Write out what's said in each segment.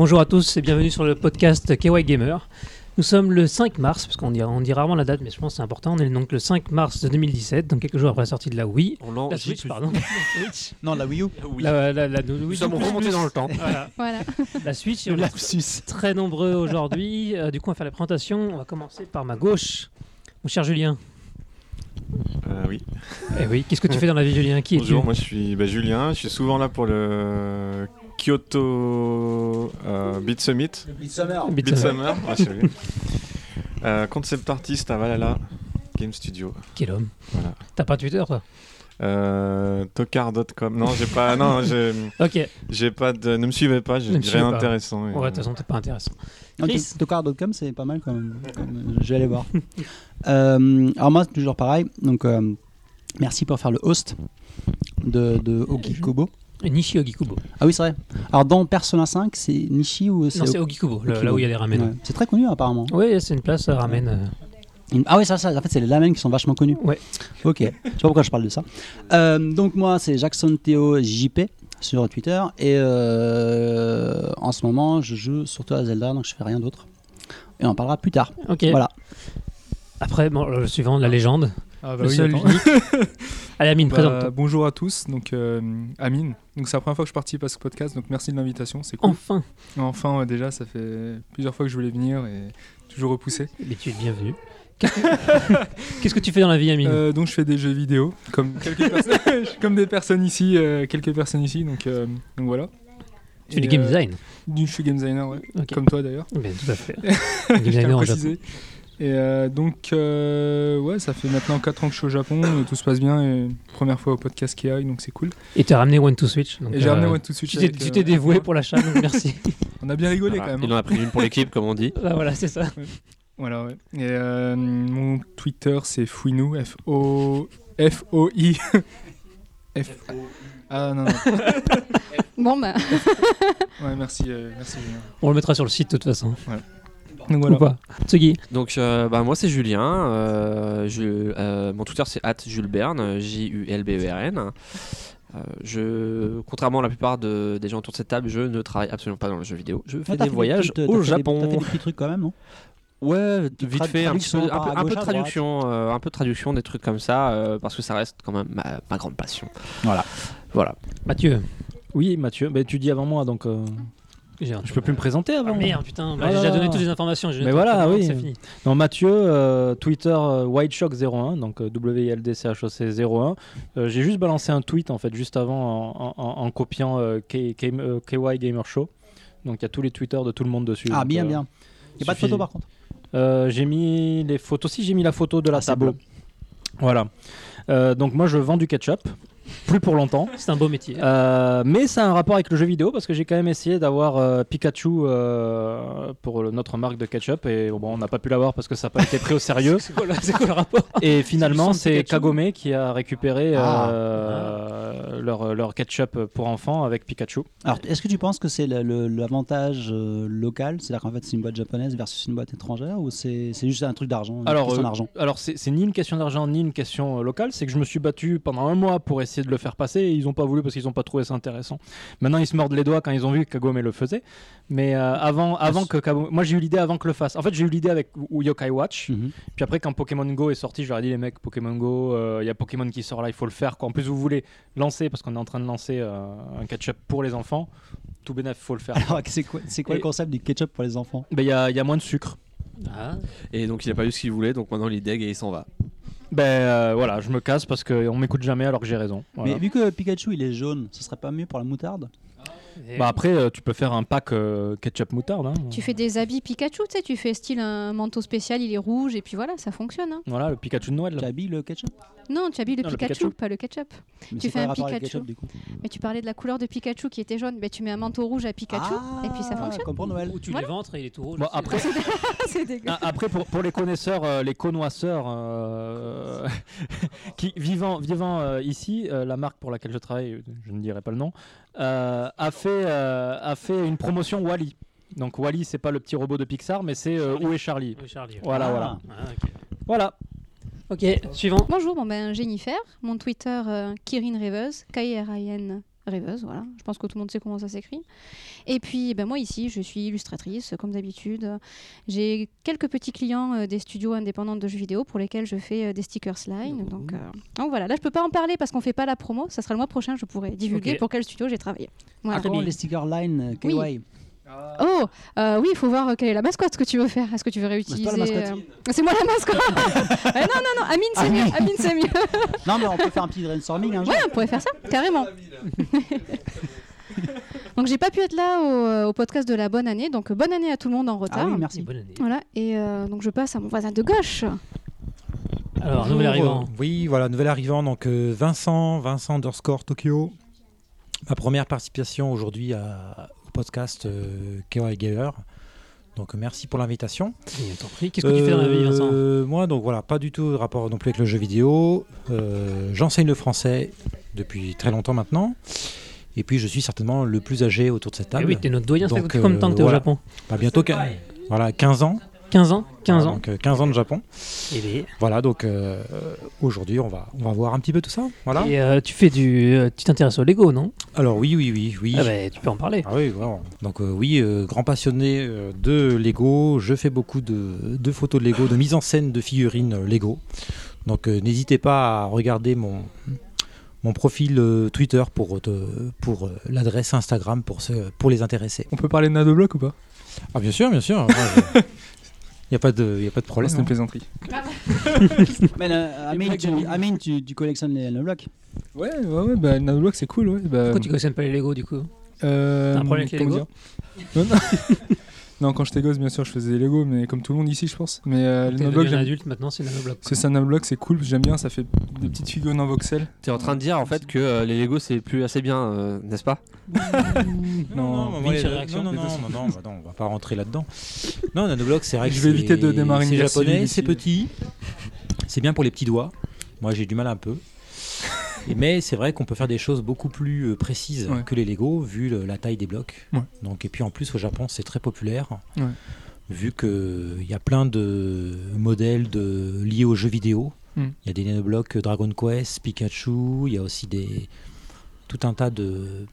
Bonjour à tous et bienvenue sur le podcast KY Gamer. Nous sommes le 5 mars, parce qu'on dit rarement la date, mais je pense que c'est important. On est donc le 5 mars 2017, donc quelques jours après la sortie de la Wii. La Switch, pardon. Non, la Wii U. Nous sommes remontés dans le temps. Voilà. La Switch, on est très nombreux aujourd'hui. Du coup, on va faire la présentation. On va commencer par ma gauche. Mon cher Julien. Oui. Eh oui, qu'est-ce que tu fais dans la vie, Julien? Qui es-tu? Bonjour, moi je suis Julien. Je suis souvent là pour le Kyoto Beat Summit. Beat Summer. Beat Summer. Ouais, c'est lui. Concept artiste à Valhalla Game Studio. Quel homme. Voilà. T'as pas Twitter, toi? Tokar.com. Non, j'ai pas. Non, Ok. j'ai pas de. Ne me suivez pas. J'ai rien d'intéressant. Ouais, de toute façon, t'es pas intéressant. Tokar.com, c'est pas mal quand même. Je vais aller voir. Alors moi, c'est toujours pareil. Donc, merci pour faire le host de Ogikubo. Nishi Ogikubo. Ah oui, c'est vrai. Alors dans Persona 5, c'est Nishi ou c'est... Non, c'est Ogikubo, là où il y a les ramen. Ouais. C'est très connu apparemment. Oui, c'est une place ramen. Ah oui, ça. En fait, c'est les ramen qui sont vachement connus. Ouais. Ok. Je sais pas pourquoi je parle de ça. Donc moi, c'est Jackson Théo JP sur Twitter et en ce moment, je joue surtout à Zelda, donc je fais rien d'autre. Et on en parlera plus tard. Ok. Voilà. Après, bon, le suivant, la légende. Ah bah le oui, seul attends. unique. Allez, Amine, présente-toi. Bonjour à tous, donc Amine. Donc c'est la première fois que je participe à ce podcast, donc merci de l'invitation, c'est cool. Enfin. Ouais, déjà, ça fait plusieurs fois que je voulais venir et toujours repoussé. Mais tu es bienvenu. Qu'est-ce que tu fais dans la vie, Amine? Donc je fais des jeux vidéo, comme quelques personnes, comme des personnes ici, donc voilà. Tu fais du game design? Je suis game designer, ouais. Okay. Comme toi d'ailleurs. Ben, tout à fait. Game designer au Japon. Et donc, ouais, ça fait maintenant 4 ans que je suis au Japon et tout se passe bien. Et première fois au podcast KI, donc c'est cool. Et tu as ramené One to Switch. Donc, et j'ai ramené One to Switch. Tu t'es dévoué pour l'achat, donc merci. On a bien rigolé quand même. Il en a pris une pour l'équipe, comme on dit. Voilà, c'est ça. Ouais. Voilà, ouais. Et mon Twitter, c'est Fouinou, F-O-I. Ah non. Bon, bah. Ouais, merci Julien. On le mettra sur le site de toute façon. Ouais. Donc voilà. Ou pas. Tsugi. Donc moi c'est Julien, mon Twitter c'est @julebern, JULBERN. Contrairement à la plupart des gens autour de cette table, je ne travaille absolument pas dans le jeu vidéo. Je fais des voyages au Japon. T'as fait des petits trucs quand même, non? Ouais, vite fait, un peu de traduction, des trucs comme ça, parce que ça reste quand même ma grande passion. Voilà. Mathieu. Oui, Mathieu. Bah, tu dis avant moi, donc je peux plus me présenter avant. Ah merde, putain. J'ai déjà donné toutes les informations. Mais voilà, oui. C'est fini. Non, Mathieu, Twitter WildShock01, donc WILDCHOC01. J'ai juste balancé un tweet en fait juste avant en copiant KY Gamer Show. Donc il y a tous les Twitters de tout le monde dessus. Ah, donc, bien. Il n'y a pas de photo par contre. J'ai mis les photos. Si, j'ai mis la photo de la table. Beau. Voilà. Donc moi je vends du ketchup. Plus pour longtemps. C'est un beau métier. Mais ça a un rapport avec le jeu vidéo parce que j'ai quand même essayé d'avoir Pikachu pour notre marque de ketchup et bon, on n'a pas pu l'avoir parce que ça n'a pas été pris au sérieux. C'est quoi le rapport? Et finalement, c'est Kagome qui a récupéré leur ketchup pour enfants avec Pikachu. Alors, est-ce que tu penses que c'est l'avantage local, c'est-à-dire qu'en fait c'est une boîte japonaise versus une boîte étrangère, ou c'est juste un truc d'argent, Alors c'est ni une question d'argent ni une question locale, c'est que je me suis battu pendant un mois pour essayer de le faire passer et ils n'ont pas voulu parce qu'ils n'ont pas trouvé ça intéressant. Maintenant ils se mordent les doigts quand ils ont vu que Kagome le faisait, mais avant que Kagome... Moi j'ai eu l'idée avant que le fasse. En fait j'ai eu l'idée avec Yokai Watch, puis après quand Pokémon Go est sorti, je leur ai dit les mecs, Pokémon Go, il y a Pokémon qui sort là, il faut le faire quoi. En plus vous voulez lancer, parce qu'on est en train de lancer un ketchup pour les enfants, tout bénef, faut le faire. Alors c'est quoi le concept du ketchup pour les enfants? Il y a moins de sucre. Et donc il a pas eu ce qu'il voulait, donc maintenant il est deg et il s'en va. Voilà, je me casse parce qu'on m'écoute jamais alors que j'ai raison. Voilà. Mais vu que Pikachu il est jaune, ce serait pas mieux pour la moutarde? Après, tu peux faire un pack ketchup moutarde. Hein. Tu fais des habits Pikachu, tu sais, tu fais style un manteau spécial, il est rouge et puis voilà, ça fonctionne. Hein. Voilà, le Pikachu de Noël. Tu habilles le ketchup? Non, tu habilles le Pikachu, pas le ketchup. Mais tu fais un Pikachu. Pikachu. Du coup. Mais tu parlais de la couleur de Pikachu qui était jaune, tu mets un manteau rouge à Pikachu et puis ça fonctionne. Comme pour Noël. Ou tu les ventres et il est tout rouge. Bon, après, c'est dégueu. Après pour les connaisseurs, les connoisseurs qui vivant ici, la marque pour laquelle je travaille, je ne dirai pas le nom, a fait une promotion Wall-E. Donc Wall-E, c'est pas le petit robot de Pixar, mais c'est Où est Charlie. Voilà. Okay. Voilà. Ok, suivant. Bonjour, Jennifer. Mon Twitter, Kirin Rêveuse, Kirin rêveuse, voilà. Je pense que tout le monde sait comment ça s'écrit. Et puis, moi ici, je suis illustratrice, comme d'habitude. J'ai quelques petits clients des studios indépendants de jeux vidéo pour lesquels je fais des stickers line. Donc voilà, là je peux pas en parler parce qu'on fait pas la promo. Ça sera le mois prochain, je pourrai divulguer pour quel studio j'ai travaillé. Voilà. Les stickers line KY. Oui. Oui, il faut voir quelle est la mascotte que tu veux faire. Est-ce que tu veux réutiliser C'est moi la mascotte. Non, Amine c'est mieux. Non, mais on peut faire un petit brainstorming un jour. Ouais, on pourrait faire ça, carrément. Donc j'ai pas pu être là au podcast de la bonne année. Donc bonne année à tout le monde en retard. Ah oui, merci. Bonne année. Voilà, et donc je passe à mon voisin de gauche. Alors, nouvel arrivant. Oui, voilà, nouvel arrivant. Donc Vincent _Tokyo. Ma première participation aujourd'hui au podcast KY Gamer. Donc merci pour l'invitation. Qu'est-ce que tu fais dans la vie, Vincent ? Moi, donc voilà, pas du tout de rapport non plus avec le jeu vidéo. J'enseigne le français depuis très longtemps maintenant. Et puis je suis certainement le plus âgé autour de cette table. Et oui, t'es notre doyen, ça fait combien de temps que t'es au Japon ? Bientôt 15 ans. 15 ans. Donc 15 ans de Japon. Et bien. Voilà, donc aujourd'hui on va voir un petit peu tout ça. Voilà. Et tu t'intéresses au Lego, non ? Alors oui. Ah bah, tu peux en parler. Ah oui, vraiment. Donc grand passionné de Lego. Je fais beaucoup de photos de Lego, de mise en scène de figurines Lego. Donc n'hésitez pas à regarder mon profil Twitter pour l'adresse Instagram pour les intéresser. On peut parler de Nadoblock ou pas ? Ah bien sûr. Il n'y a pas de problème. C'est une plaisanterie. Mais Amine, tu collectionnes les Nadoblock ? Ouais, Nadoblock c'est cool. Ouais. Pourquoi tu collectionnes pas les Lego du coup ? T'as un problème avec les Lego ? Non, quand j'étais gosse, bien sûr, je faisais des Lego, mais comme tout le monde ici, je pense. Mais le Nanoblock, un adulte maintenant, c'est Nanoblock. C'est ça, Nanoblock, c'est cool, j'aime bien, ça fait des petites figurines en voxel. T'es en train de dire en fait que les Lego c'est plus assez bien, n'est-ce pas ? Non, on va pas rentrer là-dedans. Non, Nanoblock, c'est vrai que je vais éviter de démarrer c'est japonais, c'est petit, c'est bien pour les petits doigts. Moi, j'ai du mal un peu. Mais c'est vrai qu'on peut faire des choses beaucoup plus précises que les Lego vu la taille des blocs. Ouais. Donc, et puis en plus au Japon c'est très populaire vu qu'il y a plein de modèles liés aux jeux vidéo. Il y a des nanoblocs Dragon Quest, Pikachu, il y a aussi tout un tas de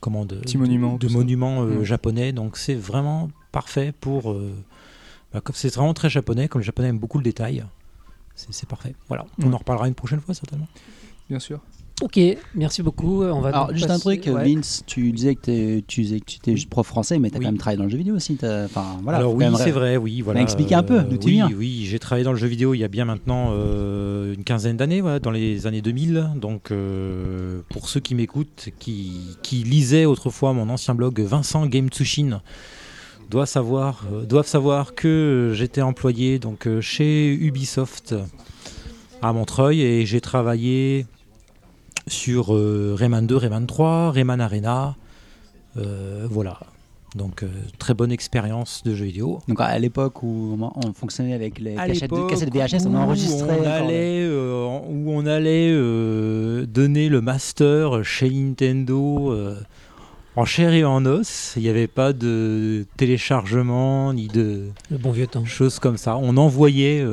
monuments japonais. Donc c'est vraiment parfait pour... c'est vraiment très japonais, comme les Japonais aiment beaucoup le détail. C'est parfait. Voilà. On en reparlera une prochaine fois certainement. Bien sûr. Ok, merci beaucoup. Alors, juste un truc, Vince, tu disais que tu étais juste prof français, mais tu as quand même travaillé dans le jeu vidéo aussi. Alors oui, c'est vrai, oui. Voilà. Expliquer un peu d'où tu viens. Oui, j'ai travaillé dans le jeu vidéo il y a bien maintenant une quinzaine d'années, dans les années 2000. Donc, pour ceux qui m'écoutent, qui lisaient autrefois mon ancien blog Vincent Game Tsushin, doivent savoir que j'étais employé donc, chez Ubisoft à Montreuil et j'ai travaillé sur Rayman 2, Rayman 3, Rayman Arena, voilà. Donc très bonne expérience de jeu vidéo. Donc à l'époque où on fonctionnait avec les cassettes VHS, on enregistrait. Où on allait donner le master chez Nintendo en chair et en os. Il n'y avait pas de téléchargement ni de le bon vieux temps. Choses comme ça. On envoyait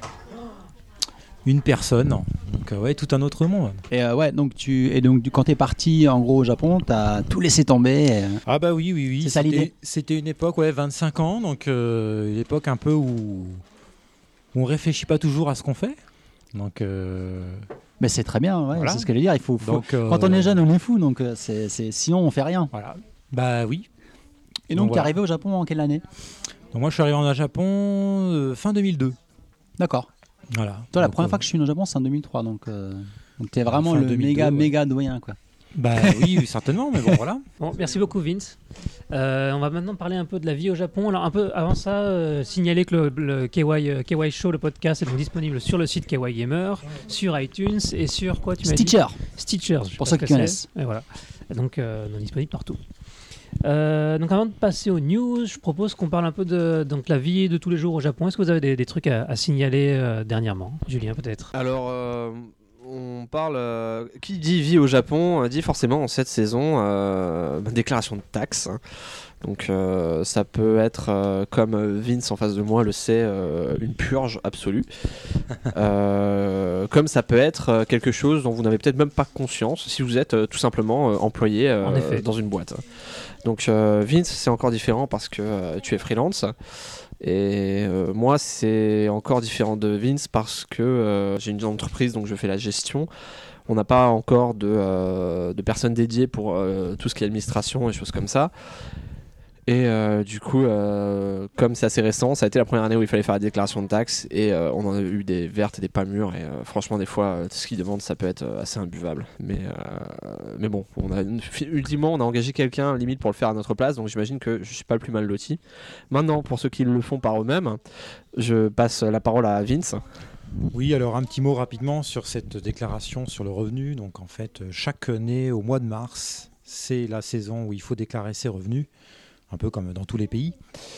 une personne. Donc tout un autre monde. Et donc quand t'es parti en gros au Japon, t'as tout laissé tomber. Ah bah oui. C'est ça l'idée. C'était une époque 25 ans, donc une époque un peu où on réfléchit pas toujours à ce qu'on fait. Donc mais c'est très bien, voilà. C'est ce que je veux dire. Quand on est jeune, on est fou, donc sinon on fait rien. Voilà. Bah oui. Et donc t'es arrivé au Japon en quelle année ? Donc moi je suis arrivé au Japon fin 2002. D'accord. Voilà. Toi, la première fois que je suis au Japon, c'est en 2003, donc t'es vraiment le 2002, méga doyen, quoi. Bah oui, certainement, mais bon, voilà. Bon, merci beaucoup, Vince. On va maintenant parler un peu de la vie au Japon. Alors, un peu avant ça, signaler que le KY Show, le podcast, est donc disponible sur le site KY Gamer, sur iTunes et sur quoi tu m'as dit ? Stitcher, pour ceux qui connaissent. Et voilà. Donc, disponible partout. Donc avant de passer aux news, je propose qu'on parle un peu de la vie de tous les jours au Japon. Est-ce que vous avez des trucs à signaler dernièrement ? Julien, peut-être ? Alors, on parle. Qui dit vie au Japon dit forcément en cette saison déclaration de taxes. Donc ça peut être, comme Vince en face de moi le sait, une purge absolue. Comme ça peut être quelque chose dont vous n'avez peut-être même pas conscience si vous êtes tout simplement employé dans une boîte. Donc Vince, c'est encore différent parce que tu es freelance. Et moi, c'est encore différent de Vince parce que j'ai une entreprise, donc je fais la gestion. On n'a pas encore de personnes dédiées pour tout ce qui est administration et choses comme ça. Et du coup, comme c'est assez récent, ça a été la première année où il fallait faire la déclaration de taxes et on en a eu des vertes et des pas mûres et franchement des fois ce qu'ils demandent ça peut être assez imbuvable. Mais bon, ultimement on a engagé quelqu'un limite pour le faire à notre place, donc j'imagine que je suis pas le plus mal loti. Maintenant, pour ceux qui le font par eux-mêmes, je passe la parole à Vince. Oui, alors un petit mot rapidement sur cette déclaration sur le revenu. Donc en fait, chaque année au mois de mars, c'est la saison où il faut déclarer ses revenus. Un peu comme dans tous les pays.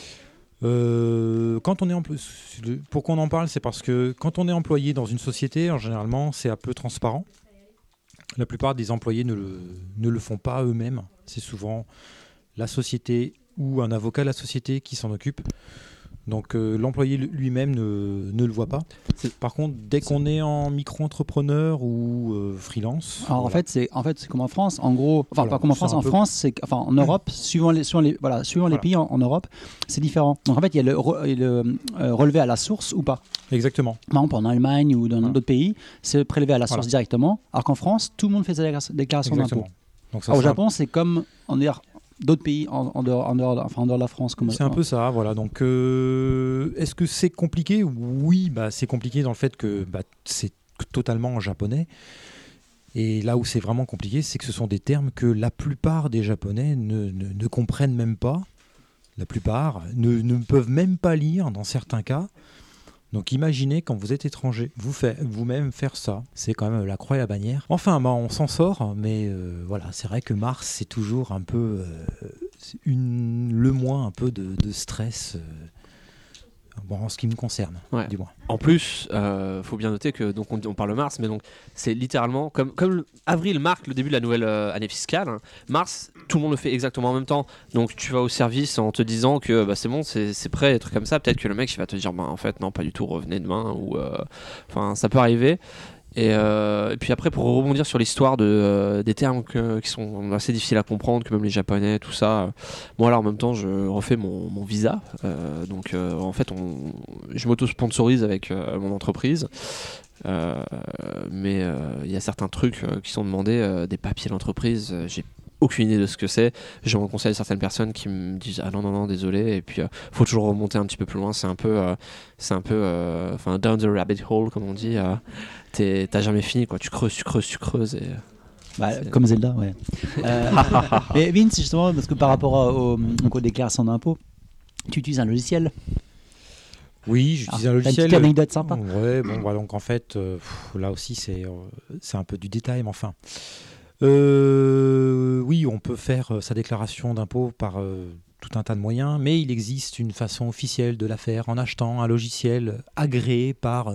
Quand on est pourquoi on en parle, c'est parce que quand on est employé dans une société, généralement, c'est un peu transparent. La plupart des employés ne le font pas eux-mêmes. C'est souvent la société ou un avocat de la société qui s'en occupe. Donc l'employé lui-même ne le voit pas. Par contre, dès qu'on est en micro-entrepreneur ou freelance... Alors voilà. En fait, c'est comme en France, en gros... Enfin, voilà, pas comme en France, en Europe, suivant les pays en Europe, c'est différent. Donc en fait, il y a le relevé à la source ou pas. Exactement. Par exemple, en Allemagne ou dans d'autres pays, c'est prélevé à la source directement, alors qu'en France, tout le monde fait sa déclaration d'impôt. Au Japon, c'est comme d'autres pays en dehors de la France. C'est un peu ça, voilà. Donc, est-ce que c'est compliqué ? Oui, c'est compliqué dans le fait que c'est totalement en japonais. Et là où c'est vraiment compliqué, c'est que ce sont des termes que la plupart des Japonais ne comprennent même pas. La plupart ne peuvent même pas lire dans certains cas. Donc imaginez quand vous êtes étranger, vous-même faire ça, c'est quand même la croix et la bannière. Enfin, on s'en sort, mais voilà, c'est vrai que mars, c'est toujours un peu le mois un peu de stress. En ce qui me concerne, du moins. En plus, faut bien noter que donc on parle mars, mais donc c'est littéralement comme avril marque le début de la nouvelle année fiscale. Mars, tout le monde le fait exactement en même temps. Donc tu vas au service en te disant que c'est bon, c'est prêt, des trucs comme ça. Peut-être que le mec il va te dire en fait non, pas du tout, revenez demain ou ça peut arriver. Et puis après, pour rebondir sur l'histoire des termes qui sont assez difficiles à comprendre, que même les Japonais, tout ça. Moi, là, en même temps, je refais mon visa. Donc, en fait, je m'auto-sponsorise avec mon entreprise. Mais il y a certains trucs qui sont demandés, des papiers d'entreprise. J'ai aucune idée de ce que c'est. Je me conseille certaines personnes qui me disent ah non désolé, et puis faut toujours remonter un petit peu plus loin. C'est un peu down the rabbit hole comme on dit. T'as jamais fini quoi. Tu creuses et comme Zelda, ouais. Mais Vince, justement, parce que par rapport aux déclarations d'impôts, tu utilises un logiciel. Oui, j'utilise un logiciel. Une petite anecdote sympa. Ouais, bon, voilà, donc en fait, là aussi, c'est un peu du détail, mais enfin. Oui, on peut faire sa déclaration d'impôt par tout un tas de moyens, mais il existe une façon officielle de la faire en achetant un logiciel agréé par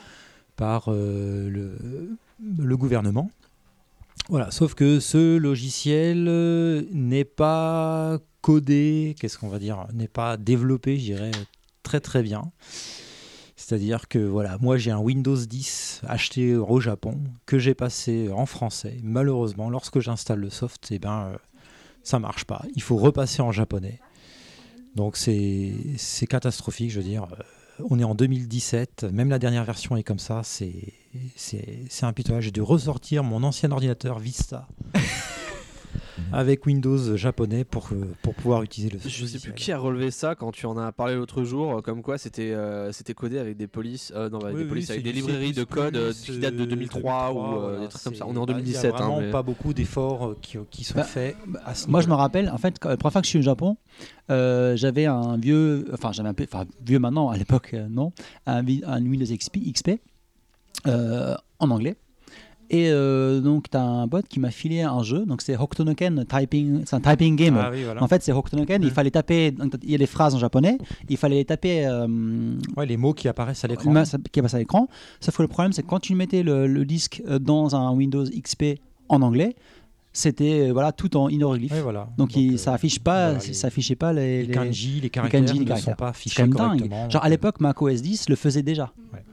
le gouvernement. Voilà, sauf que ce logiciel n'est pas codé, n'est pas développé, je dirais, très très bien. C'est-à-dire que voilà, moi j'ai un Windows 10 acheté au Japon que j'ai passé en français. Malheureusement, lorsque j'installe le soft, ça marche pas. Il faut repasser en japonais. Donc c'est catastrophique, je veux dire. On est en 2017, même la dernière version est comme ça. C'est impitoyable. J'ai dû ressortir mon ancien ordinateur Vista avec Windows japonais pour pouvoir utiliser le Je sais plus qui a relevé ça quand tu en as parlé l'autre jour, comme quoi c'était codé avec des polices, avec des librairies de code qui datent de 2003 ou des trucs comme ça. On est en 2017. Il n'y a vraiment pas beaucoup d'efforts qui sont faits. Moi, je me rappelle, en fait, la première fois que je suis au Japon, j'avais un vieux maintenant, à l'époque, non, un Windows XP en anglais. Et donc, tu as un bot qui m'a filé un jeu. Donc, c'est Hokuto-no-Ken Typing. C'est un typing game. Ah, oui, voilà. En fait, c'est Hokuto-no-Ken. Il fallait taper. Donc, il y a des phrases en japonais. Il fallait les taper. Les mots qui apparaissent à l'écran. Qui apparaissent à l'écran. Sauf que le problème, c'est que quand tu mettais le disque dans un Windows XP en anglais, c'était tout en hiéroglyphe. Voilà. Donc, ça affiche pas, ça affichait pas les kanji, les caractères ne sont pas affichés correctement. Genre à l'époque, macOS 10 le faisait déjà. Ouais.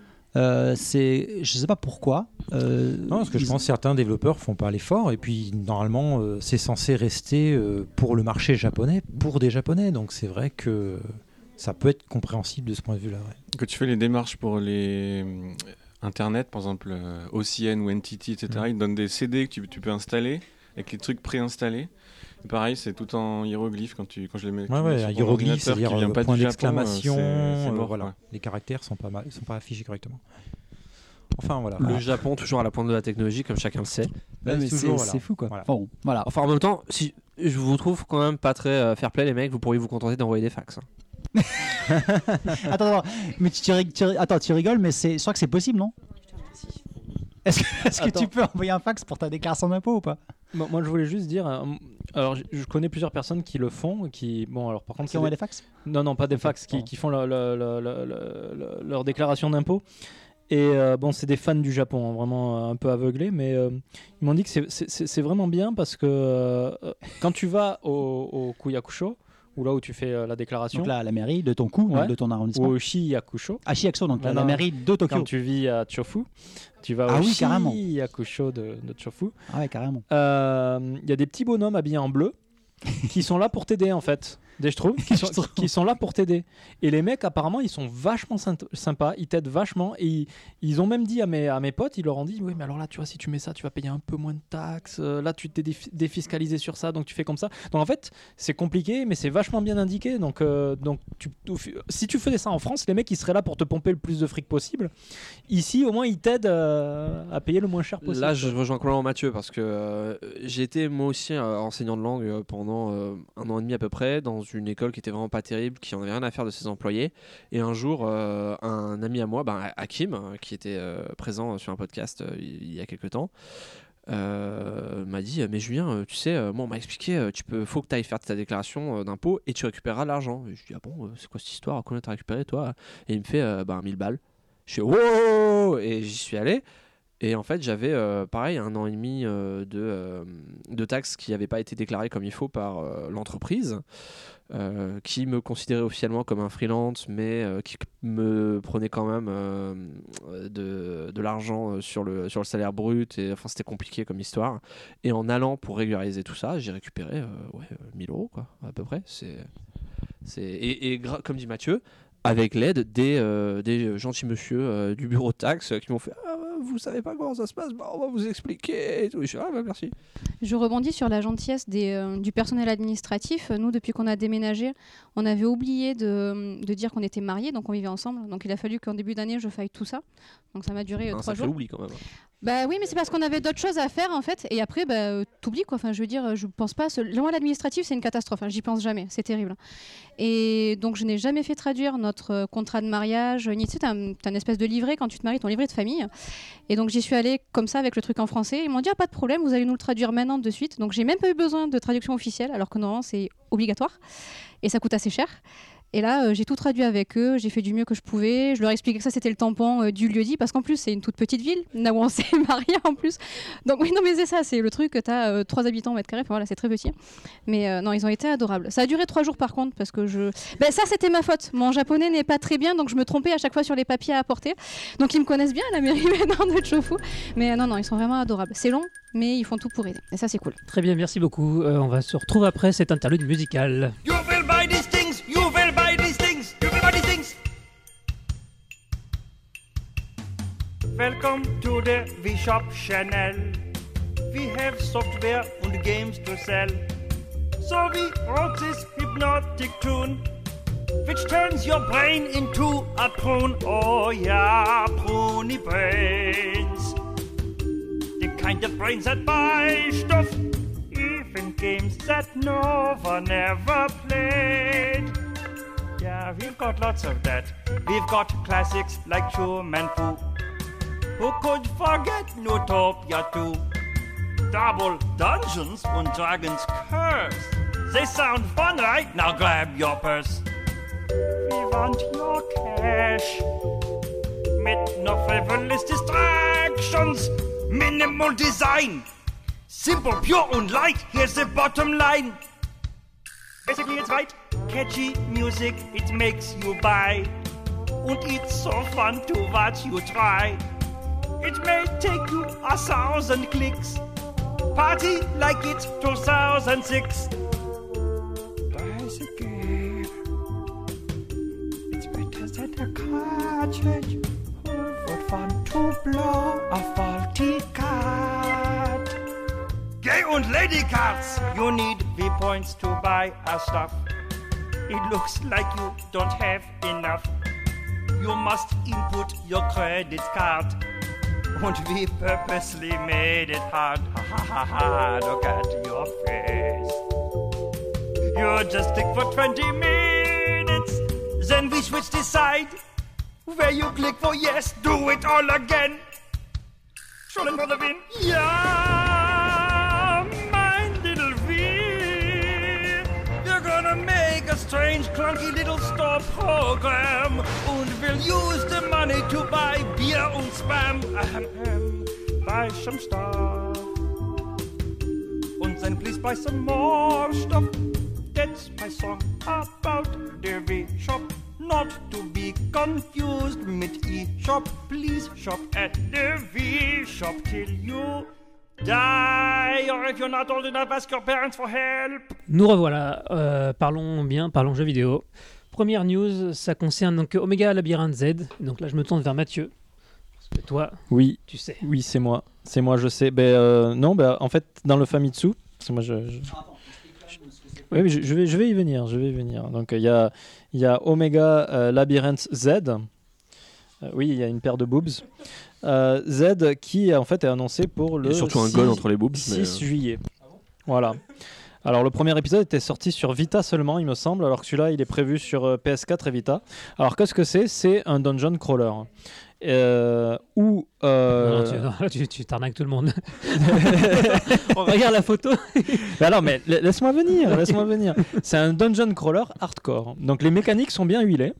Je sais pas pourquoi. Non, parce que je pense que certains développeurs font pas l'effort et puis normalement c'est censé rester pour le marché japonais, pour des japonais. Donc c'est vrai que ça peut être compréhensible de ce point de vue-là. Ouais. Quand tu fais les démarches pour les Internet, par exemple OCN ou NTT, etc., ils te donnent des CD que tu peux installer avec les trucs préinstallés. Et pareil, c'est tout en hiéroglyphe quand je les mets. Un hiéroglyphe, c'est-à-dire point d'exclamation. C'est mort, voilà. Les caractères sont pas affichés correctement. Enfin voilà. Le Japon toujours à la pointe de la technologie, comme chacun le sait. C'est fou quoi. Voilà. Bon, voilà. Enfin en même temps, si je vous trouve quand même pas très fair play les mecs, vous pourriez vous contenter d'envoyer des fax. Attends, mais tu rigoles, mais je crois que c'est possible, non? Est-ce que tu peux envoyer un fax pour ta déclaration d'impôt ou pas? Moi, je voulais juste dire. Alors, je connais plusieurs personnes qui le font, alors par contre, qui envoient des fax? Non, pas des fax, qui font leur déclaration d'impôt. Et c'est des fans du Japon, hein, vraiment un peu aveuglés, mais ils m'ont dit que c'est vraiment bien parce que quand tu vas au Kuyakusho, ou là où tu fais la déclaration. Donc là, à la mairie de ton de ton arrondissement. Ou au Shiyakusho. À Shiyakusho, donc la mairie de Tokyo. Quand tu vis à Chofu, tu vas au Shiyakusho de Chofu. Ah ouais, carrément. Il y a des petits bonhommes habillés en bleu qui sont là pour t'aider en fait. Je trouve qui sont là pour t'aider. Et les mecs apparemment ils sont vachement sympas, ils t'aident vachement et ils ont même dit à mes potes, ils leur ont dit oui mais alors là tu vois si tu mets ça tu vas payer un peu moins de taxes, là tu t'es défiscalisé sur ça donc tu fais comme ça. Donc en fait c'est compliqué mais c'est vachement bien indiqué donc si tu faisais ça en France les mecs ils seraient là pour te pomper le plus de fric possible. Ici au moins ils t'aident à payer le moins cher possible. Là je rejoins complètement Mathieu parce que j'ai été moi aussi enseignant de langue pendant 1 an et demi à peu près dans une école qui était vraiment pas terrible, qui en avait rien à faire de ses employés. Et un jour, un ami à moi, Hakim, qui était présent sur un podcast il y a quelques temps, m'a dit mais Julien, tu sais, moi on m'a expliqué, faut que tu ailles faire ta déclaration d'impôt et tu récupéreras l'argent. Et je dis ah bon, c'est quoi cette histoire, combien t'as récupéré toi? Et il me fait 1000 balles. Je fais wow, et j'y suis allé. Et en fait, j'avais pareil 1 an et demi de taxes qui n'avaient pas été déclarées comme il faut par l'entreprise, qui me considérait officiellement comme un freelance, mais qui me prenait quand même de l'argent sur le salaire brut. Et enfin, c'était compliqué comme histoire. Et en allant pour régulariser tout ça, j'ai récupéré 1000 euros quoi, à peu près. Comme dit Mathieu, avec l'aide des gentils monsieur du bureau de taxes qui m'ont fait vous savez pas comment ça se passe, on va vous expliquer et tout. Je dis merci. Je rebondis sur la gentillesse du personnel administratif. Nous, depuis qu'on a déménagé, on avait oublié de dire qu'on était mariés, donc on vivait ensemble. Donc il a fallu qu'en début d'année, je fasse tout ça. Donc ça m'a duré 3 jours. Ça fait oubli quand même. Bah oui, mais c'est parce qu'on avait d'autres choses à faire en fait. Et après, t'oublies quoi. Enfin, je veux dire, je pense pas. L'administratif, c'est une catastrophe. J'y pense jamais. C'est terrible. Et donc, je n'ai jamais fait traduire notre contrat de mariage. Tu sais, t'as une espèce de livret quand tu te maries, ton livret de famille. Et donc, j'y suis allée comme ça avec le truc en français. Ils m'ont dit pas de problème, vous allez nous le traduire maintenant de suite. Donc, j'ai même pas eu besoin de traduction officielle, alors que normalement, c'est obligatoire. Et ça coûte assez cher. Et là, j'ai tout traduit avec eux, j'ai fait du mieux que je pouvais. Je leur ai expliqué que ça, c'était le tampon du lieu-dit, parce qu'en plus, c'est une toute petite ville, là où on s'est mariés en plus. Donc oui, non, mais c'est ça, c'est le truc que tu as 3 habitants au mètre carré, enfin voilà, c'est très petit. Mais non, ils ont été adorables. Ça a duré 3 jours par contre, parce que ça, c'était ma faute. Mon japonais n'est pas très bien, donc je me trompais à chaque fois sur les papiers à apporter. Donc ils me connaissent bien, la mairie maintenant de Chofu. Mais non, ils sont vraiment adorables. C'est long, mais ils font tout pour aider. Et ça, c'est cool. Très bien, merci beaucoup. On va se retrouver après cet interlude musical. You will buy these things, you will buy these things, you will buy these things. Welcome to the V-Shop channel. We have software and games to sell. So we wrote this hypnotic tune, which turns your brain into a prune. Oh yeah, pruny brains. The kind of brains that buy stuff, even games that no one ever played. Yeah, we've got lots of that. We've got classics like Chu Man Fu, Who could forget Newtopia 2? Double Dungeons and Dragons Curse. They sound fun, right? Now grab your purse. We want your cash. Mit no frivolous distractions. Minimal design. Simple, pure and light. Here's the bottom line. Basically it's right. Catchy music, it makes you buy. And it's so fun to watch you try. It may take you 1,000 clicks. Party like it's 2006. Basically, it's better than a cartridge. What fun to blow a faulty card. Gay and lady cards. You need V-points to buy our stuff. It looks like you don't have enough. You must input your credit card. And we purposely made it hard. Ha ha ha ha, look at your face. You just stick for 20 minutes. Then we switch the side. Where you click for yes, do it all again. Schulden for the win. Yeah, my little V. You're gonna make a strange, clunky little store program. And we'll use the money to buy beer and spam. Buy some stuff. And then please buy some more stuff. That's my song about the V-Shop. Not to be confused with E-Shop. Please shop at the V-Shop till you die. Or if you're not old enough, ask your parents for help. Nous revoilà. Parlons jeux vidéo. Première news, ça concerne donc Omega Labyrinth Z. Donc là, je me tourne vers Mathieu. Parce que toi, oui, tu sais. Oui, c'est moi, je sais. Non, en fait, dans le Famitsu, parce que moi, oui, mais je vais y venir. Donc il y a Omega Labyrinth Z. Oui, il y a une paire de boobs. Z qui en fait est annoncé pour le. Et surtout un goal entre les boobs. 6 juillet. Voilà. Alors le premier épisode était sorti sur Vita seulement, il me semble, alors que celui-là il est prévu sur PS4 et Vita. Alors qu'est-ce que c'est ? C'est un dungeon crawler. Non, tu t'arnaques tout le monde. On regarde la photo. Alors, mais laisse-moi venir. C'est un dungeon crawler hardcore. Donc les mécaniques sont bien huilées.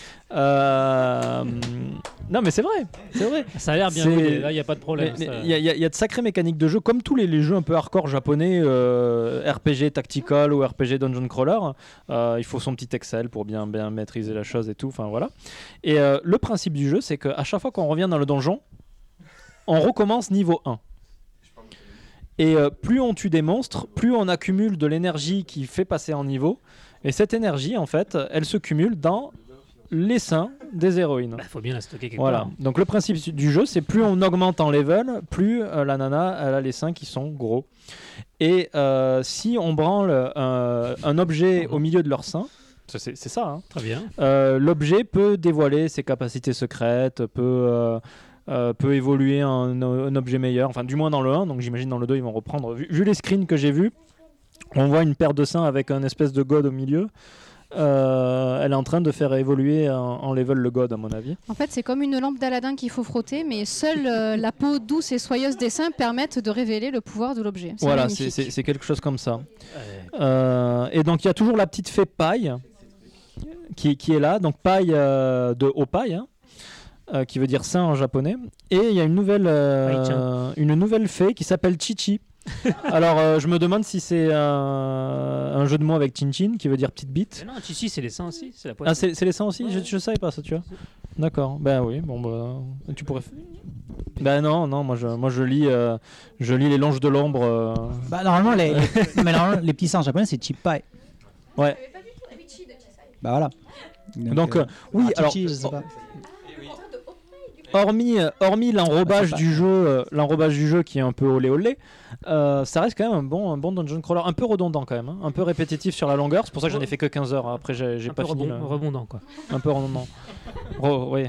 Non mais c'est vrai. Ça a l'air bien huilé, là il n'y a pas de problème. Il y a de sacrées mécaniques de jeu, comme tous les jeux un peu hardcore japonais, RPG tactical ou RPG dungeon crawler. Il faut son petit Excel pour bien maîtriser la chose et tout, enfin voilà. Et le principe du jeu, c'est qu'à chaque fois qu'on revient dans le donjon, on recommence niveau 1. Et plus on tue des monstres, plus on accumule de l'énergie qui fait passer en niveau. Et cette énergie, en fait, elle se cumule dans les seins des héroïnes. Faut bien la stocker quelque part. Donc le principe du jeu, c'est plus on augmente en level, plus la nana elle a les seins qui sont gros. Et si on branle un objet au milieu de leur sein, c'est ça. Hein, très bien. L'objet peut dévoiler ses capacités secrètes, peut évoluer en un objet meilleur. Enfin, du moins dans le 1. Donc j'imagine dans le 2 ils vont reprendre. Vu les screens que j'ai vus, on voit une paire de seins avec un espèce de god au milieu. Elle est en train de faire évoluer en level le god à mon avis. En fait c'est comme une lampe d'Aladin qu'il faut frotter, mais seule la peau douce et soyeuse des seins permettent de révéler le pouvoir de l'objet. Voilà, c'est quelque chose comme ça. Et donc il y a toujours la petite fée paille qui est là, donc paille de opaille, qui veut dire sein en japonais. Et il y a une nouvelle fée qui s'appelle Chichi. Alors je me demande si c'est un jeu de mots avec Chin-Chin qui veut dire petite bite. Mais non, Chichi c'est les seins aussi, c'est la poitrine. Ah c'est les seins aussi, je savais pas ça, tu vois. D'accord. Ben oui, tu pourrais. Ben non, moi je lis les Langes de l'ombre. Normalement les petits seins japonais c'est Chipai. Ouais. Bah voilà. Donc oui, alors Chichi, je sais pas. Hormis l'enrobage du jeu qui est un peu olé olé, ça reste quand même un bon dungeon crawler, un peu redondant quand même, un peu répétitif sur la longueur, c'est pour ça que j'en ai fait que 15 heures, après j'ai pas fini. Rebondant quoi. Un peu redondant. Oui.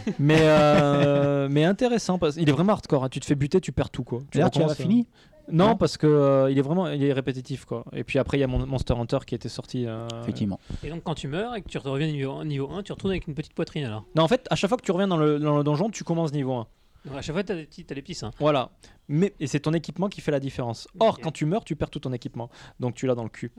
Mais intéressant, parce qu'il est vraiment hardcore, hein. Tu te fais buter, tu perds tout quoi. D'ailleurs tu as fini ? Non, parce que il est répétitif quoi. Et puis après il y a Monster Hunter qui était sorti. Effectivement. Et donc quand tu meurs et que tu reviens niveau 1, tu retournes avec une petite poitrine alors. Non, en fait, à chaque fois que tu reviens dans le donjon, tu commences niveau 1. Donc, à chaque fois, t'as des petits seins. Voilà. Et c'est ton équipement qui fait la différence. Or, quand tu meurs, tu perds tout ton équipement. Donc tu l'as dans le cul.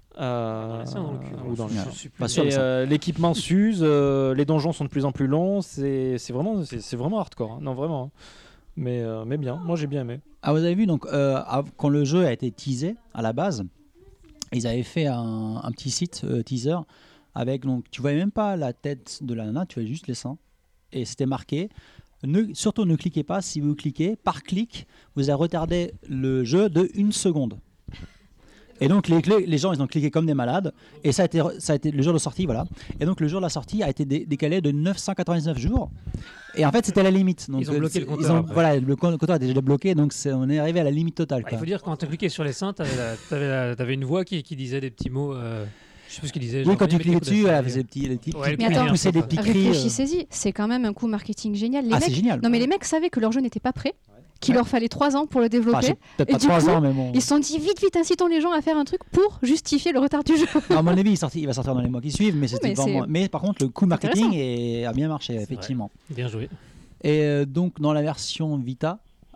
Ou dans le cul. L'équipement s'use, les donjons sont de plus en plus longs. C'est vraiment hardcore. Hein. Non, vraiment. Hein. Mais bien, moi j'ai bien aimé. Ah, vous avez vu, donc, quand le jeu a été teasé à la base, ils avaient fait un petit site teaser avec, donc, tu voyais même pas la tête de la nana, tu voyais juste les seins. Et c'était marqué. Surtout ne cliquez pas, si vous cliquez, par clic, vous avez retardé le jeu de 1 seconde. Et donc les gens ils ont cliqué comme des malades et ça a été le jour de sortie, voilà. Et donc le jour de la sortie a été décalé de 999 jours. Et en fait c'était la limite. Donc, ils ont bloqué le compteur. Voilà, le compteur était déjà bloqué, donc on est arrivé à la limite totale. Il faut dire quand tu as cliqué sur les seins, t'avais une voix qui disait des petits mots. Je sais plus ce qu'il disait. Oui, quand tu cliquais dessus, elle faisait des petits mais attends, pousser des petits cris. Réfléchissez-y, c'est quand même un coup marketing génial. C'est génial. Non, mais les mecs savaient que leur jeu n'était pas prêt, qu'il leur fallait 3 ans pour le développer. Peut-être pas 3 ans, mais bon. Ils se sont dit vite, incitons les gens à faire un truc pour justifier le retard du jeu. Non, à mon avis, il va sortir dans les mois qui suivent, mais par contre, le coup marketing a bien marché, effectivement. Bien joué. Et donc, dans la version Vita,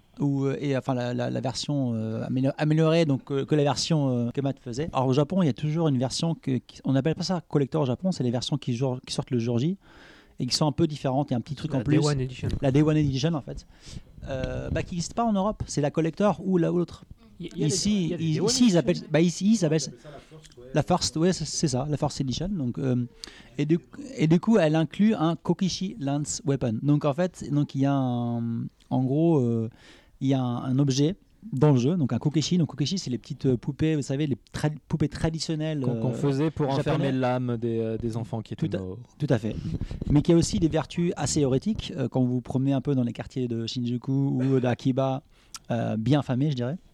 la version améliorée que la version que Matt faisait. Alors au Japon, il y a toujours une version on n'appelle pas ça collector au Japon, c'est les versions qui sortent le jour J et qui sont un peu différentes. Il y a un petit truc en plus. La Day One Edition en fait, qui n'existe pas en Europe. C'est la collector ou l'autre. Ici, ils appellent la First, ouais, c'est ça, la First Edition. Donc, et du coup, elle inclut un Kokishi Lance Weapon. Donc en fait, il y a il y a un objet dans le jeu, donc un kokeshi. Donc kokeshi, c'est les petites poupées, vous savez, les poupées traditionnelles qu'on faisait pour enfermer l'âme des enfants qui étaient morts. Tout à fait. Mais qui a aussi des vertus assez héroïtiques quand vous vous promenez un peu dans les quartiers de Shinjuku ou d'Akiba, bien affamés, je dirais.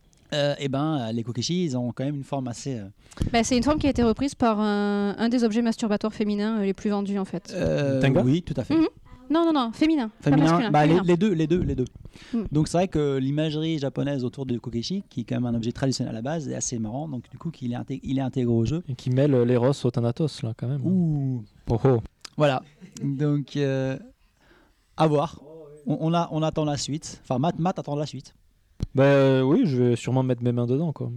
Les kokeshi, ils ont quand même une forme assez... c'est une forme qui a été reprise par un des objets masturbatoires féminins les plus vendus en fait. Oui, tout à fait. Mm-hmm. Non, féminin. Les deux. Donc c'est vrai que l'imagerie japonaise autour du kokeshi, qui est quand même un objet traditionnel à la base, est assez marrant. Donc du coup, il est intégré au jeu. Et qui mêle l'Eros au Thanatos, là, quand même. Ouh. Voilà. Donc, à voir. On attend la suite. Enfin, Matt attend la suite. Oui, je vais sûrement mettre mes mains dedans, quoi.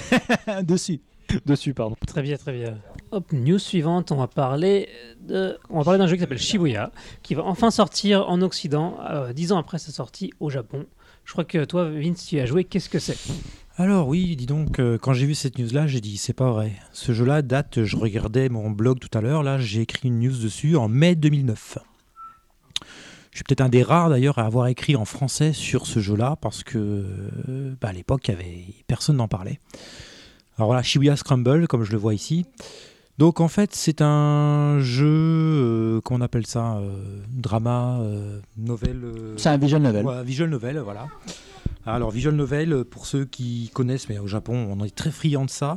Dessus, pardon. Très bien. Hop, news suivante, on va parler d'un jeu qui s'appelle Shibuya, qui va enfin sortir en Occident, 10 ans après sa sortie au Japon. Je crois que toi, Vince, tu y as joué, qu'est-ce que c'est ? Alors oui, dis donc, quand j'ai vu cette news-là, j'ai dit, c'est pas vrai. Ce jeu-là date, je regardais mon blog tout à l'heure, là, j'ai écrit une news dessus en mai 2009. Je suis peut-être un des rares d'ailleurs à avoir écrit en français sur ce jeu-là, parce que à l'époque, personne n'en parlait. Alors voilà, Shibuya Scramble, comme je le vois ici. Donc en fait, c'est un jeu, comment on appelle ça, drama, novel. C'est un visual novel. Ouais, visual novel, voilà. Alors visual novel, pour ceux qui connaissent, mais au Japon, on est très friand de ça.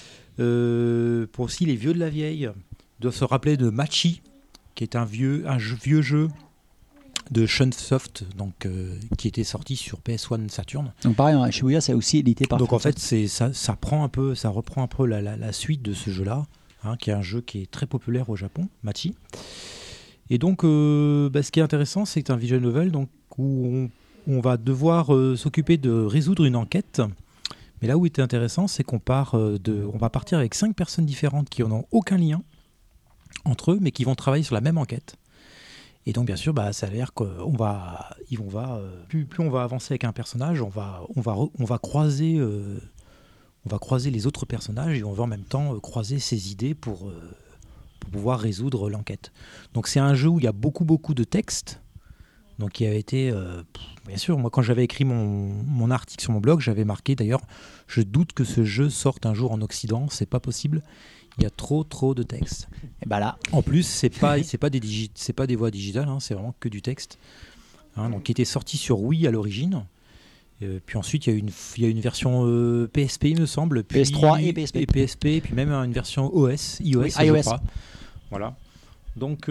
Pour aussi les vieux de la vieille, doivent se rappeler de Machi, qui est un vieux jeu de Shunsoft, donc qui était sorti sur PS1 Saturn. Donc pareil, Shibuya, c'est aussi édité par. Donc en fait, ça reprend un peu la suite de ce jeu-là, qui est un jeu qui est très populaire au Japon, Machi. Et donc, ce qui est intéressant, c'est que c'est un visual novel, donc où on va devoir s'occuper de résoudre une enquête. Mais là où il est intéressant, c'est qu'on va partir avec 5 personnes différentes qui n'ont aucun lien entre eux, mais qui vont travailler sur la même enquête. Et donc bien sûr, ça veut dire plus on va avancer avec un personnage, on va croiser les autres personnages et on va en même temps croiser ses idées pour pouvoir résoudre l'enquête. Donc c'est un jeu où il y a beaucoup de textes. Donc qui avait été, bien sûr, moi quand j'avais écrit mon article sur mon blog, j'avais marqué d'ailleurs, je doute que ce jeu sorte un jour en Occident, c'est pas possible. Il y a trop de texte. Et là, en plus, c'est pas des voix digitales, c'est vraiment que du texte. Donc qui était sorti sur Wii à l'origine. Puis ensuite, il y a une version PSP, il me semble. Puis, PS3 et PSP. Et PSP, et puis même une version iOS, je crois. Voilà. Donc,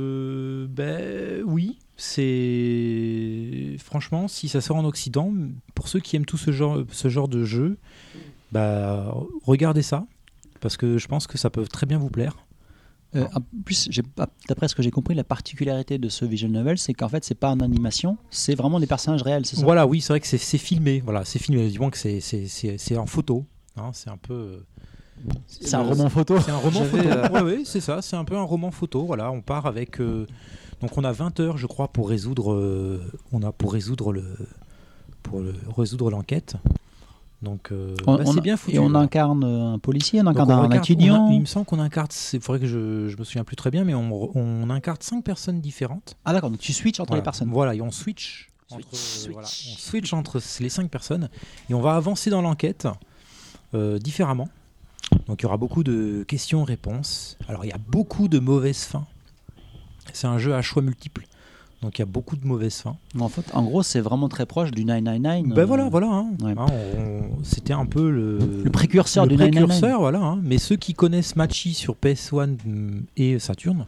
oui, c'est franchement, si ça sort en Occident, pour ceux qui aiment tout ce genre de jeu, regardez ça. Parce que je pense que ça peut très bien vous plaire. En plus, d'après ce que j'ai compris, la particularité de ce visual novel, c'est qu'en fait, c'est pas en animation, c'est vraiment des personnages réels, c'est ça? Voilà, oui, c'est vrai que c'est filmé. Voilà, c'est filmé. Disons que c'est en photo. Hein, c'est un peu. C'est un roman photo. C'est un roman photo. Oui, c'est ça. C'est un peu un roman photo. Voilà, on part avec. Donc, on a 20 heures, je crois, pour résoudre l'enquête. Donc, c'est bien foutu. Et on incarne un policier, on incarne un étudiant. Il me semble qu'on incarne. Il faudrait que je me souviens plus très bien, mais on incarne 5 personnes différentes. Ah d'accord, donc tu switches entre les personnes. Voilà, et on switch entre les 5 personnes et on va avancer dans l'enquête différemment. Donc il y aura beaucoup de questions-réponses. Alors il y a beaucoup de mauvaises fins. C'est un jeu à choix multiples. Donc il y a beaucoup de mauvaises fins. En fait, en gros, c'est vraiment très proche du 999. Ben voilà. Hein. Ouais. C'était un peu le précurseur du 999. Voilà. Hein. Mais ceux qui connaissent Machi sur PS1 et Saturn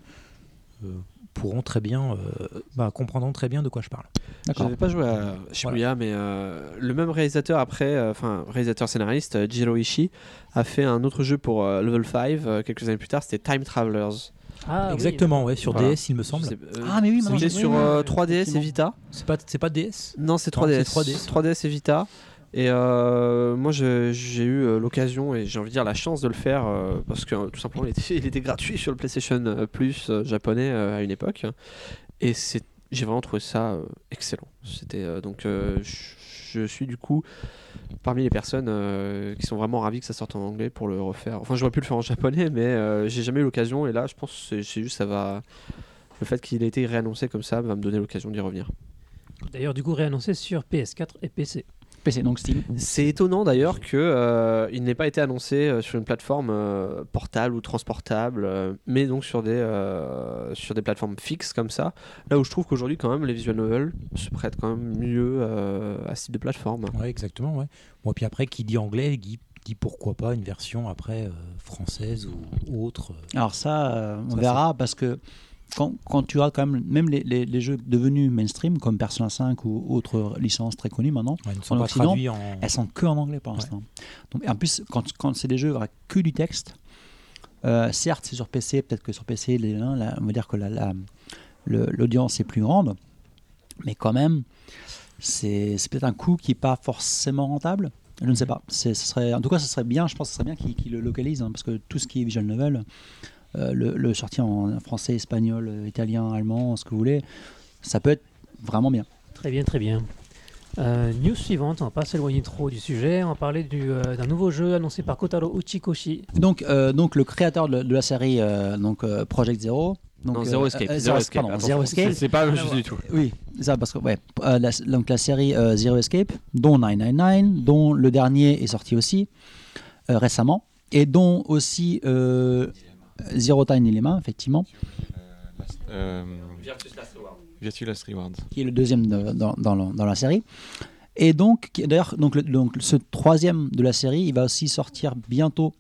comprendront très bien de quoi je parle. Je n'avais pas joué à Shibuya, mais le même réalisateur réalisateur scénariste, Jiro Ishii, a fait un autre jeu pour Level 5 quelques années plus tard, c'était Time Travelers. Ah, exactement, oui, sur DS il me semble. Mais oui, c'était sur 3DS et Vita. C'est pas DS? Non, c'est 3DS. 3DS et Vita. Et moi j'ai eu l'occasion et j'ai envie de dire la chance de le faire parce que tout simplement il était gratuit sur le PlayStation Plus japonais à une époque et j'ai vraiment trouvé ça excellent. C'était donc je suis du coup parmi les personnes qui sont vraiment ravies que ça sorte en anglais pour le refaire. Enfin, j'aurais pu le faire en japonais, mais j'ai jamais eu l'occasion. Et là, je pense que c'est juste le fait qu'il ait été réannoncé comme ça va me donner l'occasion d'y revenir. D'ailleurs, du coup, réannoncé sur PS4 et PC. PC, donc Steam. C'est étonnant d'ailleurs qu'il n'ait pas été annoncé sur une plateforme portable ou transportable, mais donc sur des plateformes fixes comme ça. Là où je trouve qu'aujourd'hui, quand même, les visual novels se prêtent quand même mieux à ce type de plateforme. Ouais, exactement. Ouais. Bon, et puis après, qui dit anglais, dit pourquoi pas une version après française ou autre. Alors ça, on verra parce que. Quand tu as quand même les jeux devenus mainstream comme Persona 5 ou autres licences très connues maintenant, en Occident, elles sont que en anglais pour l'instant. Donc, et en plus, quand c'est des jeux avec que du texte, certes c'est sur PC, peut-être que sur PC, on va dire que l'audience est plus grande, mais quand même, c'est peut-être un coût qui n'est pas forcément rentable. Je ne sais pas. En tout cas, ce serait bien, je pense que ce serait bien qu'ils le localisent, parce que tout ce qui est visual novel, le sortir en français, espagnol, italien, allemand, ce que vous voulez, ça peut être vraiment bien. Très bien, très bien. News suivante, on va pas s'éloigner trop du sujet, on va parler d'un nouveau jeu annoncé par Kotaro Uchikoshi. Donc le créateur de la série Project Zero. Zero Escape. Zero Escape. C'est pas le jeu du tout. Oui, ça parce que donc la série Zero Escape, dont 999, dont le dernier est sorti aussi récemment, et dont aussi Zero Time Dilemma, effectivement. Virtua Last Reward. Qui est le deuxième dans la série. Et donc, d'ailleurs, ce troisième de la série, il va aussi sortir bientôt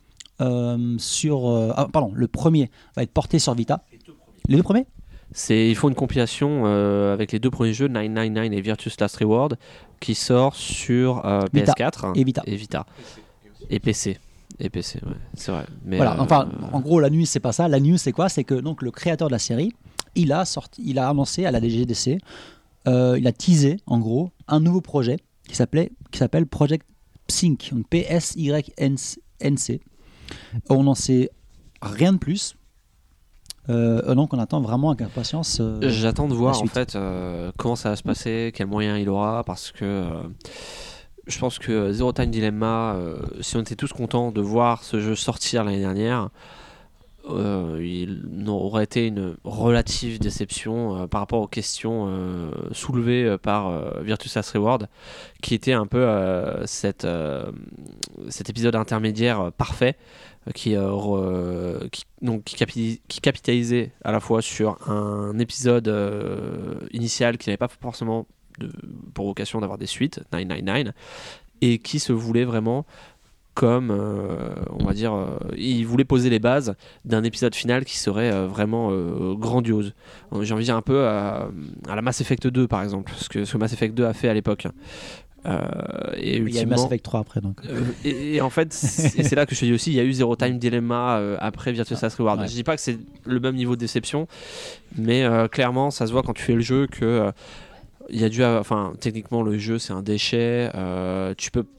le premier va être porté sur Vita. Les deux premiers ? Ils font une compilation avec les deux premiers jeux, 999 et Virtuous Last Reward, qui sort sur PS4 et Vita. Et PC. Et PC, ouais, c'est vrai. Mais voilà, en gros, la news, c'est pas ça. La news, c'est quoi ? C'est que donc, le créateur de la série, il a annoncé à la DGDC, il a teasé, en gros, un nouveau projet qui s'appelle Project Psync, donc PSYNC. On n'en sait rien de plus. Donc on attend vraiment avec impatience. J'attends de voir en fait comment ça va se passer, quels moyens il aura, parce que je pense que Zero Time Dilemma, si on était tous contents de voir ce jeu sortir l'année dernière, il aurait été une relative déception par rapport aux questions soulevées par Virtuous Last Reward, qui était un peu cet épisode intermédiaire parfait qui capitalisait à la fois sur un épisode initial qui n'avait pas forcément pour vocation d'avoir des suites, 999, et qui se voulait vraiment comme, on va dire, il voulait poser les bases d'un épisode final qui serait vraiment grandiose. J'ai envie de dire un peu à la Mass Effect 2 par exemple, ce que Mass Effect 2 a fait à l'époque. Et il y a Mass Effect 3 après. Donc. Et en fait, c'est là que je te dis aussi, il y a eu Zero Time Dilemma après Virtuous Last Reward. Je dis pas que c'est le même niveau de déception, mais clairement, ça se voit quand tu fais le jeu que il y a techniquement le jeu c'est un déchet. Tu peux.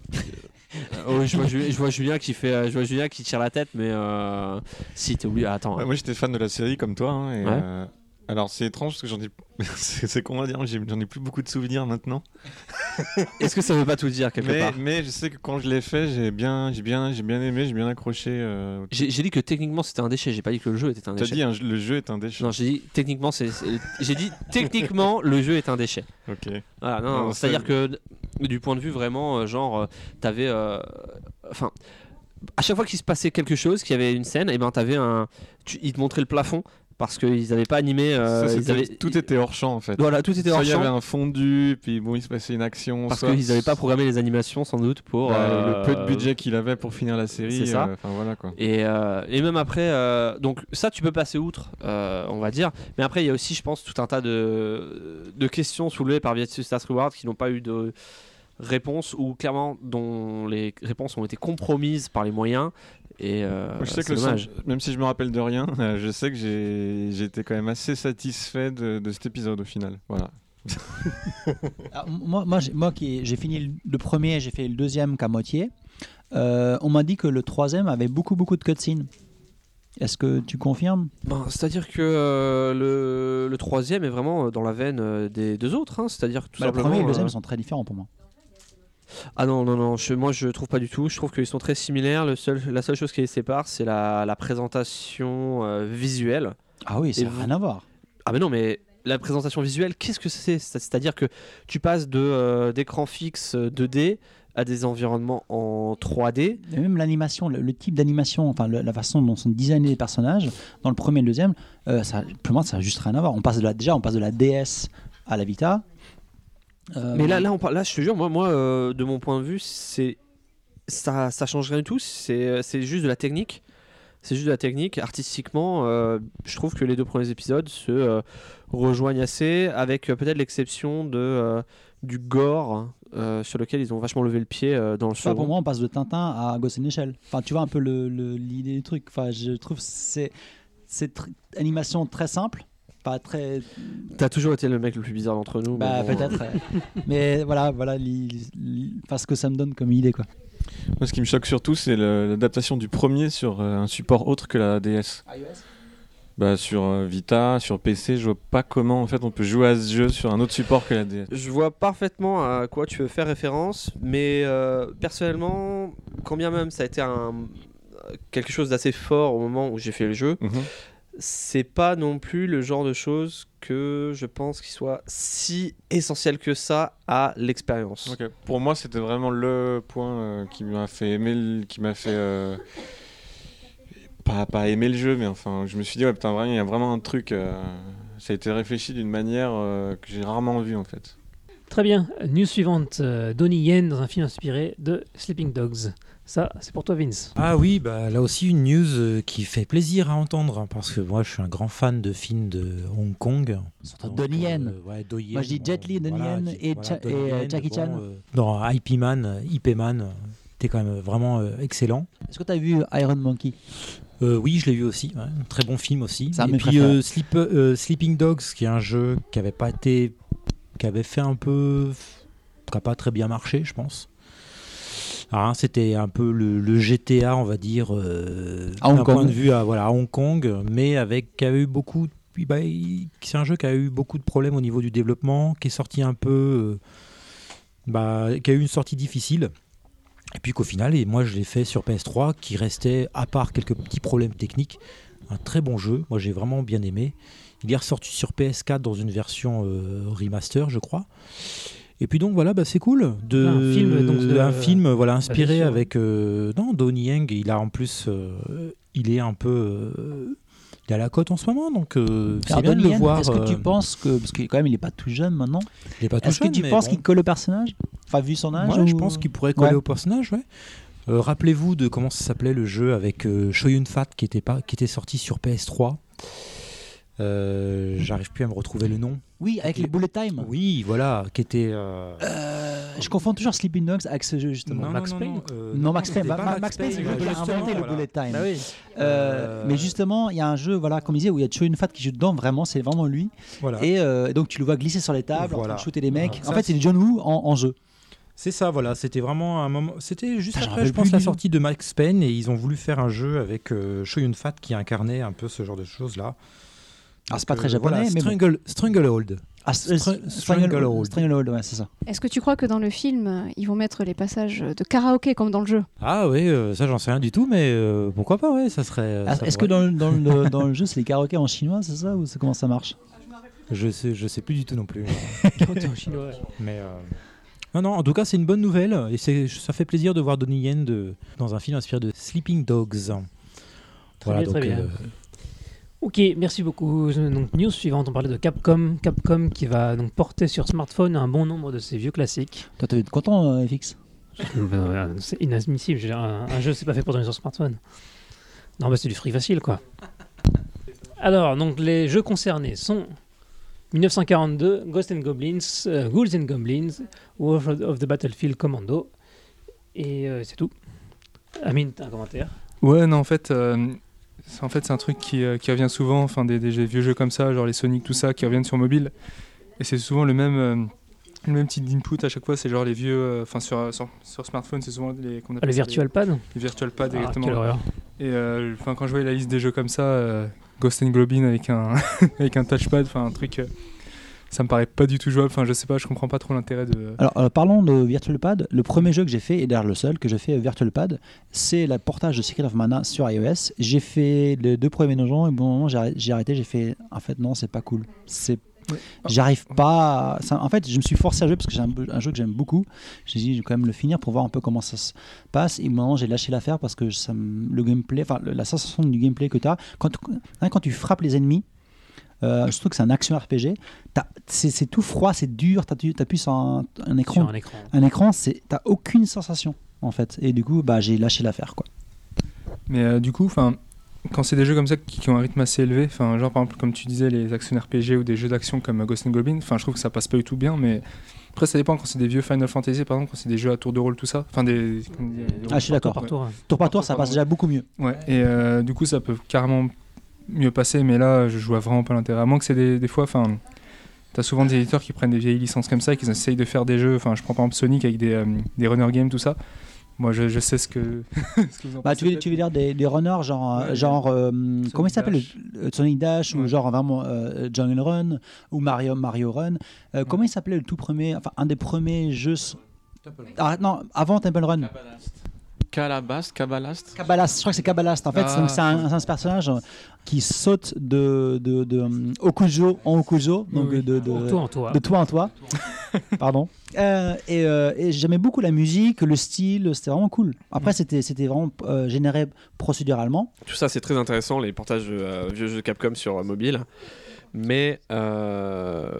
Je vois Julien qui tire la tête, mais si t'es oublié. Attends. Moi j'étais fan de la série comme toi. Hein, alors c'est étrange parce que c'est comment dire, j'en ai plus beaucoup de souvenirs maintenant. Est-ce que ça veut pas tout dire quelque part? Mais je sais que quand je l'ai fait, j'ai bien aimé, j'ai bien accroché. J'ai dit que techniquement c'était un déchet, j'ai pas dit que le jeu était un déchet. T'as dit le jeu est un déchet. Non, j'ai dit techniquement le jeu est un déchet. Ok. Voilà, non, c'est-à-dire que du point de vue vraiment t'avais à chaque fois qu'il se passait quelque chose, qu'il y avait une scène, et ben ils te montraient le plafond. Parce qu'ils n'avaient pas animé. Tout était hors champ en fait. Voilà, tout était hors champ. Il y avait un fondu, puis bon, il se passait une action. Parce qu'ils n'avaient pas programmé les animations sans doute pour. Le peu de budget qu'il avait pour finir la série. C'est ça. Voilà, quoi. Et même après, donc ça tu peux passer outre, on va dire. Mais après, il y a aussi, je pense, tout un tas de questions soulevées par Virtuous Last Reward qui n'ont pas eu de réponse ou clairement dont les réponses ont été compromises par les moyens. Et je sais que même si je me rappelle de rien, je sais que j'ai été quand même assez satisfait de cet épisode au final. Voilà. Alors, moi j'ai fini le premier, j'ai fait le deuxième qu'à moitié. On m'a dit que le troisième avait beaucoup de cutscenes. Est-ce que tu confirmes? C'est-à-dire que le troisième est vraiment dans la veine des deux autres. Hein. C'est-à-dire tout le premier et le deuxième sont très différents pour moi. Ah non, moi je trouve pas du tout. Je trouve qu'ils sont très similaires. La seule chose qui les sépare, c'est la présentation visuelle. Ah oui, ça n'a rien à voir. Ah mais non, mais la présentation visuelle, qu'est-ce que c'est? C'est-à-dire que tu passes d'écran fixe 2D à des environnements en 3D. Et même l'animation, le type d'animation, enfin la façon dont sont designés les personnages, dans le premier et le deuxième, pour moi ça n'a juste rien à voir. On passe de la DS à la Vita. Mais là, je te jure, moi de mon point de vue, ça change rien du tout. C'est juste de la technique. C'est juste de la technique. Artistiquement, je trouve que les deux premiers épisodes se rejoignent assez, avec peut-être l'exception du gore sur lequel ils ont vachement levé le pied dans le second. Pour moi, on passe de Tintin à Ghost in the Shell. Enfin, tu vois un peu l'idée du truc. Enfin, je trouve que c'est animation très simple. Pas très. T'as toujours été le mec le plus bizarre d'entre nous. Peut-être. Mais voilà ce que ça me donne comme idée, quoi. Moi, ce qui me choque surtout, c'est l'adaptation du premier sur un support autre que la DS. iOS. Sur Vita, sur PC, je vois pas comment en fait on peut jouer à ce jeu sur un autre support que la DS. Je vois parfaitement à quoi tu veux faire référence, mais personnellement, quand bien même ça a été quelque chose d'assez fort au moment où j'ai fait le jeu. C'est pas non plus le genre de choses que je pense qu'il soit si essentiel que ça à l'expérience. Okay. Pour moi, c'était vraiment le point qui m'a fait aimer, pas aimer le jeu, mais enfin, je me suis dit putain, il y a vraiment un truc. Ça a été réfléchi d'une manière que j'ai rarement vue en fait. Très bien. News suivante. Donnie Yen dans un film inspiré de Sleeping Dogs. Ça, c'est pour toi, Vince. Ah oui, là aussi une news qui fait plaisir à entendre, parce que moi je suis un grand fan de films de Hong Kong. Donnie Yen. Moi je dis Jet Li, Donnie Yen et Jackie Chan. Dans IP Man, c'était quand même vraiment excellent. Est-ce que tu as vu Iron Monkey? Oui, je l'ai vu aussi. Ouais. Un très bon film aussi. Et puis Sleeping Dogs, qui est un jeu qui avait fait un peu, qui n'a pas très bien marché, je pense. Alors, c'était un peu le GTA, on va dire, d'un point de vue à Hong Kong, mais qui a eu beaucoup. C'est un jeu qui a eu beaucoup de problèmes au niveau du développement, qui est sorti un peu, qui a eu une sortie difficile. Et puis qu'au final, et moi je l'ai fait sur PS3, qui restait, à part quelques petits problèmes techniques, un très bon jeu. Moi j'ai vraiment bien aimé. Il est ressorti sur PS4 dans une version remaster, je crois. Et puis donc voilà, c'est cool. Un film inspiré avec Donnie Yen. Il a en plus, il est un peu, il est à la cote en ce moment, donc c'est bien de le voir. Est-ce que tu penses parce que quand même il est pas tout jeune maintenant. Il est pas tout jeune. Est-ce que tu penses qu'il colle au personnage? Enfin, vu son âge. Je pense qu'il pourrait coller au personnage. Ouais. Rappelez-vous de comment ça s'appelait le jeu avec Shoyun Fat qui était sorti sur PS3. J'arrive plus à me retrouver le nom. Oui, avec les bullet time. Oui, voilà, qui était. Je confonds toujours Sleeping Dogs avec ce jeu justement. Max Payne. Non, Max Payne. Max Payne, c'est le jeu qui a inventé le bullet time. Bah oui. Mais justement, il y a un jeu, voilà, comme il disait, où il y a Choyun Fat qui joue dedans. Vraiment, c'est vraiment lui. Voilà. Et donc tu le vois glisser sur les tables, en train de shooter les mecs. Voilà. En fait, c'est John Woo en jeu. C'est ça, voilà. C'était vraiment un moment. C'était juste Putain, après, je pense, la sortie de Max Payne, et ils ont voulu faire un jeu avec Choyun Fat qui incarnait un peu ce genre de choses là. Alors c'est pas très japonais, voilà, mais Stranglehold. Stranglehold, ouais, c'est ça. Est-ce que tu crois que dans le film, ils vont mettre les passages de karaoké comme dans le jeu? Ah oui, ça j'en sais rien du tout, mais pourquoi pas, ouais, ça serait. Est-ce que dans le jeu, c'est les karaokés en chinois, c'est ça, ou comment ça marche? Je sais plus du tout non plus. Karaoké en chinois. Mais non, en tout cas, c'est une bonne nouvelle, et ça fait plaisir de voir Donnie Yen dans un film inspiré de Sleeping Dogs. Très bien. Ok, merci beaucoup. Donc, news suivante, on parlait de Capcom. Capcom qui va donc porter sur smartphone un bon nombre de ses vieux classiques. Toi, t'es content, FX? C'est inadmissible. Un jeu, c'est pas fait pour donner sur smartphone. Non, bah, c'est du free facile, quoi. Alors, donc, les jeux concernés sont 1942, Ghosts and Goblins, Ghouls and Goblins, War of the Battlefield Commando. Et c'est tout. Amine, t'as un commentaire? Ouais, non, en fait, c'est un truc qui revient souvent, enfin des vieux jeux comme ça, genre les Sonic, tout ça, qui reviennent sur mobile. Et c'est souvent le même type d'input à chaque fois, c'est genre les vieux, enfin sur smartphone, c'est souvent les Virtual Pad. Les Virtual Pad, exactement. Quelle horreur. Et quand je voyais la liste des jeux comme ça, Ghosts and Goblins avec un avec un touchpad, enfin un truc. Ça me paraît pas du tout jouable, enfin je sais pas, je comprends pas trop l'intérêt de... Alors parlons de Virtual Pad, le premier jeu que j'ai fait, et d'ailleurs le seul que j'ai fait Virtual Pad, c'est le portage de Secret of Mana sur iOS. J'ai fait les 2 premiers donjons, et bon moment j'ai arrêté, j'ai fait, en fait non, c'est pas cool. J'arrive pas en fait je me suis forcé à jouer parce que j'ai un jeu que j'aime beaucoup. J'ai dit je vais quand même le finir pour voir un peu comment ça se passe, et moment j'ai lâché l'affaire parce que le gameplay, enfin la sensation du gameplay que tu as quand tu frappes les ennemis, surtout que c'est un action RPG, c'est tout froid, c'est dur, t'appuies sur un écran. Un écran, t'as aucune sensation en fait, et du coup j'ai lâché l'affaire, quoi. Mais du coup, quand c'est des jeux comme ça qui ont un rythme assez élevé, genre par exemple comme tu disais les action RPG ou des jeux d'action comme Ghosts and Goblins, je trouve que ça passe pas du tout bien, mais après ça dépend. Quand c'est des vieux Final Fantasy par exemple, quand c'est des jeux à tour de rôle, tout ça, je suis d'accord, tour par tour ça passe déjà beaucoup mieux. Ouais, et du coup ça peut carrément mieux passer, mais là je vois vraiment pas l'intérêt, à moins que c'est des fois, t'as souvent des éditeurs qui prennent des vieilles licences comme ça et qui essayent de faire des jeux, je prends par exemple Sonic avec des runner games, tout ça. Moi je sais ce que vous en pensez. Tu veux dire des runners genre comment il s'appelle, Sonic Dash, ou genre vraiment Jungle Run ou Mario Run, comment il s'appelait le tout premier, enfin un des premiers jeux non, avant Temple Run. Cabalast, je crois que c'est Cabalast en fait. Donc c'est un personnage qui saute de Okujo en Okujo, donc de toit en toit. Pardon. Et j'aimais beaucoup la musique, le style, c'était vraiment cool. Après c'était vraiment généré procéduralement. Tout ça c'est très intéressant, les portages de vieux jeux Capcom sur mobile. Mais moi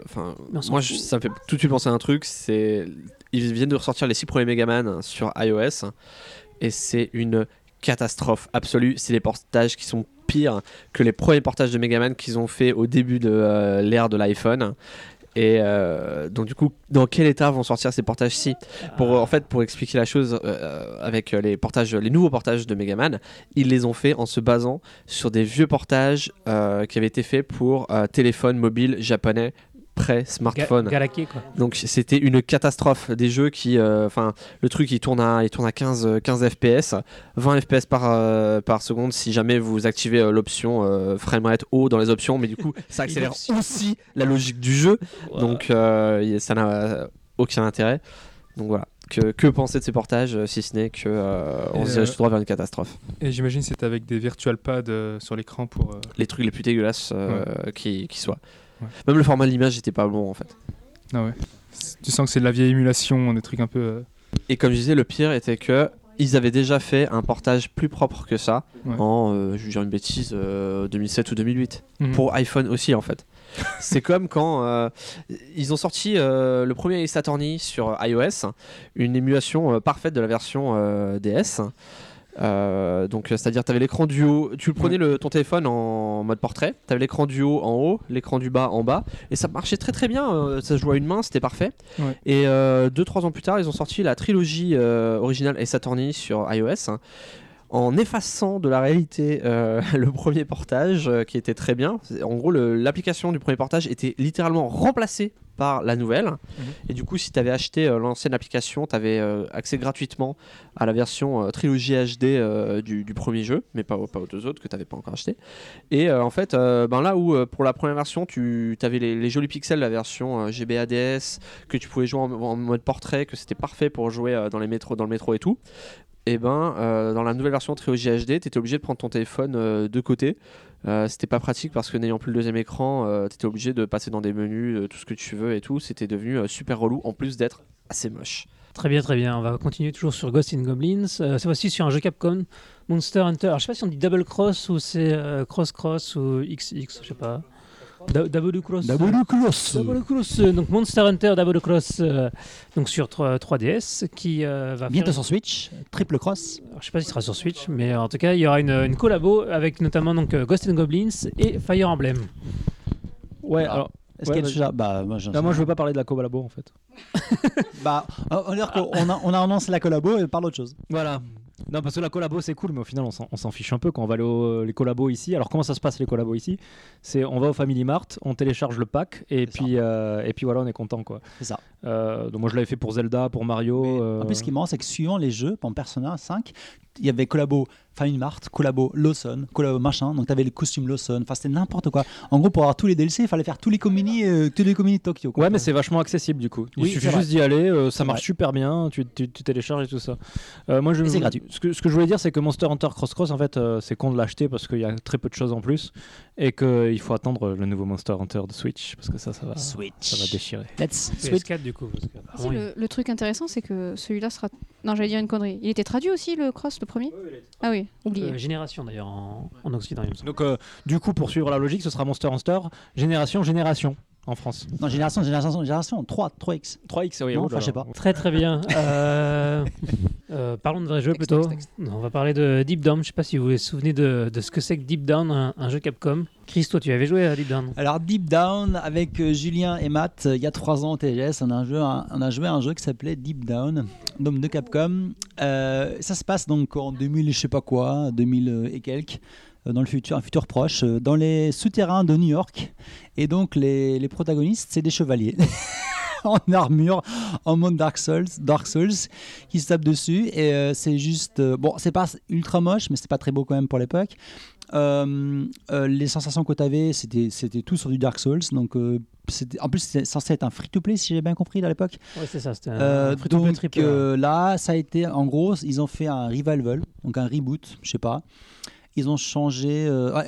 ça me fait tout de suite penser à un truc, c'est ils viennent de ressortir les 6 premiers Megaman sur iOS et c'est une catastrophe absolue. C'est des portages qui sont pires que les premiers portages de Megaman qu'ils ont fait au début de l'ère de l'iPhone. Et donc du coup, dans quel état vont sortir ces portages-ci ? Pour expliquer la chose, avec les nouveaux portages de Megaman, ils les ont fait en se basant sur des vieux portages qui avaient été faits pour téléphone mobile japonais pré-smartphone. Galaké, quoi. Donc c'était une catastrophe, des jeux qui le truc il tourne à 15 fps, 20 fps par seconde si jamais vous activez l'option framerate haut dans les options, mais du coup ça accélère aussi la logique du jeu. Donc ça n'a aucun intérêt. Donc voilà. Que penser de ces portages, si ce n'est qu'on se dirige tout droit vers une catastrophe. Et j'imagine que c'est avec des virtual pads sur l'écran pour... Les trucs les plus dégueulasses qui soient. Ouais. Même le format de l'image n'était pas bon en fait. Ah ouais. Tu sens que c'est de la vieille émulation, des trucs un peu... Et comme je disais, le pire était que ils avaient déjà fait un portage plus propre que ça en, je vais dire une bêtise, 2007 ou 2008. Pour iPhone aussi en fait. C'est comme quand ils ont sorti le premier Ace Attorney sur iOS, une émulation parfaite de la version DS. Donc c'est-à-dire tu avais l'écran du haut, tu prenais ton téléphone en mode portrait, tu avais l'écran du haut en haut, l'écran du bas en bas, et ça marchait très très bien, ça se jouait à une main, c'était parfait. Ouais. Et 2-3 ans plus tard, ils ont sorti la trilogie originale Ace Attorney sur iOS, en effaçant de la réalité le premier portage qui était très bien. En gros, l'application du premier portage était littéralement remplacée par la nouvelle. Et du coup, si tu avais acheté l'ancienne application, tu avais accès gratuitement à la version trilogie HD du premier jeu, mais pas aux deux autres que tu n'avais pas encore acheté. Et en fait, là où pour la première version, tu avais les jolis pixels, la version GBADS, que tu pouvais jouer en mode portrait, que c'était parfait pour jouer dans le métro et tout. Et dans la nouvelle version trilogie HD, tu étais obligé de prendre ton téléphone de côté. C'était pas pratique parce que n'ayant plus le deuxième écran, tu étais obligé de passer dans des menus, tout ce que tu veux et tout. C'était devenu super relou en plus d'être assez moche. Très bien, très bien. On va continuer toujours sur Ghosts and Goblins. Cette fois-ci sur un jeu Capcom, Monster Hunter. Alors, je sais pas si on dit Double Cross ou c'est Cross ou XX, je sais pas. Double Cross. Donc Monster Hunter Double Cross donc sur 3DS qui va bientôt sur Switch, Triple Cross. Alors, je sais pas s'il sera sur Switch, mais en tout cas il y aura une collabo avec notamment donc Ghosts and Goblins et Fire Emblem. Ouais, alors est-ce qu'il y a déjà moi je veux pas parler de la collabo en fait. On va dire qu'on a annoncé la collabo et parle autre chose. Voilà. Non, parce que la collabo c'est cool, mais au final on s'en fiche un peu quand on va aller les collabos ici. Alors comment ça se passe les collabos ici ? C'est on va au Family Mart, on télécharge le pack et puis voilà, on est content quoi. C'est ça. Donc moi je l'avais fait pour Zelda, pour Mario. En plus ce qui est marrant c'est que suivant les jeux, pour Persona 5, il y avait collabo Family Mart, collabo Lawson, collabo machin, donc t'avais le costume Lawson, enfin c'était n'importe quoi. En gros pour avoir tous les DLC, il fallait faire tous les communis de Tokyo. Ouais, mais c'est vachement accessible du coup. Il suffit juste d'y aller, ça marche super bien, tu télécharges et tout ça. Moi c'est gratuit. Ce que je voulais dire c'est que Monster Hunter Cross en fait c'est con de l'acheter parce qu'il y a très peu de choses en plus et qu'il faut attendre le nouveau Monster Hunter de Switch parce que ça va déchirer. Switch 4 du coup. Parce que le truc intéressant c'est que celui-là sera... Non, j'allais dire une connerie. Il était traduit aussi le Cross, le premier ? Ah oui, oublié. Génération d'ailleurs en Occident. Donc du coup pour suivre la logique ce sera Monster Hunter Génération en France. Non, génération 3X. 3X, oui. Non, je sais pas. Très très bien. Parlons de vrais jeux plutôt. On va parler de Deep Down. Je sais pas si vous vous souvenez de ce que c'est que Deep Down, un jeu Capcom. Chris, toi, tu avais joué à Deep Down. Alors Deep Down, avec Julien et Matt, il y a 3 ans au TGS, on a joué à un jeu qui s'appelait Deep Down, donc de Capcom. Ça se passe donc en 2000, je sais pas quoi, 2000 et quelques. Dans un futur proche, dans les souterrains de New York. Et donc les protagonistes, c'est des chevaliers en armure, en mode Dark Souls, qui se tapent dessus. Et c'est juste... c'est pas ultra moche, mais c'est pas très beau quand même pour l'époque. Les sensations que tu avais, c'était tout sur du Dark Souls. Donc, en plus, c'était censé être un free-to-play, si j'ai bien compris, à l'époque. Ouais, c'est ça, c'était un free-to-play triple. Là, ça a été... En gros, ils ont fait un revival, donc un reboot, je sais pas. Ils ont changé.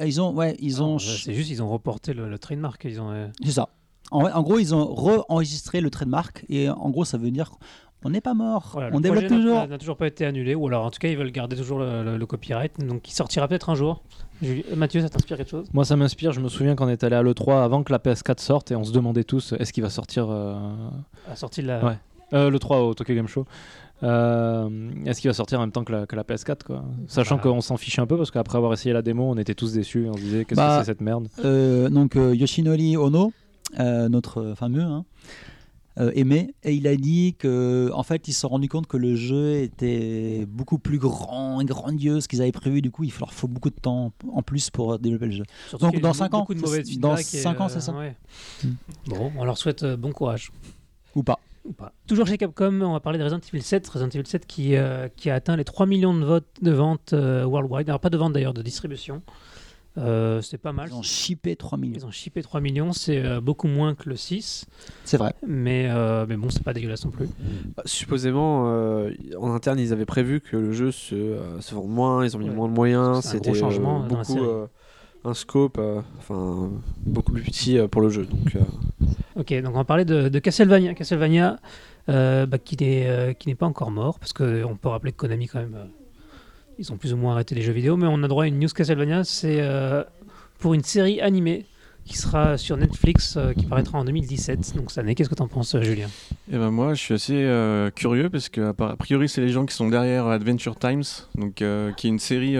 C'est juste, ils ont reporté le trademark. C'est ça. En gros, ils ont re-enregistré le trademark. Et en gros, ça veut dire qu'on n'est pas mort. Voilà, on développe toujours. N'a toujours pas été annulé. Ou alors, en tout cas, ils veulent garder toujours le copyright. Donc, il sortira peut-être un jour. Mathieu, ça t'inspire quelque chose ? Moi, ça m'inspire. Je me souviens qu'on est allé à l'E3 avant que la PS4 sorte. Et on se demandait tous est-ce qu'il va sortir. A sorti la. Ouais. Le3 au Tokyo Game Show. Est-ce qu'il va sortir en même temps que la PS4 quoi. Sachant qu'on s'en fichait un peu parce qu'après avoir essayé la démo on était tous déçus, on se disait qu'est-ce que c'est cette merde. Donc Yoshinori Ono, notre fameux aimé, et il a dit que en fait ils se sont rendus compte que le jeu était beaucoup plus grand et grandiose ce qu'ils avaient prévu, du coup il leur faut beaucoup de temps en plus pour développer le jeu. Surtout donc dans 5 ans, dans 5 ans c'est ça. Ouais. Bon, on leur souhaite bon courage. Ou pas. Toujours chez Capcom, on va parler de Resident Evil 7 qui a atteint les 3 millions de ventes worldwide. Alors pas de ventes d'ailleurs, de distribution. C'est pas mal. Ils ont shippé 3 millions. Ils ont shippé 3 millions, c'est beaucoup moins que le 6. C'est vrai. Mais bon, c'est pas dégueulasse non plus. Supposément, en interne, ils avaient prévu que le jeu se vende moins, ils ont mis moins de moyens. C'était un gros changement dans la série. Un scope beaucoup plus petit pour le jeu. Donc, Ok, donc on va parler de Castlevania. Castlevania qui n'est pas encore mort, parce qu'on peut rappeler que Konami quand même, ils ont plus ou moins arrêté les jeux vidéo, mais on a droit à une news Castlevania, c'est pour une série animée qui sera sur Netflix, qui paraîtra en 2017. Donc cette année, qu'est-ce que t'en penses, Julien ? Eh ben moi, je suis assez curieux parce que a priori, c'est les gens qui sont derrière Adventure Times, donc qui est une série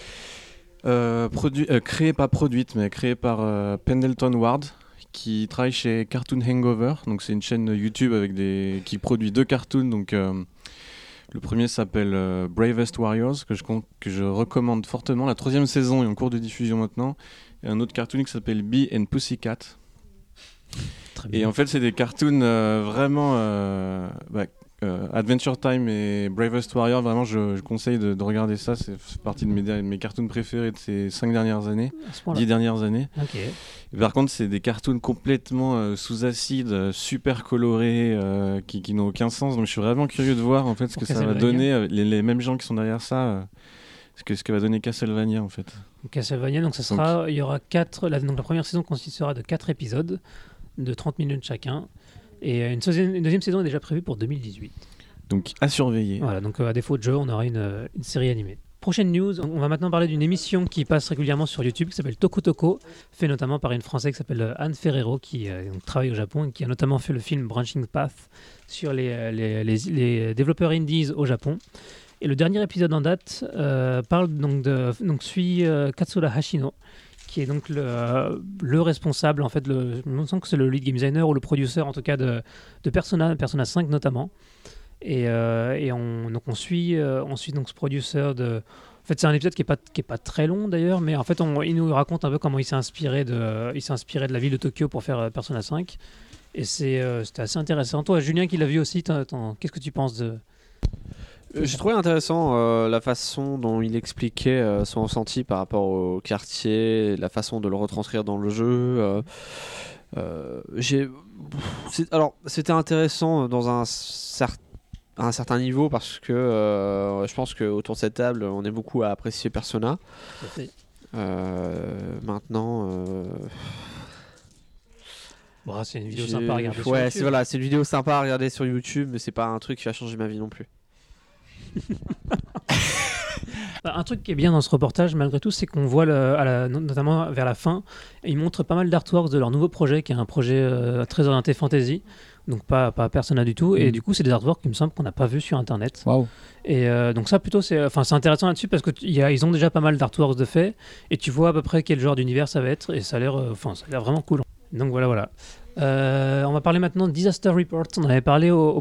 créée par Pendleton Ward, qui travaille chez Cartoon Hangover. Donc c'est une chaîne YouTube qui produit 2 cartoons. Donc le premier s'appelle Bravest Warriors, que je recommande fortement. La 3e saison est en cours de diffusion maintenant. Et un autre cartoon qui s'appelle Bee and Pussycat. Et en fait, c'est des cartoons vraiment Adventure Time et Bravest Warrior. Vraiment, je conseille de regarder ça. C'est partie de mes cartoons préférés de ces 10 dernières années. Okay. Et par contre, c'est des cartoons complètement sous acide, super colorés, qui n'ont aucun sens. Donc, je suis vraiment curieux de voir en fait ce que ça va donner. Les mêmes gens qui sont derrière ça. Ce que va donner Castlevania en fait. Castlevania, donc il y aura 4. La première saison consistera de 4 épisodes de 30 minutes chacun. Et une deuxième saison est déjà prévue pour 2018. Donc à surveiller. Voilà, donc à défaut de jeu, on aura une série animée. Prochaine news, on va maintenant parler d'une émission qui passe régulièrement sur YouTube qui s'appelle Toku Toko, fait notamment par une Française qui s'appelle Anne Ferrero qui travaille au Japon et qui a notamment fait le film Branching Path sur les développeurs indies au Japon. Et le dernier épisode en date suit Katsura Hashino, qui est donc le responsable, en fait, je me sens que c'est le lead game designer ou le producer en tout cas de Persona 5 notamment. Et on suit donc ce producer de. En fait, c'est un épisode qui est pas très long d'ailleurs, mais en fait, il nous raconte un peu comment il s'est inspiré de la ville de Tokyo pour faire Persona 5. Et c'était assez intéressant. Toi, Julien, qui l'a vu aussi, qu'est-ce que tu penses de. J'ai trouvé intéressant la façon dont il expliquait son ressenti par rapport au quartier, la façon de le retranscrire dans le jeu. C'était intéressant dans un certain niveau parce que je pense qu'autour de cette table, on est beaucoup à apprécier Persona. Maintenant... Bon, c'est une vidéo sympa à regarder sur YouTube. C'est une vidéo sympa à regarder sur YouTube, mais c'est pas un truc qui va changer ma vie non plus. Un truc qui est bien dans ce reportage malgré tout, c'est qu'on voit notamment vers la fin, ils montrent pas mal d'artworks de leur nouveau projet qui est un projet très orienté fantasy, donc pas Persona du tout, et du coup c'est des artworks qui me semble qu'on n'a pas vu sur internet. Wow. Et donc ça plutôt c'est intéressant là-dessus parce que ils ont déjà pas mal d'artworks de fait et tu vois à peu près quel genre d'univers ça va être et ça a l'air vraiment cool. Donc voilà. On va parler maintenant de Disaster Report. On avait parlé au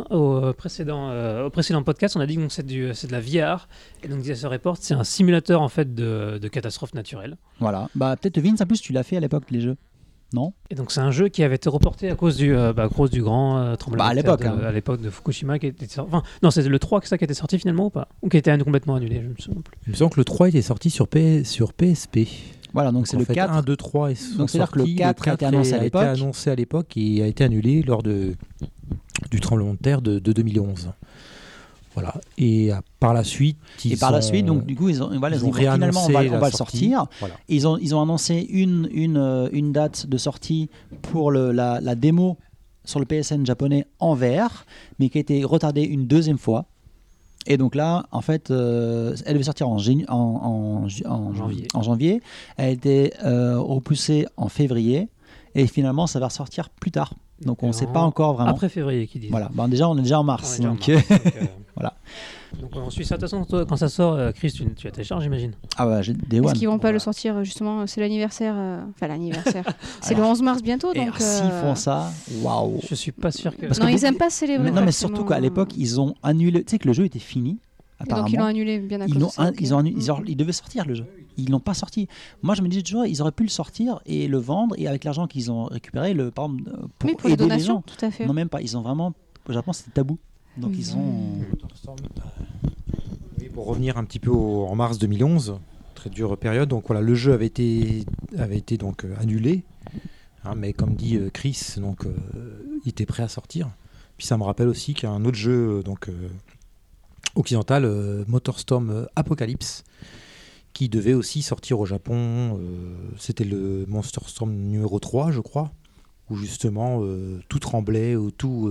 précédent podcast. On a dit que c'est de la VR. Et donc Disaster Report, c'est un simulateur en fait de catastrophes naturelles. Voilà. Peut-être Vince, en plus tu l'as fait à l'époque les jeux. Non ? Et donc c'est un jeu qui avait été reporté à cause du grand tremblement de terre à l'époque de Fukushima qui était sorti. Enfin, non, c'est le 3 qui était sorti finalement ou pas ? Ou qui a été complètement annulé, je me souviens plus. Il me semble que le 3 était sorti sur PSP. Voilà, donc c'est le 4. 1, 2, 3 donc c'est-à-dire que le 4 a été annoncé à l'époque et a été annulé lors du tremblement de terre de 2011. Voilà. Et par la suite, donc du coup, ils ont finalement on va le sortir. Voilà. Ils ont annoncé une date de sortie pour la démo sur le PSN japonais en VR, mais qui a été retardée une deuxième fois. Et donc là, en fait, elle devait sortir en janvier. Elle a été repoussée en février. Et finalement, ça va ressortir plus tard. Donc on ne sait pas encore vraiment. Après février, qui dit. Voilà. Déjà, on est déjà en mars. Voilà. Donc on suit ça. De toute façon, toi, quand ça sort, Chris, tu as téléchargé, j'imagine. J'ai des Est-ce qu'ils vont pas le sortir justement ? C'est l'anniversaire. L'anniversaire. C'est le 11 mars bientôt. Donc s'ils font ça, waouh. Je suis pas sûr que. Ils aiment pas célébrer. Non, mais surtout qu'à l'époque, ils ont annulé. Tu sais que le jeu était fini. Apparemment. Donc ils l'ont annulé bien à cause de ça. Il devait sortir le jeu. Ils l'ont pas sorti. Moi, je me disais toujours, ils auraient pu le sortir et le vendre et avec l'argent qu'ils ont récupéré, pour les donations, les gens. tout à fait. Non, même pas. Ils ont vraiment. Au Japon, c'était tabou. Donc ils ont. Oui, pour revenir un petit peu en mars 2011, très dure période. Donc voilà, le jeu avait été donc annulé, mais comme dit Chris, donc il était prêt à sortir. Puis ça me rappelle aussi qu'il y a un autre jeu occidental, MotorStorm Apocalypse, qui devait aussi sortir au Japon. C'était le Monster Storm numéro 3, je crois, où justement tout tremblait, où tout...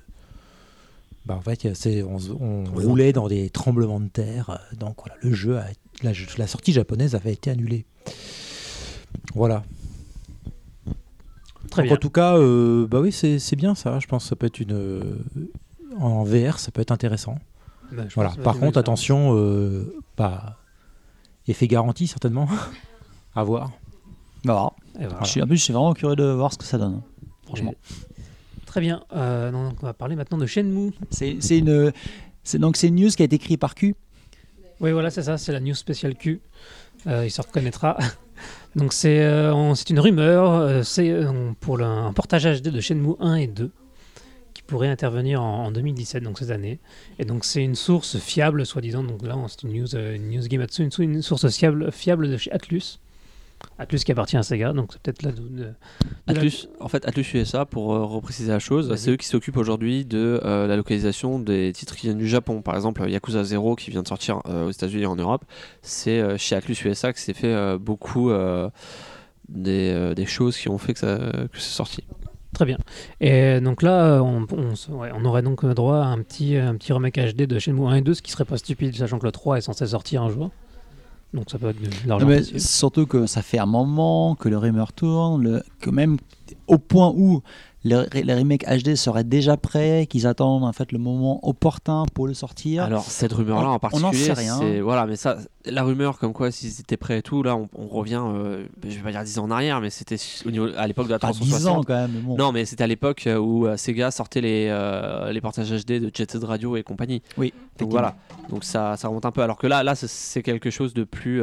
en fait, on roulait dans des tremblements de terre. Donc voilà, le jeu, la sortie japonaise avait été annulée. Voilà. Très Donc bien. en tout cas, bah oui, c'est bien ça. Je pense que ça peut être en VR, ça peut être intéressant. Bah, je Voilà. pense que ça va Par être contre, une attention, effet garanti certainement. À voir. Voilà. Et voilà. En plus, je suis vraiment curieux de voir ce que ça donne. Franchement. Très bien. Donc, on va parler maintenant de Shenmue. C'est une news qui a été écrite par Q. Oui, voilà, c'est ça. C'est la news spéciale Q. Il se reconnaîtra. Donc, c'est une rumeur. C'est pour un portage HD de Shenmue 1 et 2 qui pourrait intervenir en 2017, donc cette année. Et donc, c'est une source fiable, soi-disant. Donc là, c'est une news Gematsu, une source fiable de chez Atlus. Atlus qui appartient à Sega, donc c'est peut-être là Atlus, en fait, Atlus USA, pour repréciser la chose, c'est eux qui s'occupent aujourd'hui de la localisation des titres qui viennent du Japon. Par exemple, Yakuza 0 qui vient de sortir aux États-Unis et en Europe, c'est chez Atlus USA que s'est fait beaucoup des choses qui ont fait que c'est sorti. Très bien. Et donc là, on aurait donc droit à un petit remake HD de Shenmue 1 et 2, ce qui serait pas stupide, sachant que le 3 est censé sortir un jour. Donc ça peut être de l'argent facile. Surtout que ça fait un moment que le rumeur tourne, que même au point où les remakes HD seraient déjà prêts, qu'ils attendent en fait le moment opportun pour le sortir. Alors cette rumeur-là en particulier, on n'en sait rien. Voilà, mais ça, la rumeur comme quoi s'ils étaient prêts et tout, là on revient, je vais pas dire 10 ans en arrière, mais c'était à l'époque de la 360. Pas 10 ans quand même. Mais bon. Non, mais c'était à l'époque où Sega sortait les portages HD de Jet Set Radio et compagnie. Oui. Donc voilà, donc ça remonte un peu. Alors que là c'est quelque chose de plus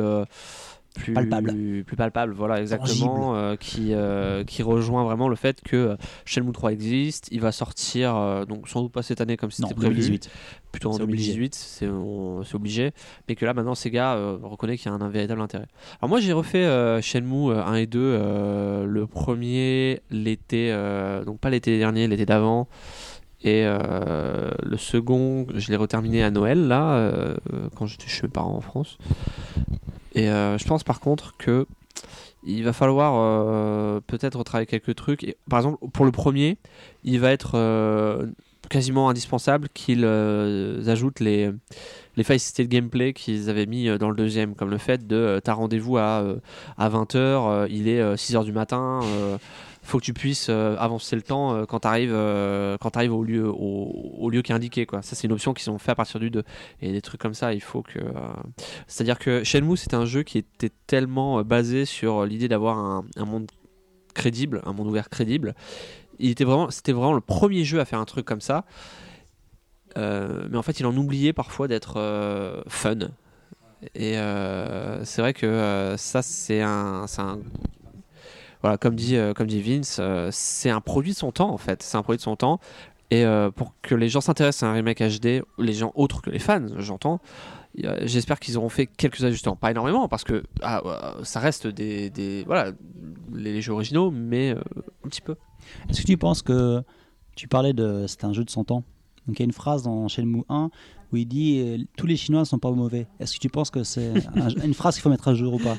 palpable, voilà, exactement, qui rejoint vraiment le fait que Shenmue 3 existe. Il va sortir donc sans doute pas cette année comme c'était prévu, 2018. plutôt en 2018, c'est obligé, mais que là maintenant Sega reconnaît qu'il y a un véritable intérêt. Alors moi j'ai refait Shenmue 1 et 2, le premier l'été, donc pas l'été dernier, l'été d'avant. Et le second, je l'ai reterminé à Noël, là, quand j'étais chez mes parents en France. Et je pense par contre que il va falloir peut-être retravailler quelques trucs. Et, par exemple, pour le premier, il va être quasiment indispensable qu'ils ajoutent les failles citées de gameplay qu'ils avaient mis dans le deuxième, comme le fait de t'as rendez-vous à 20h, il est 6h du matin. Faut que tu puisses avancer le temps quand tu arrives au lieu qui est indiqué, quoi. Ça c'est une option qu'ils ont fait à partir du 2 et des trucs comme ça, il faut que c'est-à-dire que Shenmue c'était un jeu qui était tellement basé sur l'idée d'avoir un monde crédible, un monde ouvert crédible. C'était vraiment le premier jeu à faire un truc comme ça, mais en fait il en oubliait parfois d'être fun, et c'est vrai que ça c'est un voilà, comme dit Vince, c'est un produit de son temps en fait. C'est un produit de son temps. Et pour que les gens s'intéressent à un remake HD, les gens autres que les fans, j'entends, j'espère qu'ils auront fait quelques ajustements. Pas énormément, parce que ça reste voilà, les jeux originaux, mais un petit peu. Est-ce que tu penses que tu parlais de c'est un jeu de son temps? Donc il y a une phrase dans Shenmue 1 où il dit tous les Chinois ne sont pas mauvais. Est-ce que tu penses que c'est une phrase qu'il faut mettre à jour ou pas?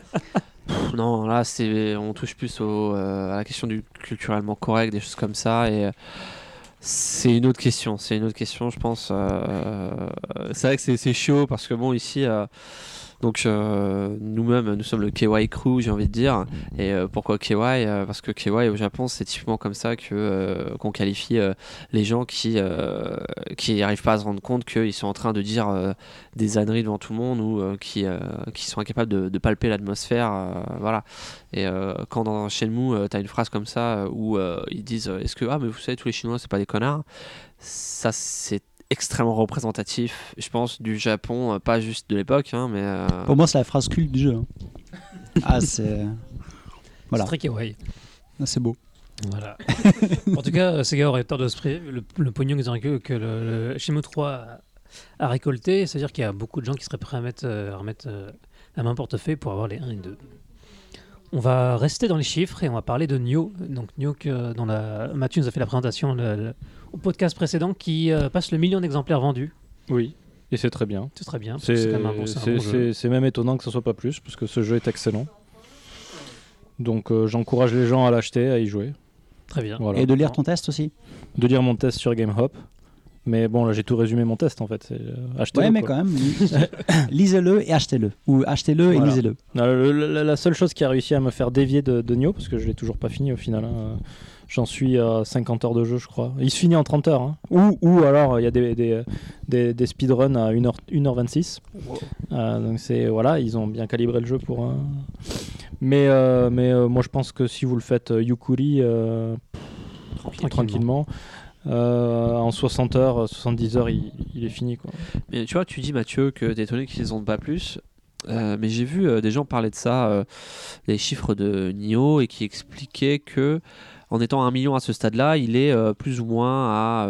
Non, là on touche plus à la question du culturellement correct, des choses comme ça, et c'est une autre question, je pense. C'est vrai que c'est chaud parce que bon, ici donc nous-mêmes nous sommes le KY Crew, j'ai envie de dire. Et pourquoi KY? Parce que KY au Japon c'est typiquement comme ça qu'on qualifie les gens qui n'arrivent pas à se rendre compte qu'ils sont en train de dire des âneries devant tout le monde, ou qui sont incapables de palper l'atmosphère, voilà. Et quand dans Shenmue t'as une phrase comme ça où ils disent est-ce que mais vous savez tous les Chinois c'est pas des connards, ça c'est extrêmement représentatif, je pense, du Japon, pas juste de l'époque, hein, mais pour moi c'est la phrase culte du jeu, hein. C'est voilà, c'est très kawaii. C'est beau. Voilà. En tout cas, Sega aurait tort de se priver, le pognon que le Shenmue 3 a récolté, c'est-à-dire qu'il y a beaucoup de gens qui seraient prêts à remettre la main portefeuille pour avoir les 1 et 2. On va rester dans les chiffres et on va parler de Nioh. Donc Nioh, dont Mathieu nous a fait la présentation au podcast précédent, qui passe le 1 million d'exemplaires vendus. Oui, et c'est très bien. C'est très bien. C'est même étonnant que ce soit pas plus, parce que ce jeu est excellent. Donc j'encourage les gens à l'acheter, à y jouer. Très bien. Voilà. Et de lire ton test aussi. De lire mon test sur GameHop. Mais bon, là j'ai tout résumé mon test en fait. C'est achetez-le. Ouais, mais quoi. quand même, lisez-le et achetez-le. Ou achetez-le et lisez-le. Non, la seule chose qui a réussi à me faire dévier de Nioh, parce que je l'ai toujours pas fini au final, j'en suis à 50 heures de jeu, je crois. Il se finit en 30 heures. Hein. Ou alors il y a des speedruns à 1h26. Wow. Donc voilà, ils ont bien calibré le jeu pour. Mais moi je pense que si vous le faites Yukuri tranquillement. En 60 heures, 70 heures, il est fini quoi. Mais tu vois, tu dis Mathieu que t'es étonné qu'ils en ont pas plus, mais j'ai vu des gens parler de ça, les chiffres de Nioh, et qui expliquaient que en étant à 1 million à ce stade-là, il est plus ou moins à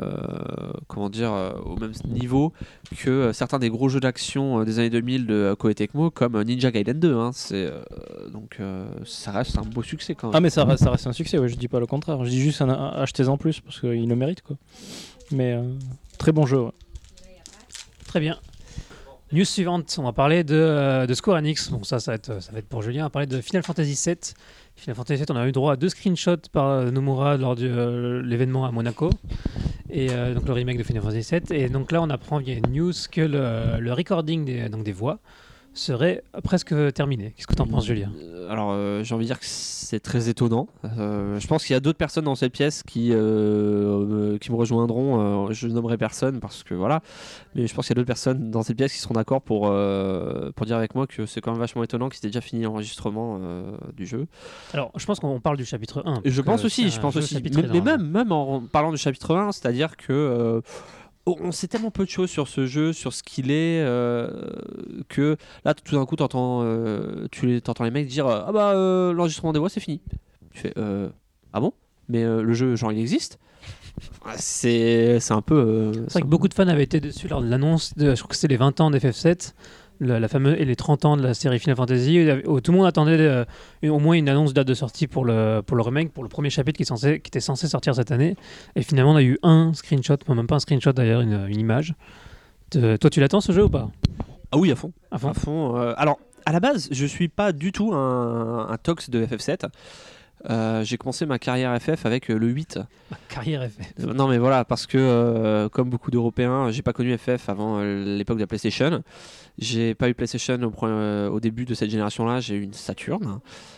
au même niveau que certains des gros jeux d'action des années 2000 de Koei Tecmo, comme Ninja Gaiden 2. Hein. Donc ça reste un beau succès quand même. Ah mais ça reste un succès, ouais, je dis pas le contraire. Je dis juste achetez-en plus parce qu'il le mérite quoi. Mais très bon jeu. Ouais. Très bien. News suivante, on va parler de Square Enix. Donc ça va être pour Julien. On va parler de Final Fantasy VII. Final Fantasy VII, on a eu droit à 2 screenshots par Nomura lors de l'événement à Monaco. Et donc le remake de Final Fantasy VII. Et donc là, on apprend via une news que le recording des voix serait presque terminé. Qu'est-ce que tu en penses, Julien ? Alors, j'ai envie de dire que c'est très étonnant. Je pense qu'il y a d'autres personnes dans cette pièce qui me rejoindront. Je nommerai personne parce que voilà. Mais je pense qu'il y a d'autres personnes dans cette pièce qui seront d'accord pour dire avec moi que c'est quand même vachement étonnant qu'il s'était déjà fini l'enregistrement du jeu. Alors, je pense qu'on parle du chapitre 1. Et je pense aussi. Mais même en parlant du chapitre 1, c'est-à-dire que... on sait tellement peu de choses sur ce jeu, sur ce qu'il est, que là tout d'un coup t'entends les mecs dire l'enregistrement des voix c'est fini. Tu fais ah bon ? Mais le jeu genre il existe ? C'est un peu. C'est vrai que beaucoup de fans avaient été déçus lors de l'annonce je crois que c'était les 20 ans d'FF7. La fameuse, et les 30 ans de la série Final Fantasy, où tout le monde attendait au moins une annonce de date de sortie pour le remake, pour le premier chapitre qui était censé sortir cette année. Et finalement, on a eu un screenshot, même pas un screenshot d'ailleurs, une image. Toi, tu l'attends ce jeu ou pas ? Ah oui, à fond. À fond. Alors, à la base, je suis pas du tout un tox de FF7. J'ai commencé ma carrière FF avec le 8. Ma carrière FF. Non mais voilà, parce que comme beaucoup d'Européens, j'ai pas connu FF avant l'époque de la PlayStation. J'ai pas eu PlayStation au début de cette génération-là, j'ai eu une Saturn.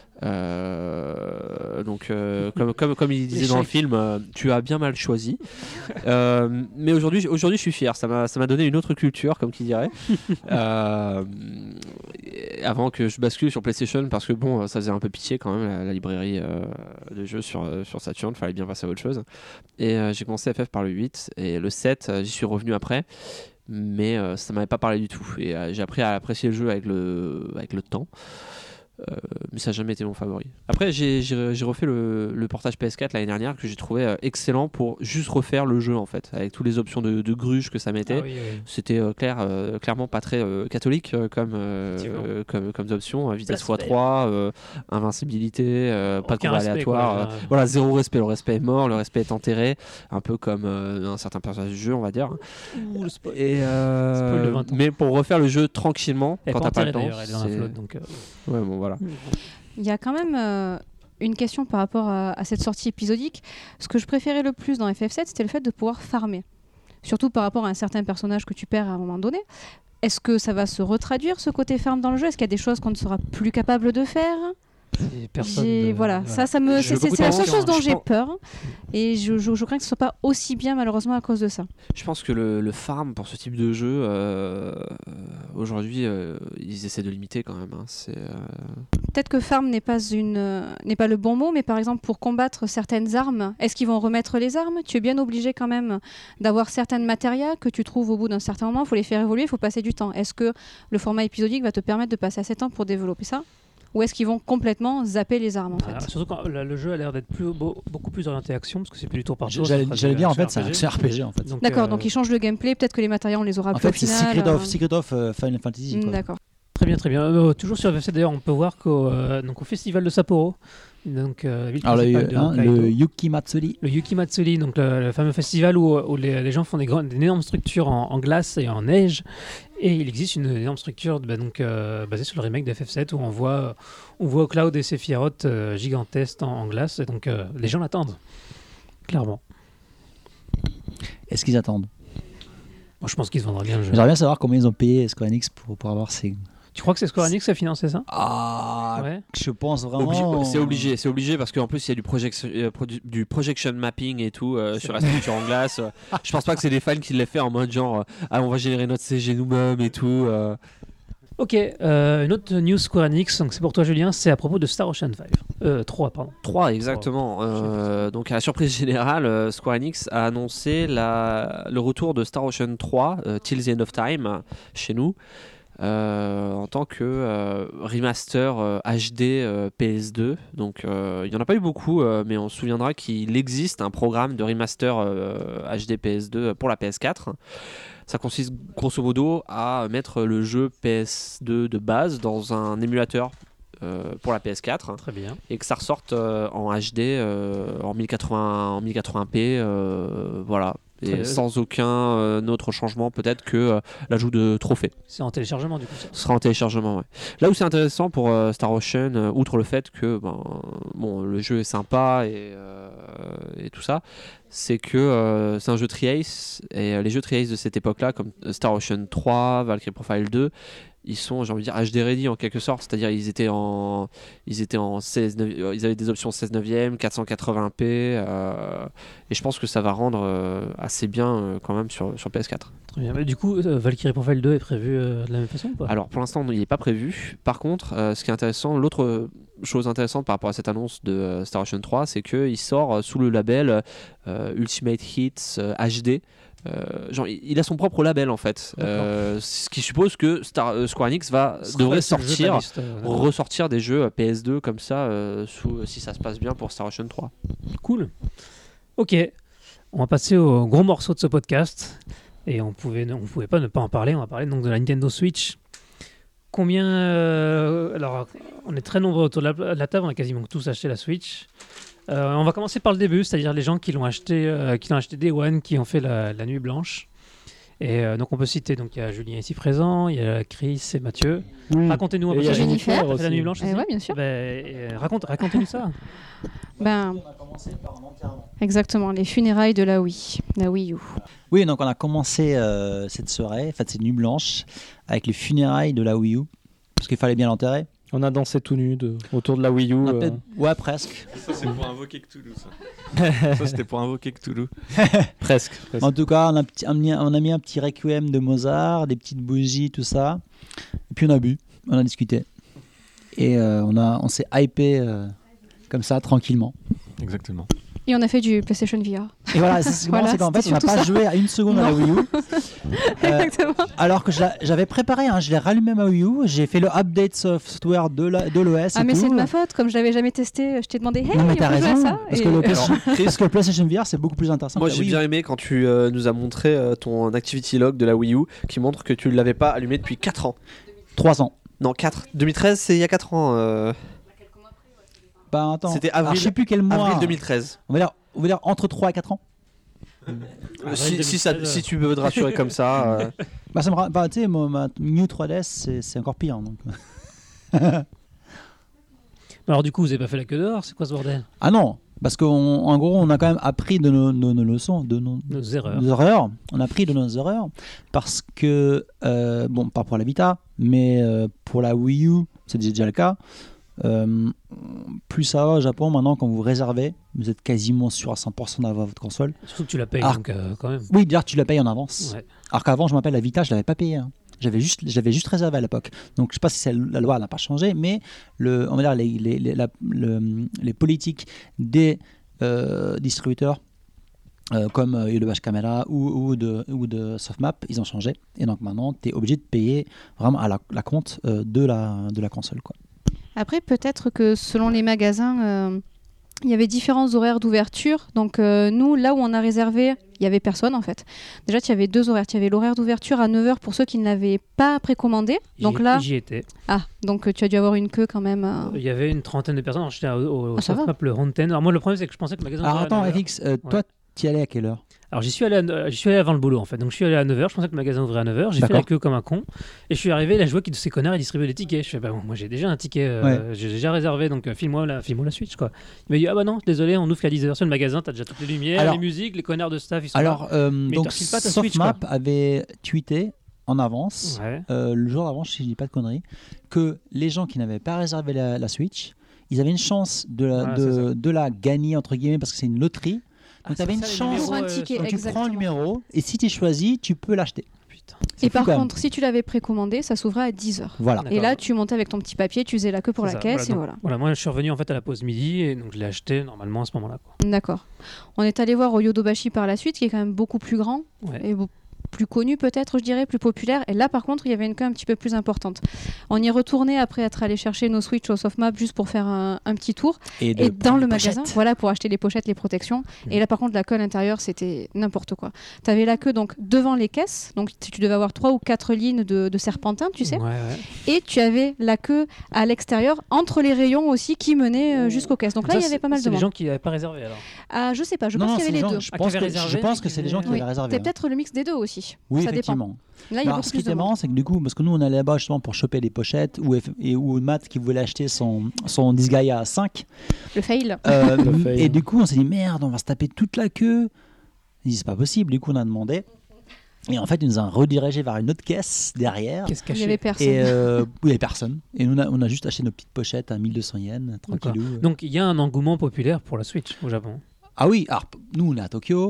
Donc comme il disait dans le film, tu as bien mal choisi. Mais aujourd'hui je suis fier, ça m'a donné une autre culture, comme qui dirait. Avant que je bascule sur PlayStation, parce que bon, ça faisait un peu pitié quand même la librairie de jeux sur Saturn, fallait bien passer à autre chose. Et j'ai commencé FF par le 8 et le 7, j'y suis revenu après. Mais ça m'avait pas parlé du tout. Et j'ai appris à apprécier le jeu avec le temps. Mais ça n'a jamais été mon favori. Après, j'ai refait le portage PS4 l'année dernière que j'ai trouvé excellent pour juste refaire le jeu en fait, avec toutes les options de gruge que ça mettait. Ah oui, oui. C'était clairement pas très catholique comme option. Vitesse x3, invincibilité, pas de combat aléatoire. Voilà, zéro respect. Le respect est mort, le respect est enterré, un peu comme un certain personnage du jeu, on va dire. Le spoil. Mais pour refaire le jeu tranquillement, quand t'as pas le temps. Elle est dans la flotte, donc ouais, bon, voilà. Il y a quand même une question par rapport à cette sortie épisodique. Ce que je préférais le plus dans FF7, c'était le fait de pouvoir farmer. Surtout par rapport à un certain personnage que tu perds à un moment donné. Est-ce que ça va se retraduire, ce côté farm dans le jeu ? Est-ce qu'il y a des choses qu'on ne sera plus capable de faire ? Voilà, c'est la seule chose dont j'ai peur. Et je crains que ce soit pas aussi bien, malheureusement, à cause de ça. Je pense que le farm pour ce type de jeu, aujourd'hui, ils essaient de limiter quand même. Hein. Peut-être que farm n'est pas le bon mot, mais par exemple, pour combattre certaines armes, est-ce qu'ils vont remettre les armes ? Tu es bien obligé quand même d'avoir certaines matérias que tu trouves au bout d'un certain moment. Il faut les faire évoluer, il faut passer du temps. Est-ce que le format épisodique va te permettre de passer assez de temps pour développer ça ? Ou est-ce qu'ils vont complètement zapper les armes en fait ? Surtout quand le jeu a l'air d'être beaucoup plus orienté action, parce que c'est plus du tour par tour. J'allais dire en fait c'est un RPG en fait. D'accord, donc ils changent le gameplay, peut-être que les matériaux on les aura plus au final. En fait c'est Secret of Final Fantasy. D'accord. Très bien, très bien. Toujours sur FF7 d'ailleurs, on peut voir qu'au festival de Sapporo, donc le Yuki Matsuri. Le Yuki Matsuri, donc le fameux festival où les gens font des énormes structures en glace et en neige. Et il existe une énorme structure basée sur le remake de FF7 où on voit Cloud et Sephiroth gigantesques en glace. Et donc les gens l'attendent, clairement. Est-ce qu'ils attendent? Moi, je pense qu'ils se vendront bien le jeu. J'aimerais bien savoir combien ils ont payé Square Enix pour avoir ces... Tu crois que c'est Square Enix qui a financé ça? Ouais. Je pense vraiment... C'est obligé parce qu'en plus il y a du projection mapping et tout sur la structure en glace. Je pense pas que c'est des fans qui l'aient fait en mode genre on va générer notre CG nous-mêmes et tout. Ok, une autre news Square Enix, donc c'est pour toi Julien, c'est à propos de Star Ocean 3, pardon. 3 exactement. Donc à la surprise générale, Square Enix a annoncé le retour de Star Ocean 3 Till the End of Time chez nous. En tant que remaster HD PS2. Donc il n'y en a pas eu beaucoup, mais on se souviendra qu'il existe un programme de remaster HD PS2 pour la PS4. Ça consiste grosso modo à mettre le jeu PS2 de base dans un émulateur pour la PS4. Très bien. Et que ça ressorte en HD en 1080p. Voilà. Et sans aucun autre changement peut-être que l'ajout de trophées. C'est en téléchargement du coup ça. Ce sera en téléchargement, ouais. Là où c'est intéressant pour Star Ocean, outre le fait que le jeu est sympa et tout ça, c'est que c'est un jeu Tri-Ace, et les jeux Tri-Ace de cette époque-là, comme Star Ocean 3, Valkyrie Profile 2, ils sont, j'ai envie de dire, HD ready en quelque sorte, c'est-à-dire ils étaient en 16 ils avaient des options 16 neuvième, 480p, et je pense que ça va rendre assez bien quand même sur PS4. Très bien. Mais du coup, Valkyrie Profile 2 est prévu de la même façon ou pas? Alors pour l'instant, il n'est pas prévu. Par contre, ce qui est intéressant, l'autre chose intéressante par rapport à cette annonce de Star Ocean 3, c'est qu'il sort sous le label Ultimate Hits HD. Genre, il a son propre label en fait, ce qui suppose que Square Enix devrait ressortir des jeux PS2 comme ça, si ça se passe bien pour Star Ocean 3. Cool. Ok, on va passer au gros morceau de ce podcast, et on pouvait pas ne pas en parler. On va parler donc de la Nintendo Switch. Combien alors, on est très nombreux autour de la table, on a quasiment tous acheté la Switch. On va commencer par le début, c'est-à-dire les gens qui l'ont acheté Day One, qui ont fait la nuit blanche. Et donc on peut citer, donc il y a Julien ici présent, il y a Chris et Mathieu. Oui. Racontez-nous un peu. Il y a Jennifer aussi. La nuit blanche. Oui, bien sûr. Racontez-nous ça. On a commencé par un enterrement. Exactement, les funérailles de la Wii U. Oui, donc on a commencé cette soirée, en fait cette nuit blanche, avec les funérailles de la Wii U, parce qu'il fallait bien l'enterrer. On a dansé tout nu autour de la Wii U. Ouais, presque. Ça, c'est pour invoquer Cthulhu, ça. Ça, c'était pour invoquer Cthulhu. Presque. En tout cas, on a mis un petit requiem de Mozart, des petites bougies, tout ça. Et puis on a bu, on a discuté. Et on s'est hypé comme ça, tranquillement. Exactement. Et on a fait du PlayStation VR. Et voilà, c'est qu'en fait, on n'a pas joué à une seconde à la Wii U. Exactement. Alors que j'avais préparé, je l'ai rallumé ma Wii U, j'ai fait le update software de l'OS. Ah, mais c'est de ma faute, comme je l'avais jamais testé, je t'ai demandé, hey, non, mais t'as on peut jouer à raison, ça. parce que le PlayStation VR, c'est beaucoup plus intéressant. Moi, j'ai bien aimé quand tu nous as montré ton activity log de la Wii U qui montre que tu ne l'avais pas allumé depuis 4 ans. 3 ans. Non, 4. 2013, c'est il y a 4 ans. Bah, attends. C'était avril, je sais plus quel mois. Avril 2013. On va dire entre 3 et 4 ans. Si tu veux te rassurer comme ça. Tu sais, ma New 3DS, c'est encore pire. Donc. Alors, du coup, vous n'avez pas fait la queue dehors? C'est quoi ce bordel? Ah non, parce qu'en gros, on a quand même appris de nos leçons, de nos erreurs. On a appris de nos erreurs parce que, pas pour la Vita, mais pour la Wii U, c'est déjà le cas. Plus ça va au Japon, maintenant quand vous réservez, vous êtes quasiment sûr à 100% d'avoir votre console. Surtout que tu la payes donc, quand même. Oui, d'ailleurs tu la payes en avance. Ouais. Alors qu'avant, je m'appelle la Vita, je l'avais pas payé. J'avais juste réservé à l'époque. Donc je sais pas si la loi n'a pas changé, mais on va dire les politiques des distributeurs comme Yodobash Camera ou de Softmap, ils ont changé. Et donc maintenant, tu es obligé de payer vraiment à la compte de la console, quoi. Après, peut-être que selon les magasins, il y avait différents horaires d'ouverture. Donc nous, là où on a réservé, il n'y avait personne en fait. Déjà, il y avait 2 horaires. Il y avait l'horaire d'ouverture à 9h pour ceux qui ne l'avaient pas précommandé. Donc là, j'y étais. Ah, donc tu as dû avoir une queue quand même. Il y avait une trentaine de personnes. Alors, j'étais au Softmap le Honten. Alors moi, le problème, c'est que je pensais que le magasin... Alors attends, FX, toi, t'y allais à quelle heure? Alors j'y suis allé avant le boulot en fait, donc je suis allé à 9h, je pensais que le magasin ouvrait à 9h, j'ai fait la queue comme un con, et je suis arrivé, là je vois que ces connards ils distribuaient des tickets, je fais bah bon, moi j'ai déjà un ticket, j'ai déjà réservé, donc file-moi la Switch quoi. Il m'a dit ah bah non, désolé, on ouvre qu'à 10h, c'est le magasin, t'as déjà toutes les lumières, les musiques, les connards de staff ils sont là. Mais donc pas ta Switch, Softmap avait tweeté en avance, le jour d'avant, si je dis pas de conneries, que les gens qui n'avaient pas réservé la Switch, ils avaient une chance de la gagner entre guillemets parce que c'est une loterie. Donc tu avais une chance, tu prends un numéro et si tu es choisi, tu peux l'acheter. Et par contre, si tu l'avais précommandé, ça s'ouvrait à 10h. Voilà. Et là, tu montais avec ton petit papier, tu faisais la queue pour la caisse Voilà, moi je suis revenu en fait à la pause midi et donc je l'ai acheté normalement à ce moment-là. D'accord. On est allé voir au Yodobashi par la suite, qui est quand même beaucoup plus grand et plus connu peut-être, je dirais, plus populaire. Et là, par contre, il y avait une queue un petit peu plus importante. On y est retourné après être allé chercher nos Switch au Softmap juste pour faire un petit tour. Et dans le magasin, pour acheter les pochettes, les protections. Et là, par contre, la queue à l'intérieur, c'était n'importe quoi. Tu avais la queue donc devant les caisses. Donc, tu devais avoir 3 ou 4 lignes de serpentins, tu sais. Et tu avais la queue à l'extérieur, entre les rayons aussi, qui menaient jusqu'aux caisses. Donc là, il y avait pas mal de monde. C'est les gens qui n'avaient pas réservé alors je sais pas, je pense qu'il y avait les deux. Je pense que c'est les gens qui avaient réservé. C'est peut-être le mix des deux aussi. Oui, ça effectivement. Là, il y a ce qui était marrant, c'est que du coup, parce que nous, on allait là-bas justement pour choper les pochettes, ou Matt qui voulait acheter son Disgaea 5. Le fail. Et du coup, on s'est dit, merde, on va se taper toute la queue. Il dit, c'est pas possible. Du coup, on a demandé. Et en fait, il nous a redirigé vers une autre caisse derrière. Qu'est-ce qu'il y avait personne. Et il n'y avait personne. Et nous, on a juste acheté nos petites pochettes à 1200 yens, tranquillou. Donc, il y a un engouement populaire pour la Switch au Japon. Ah oui, alors nous on est à Tokyo,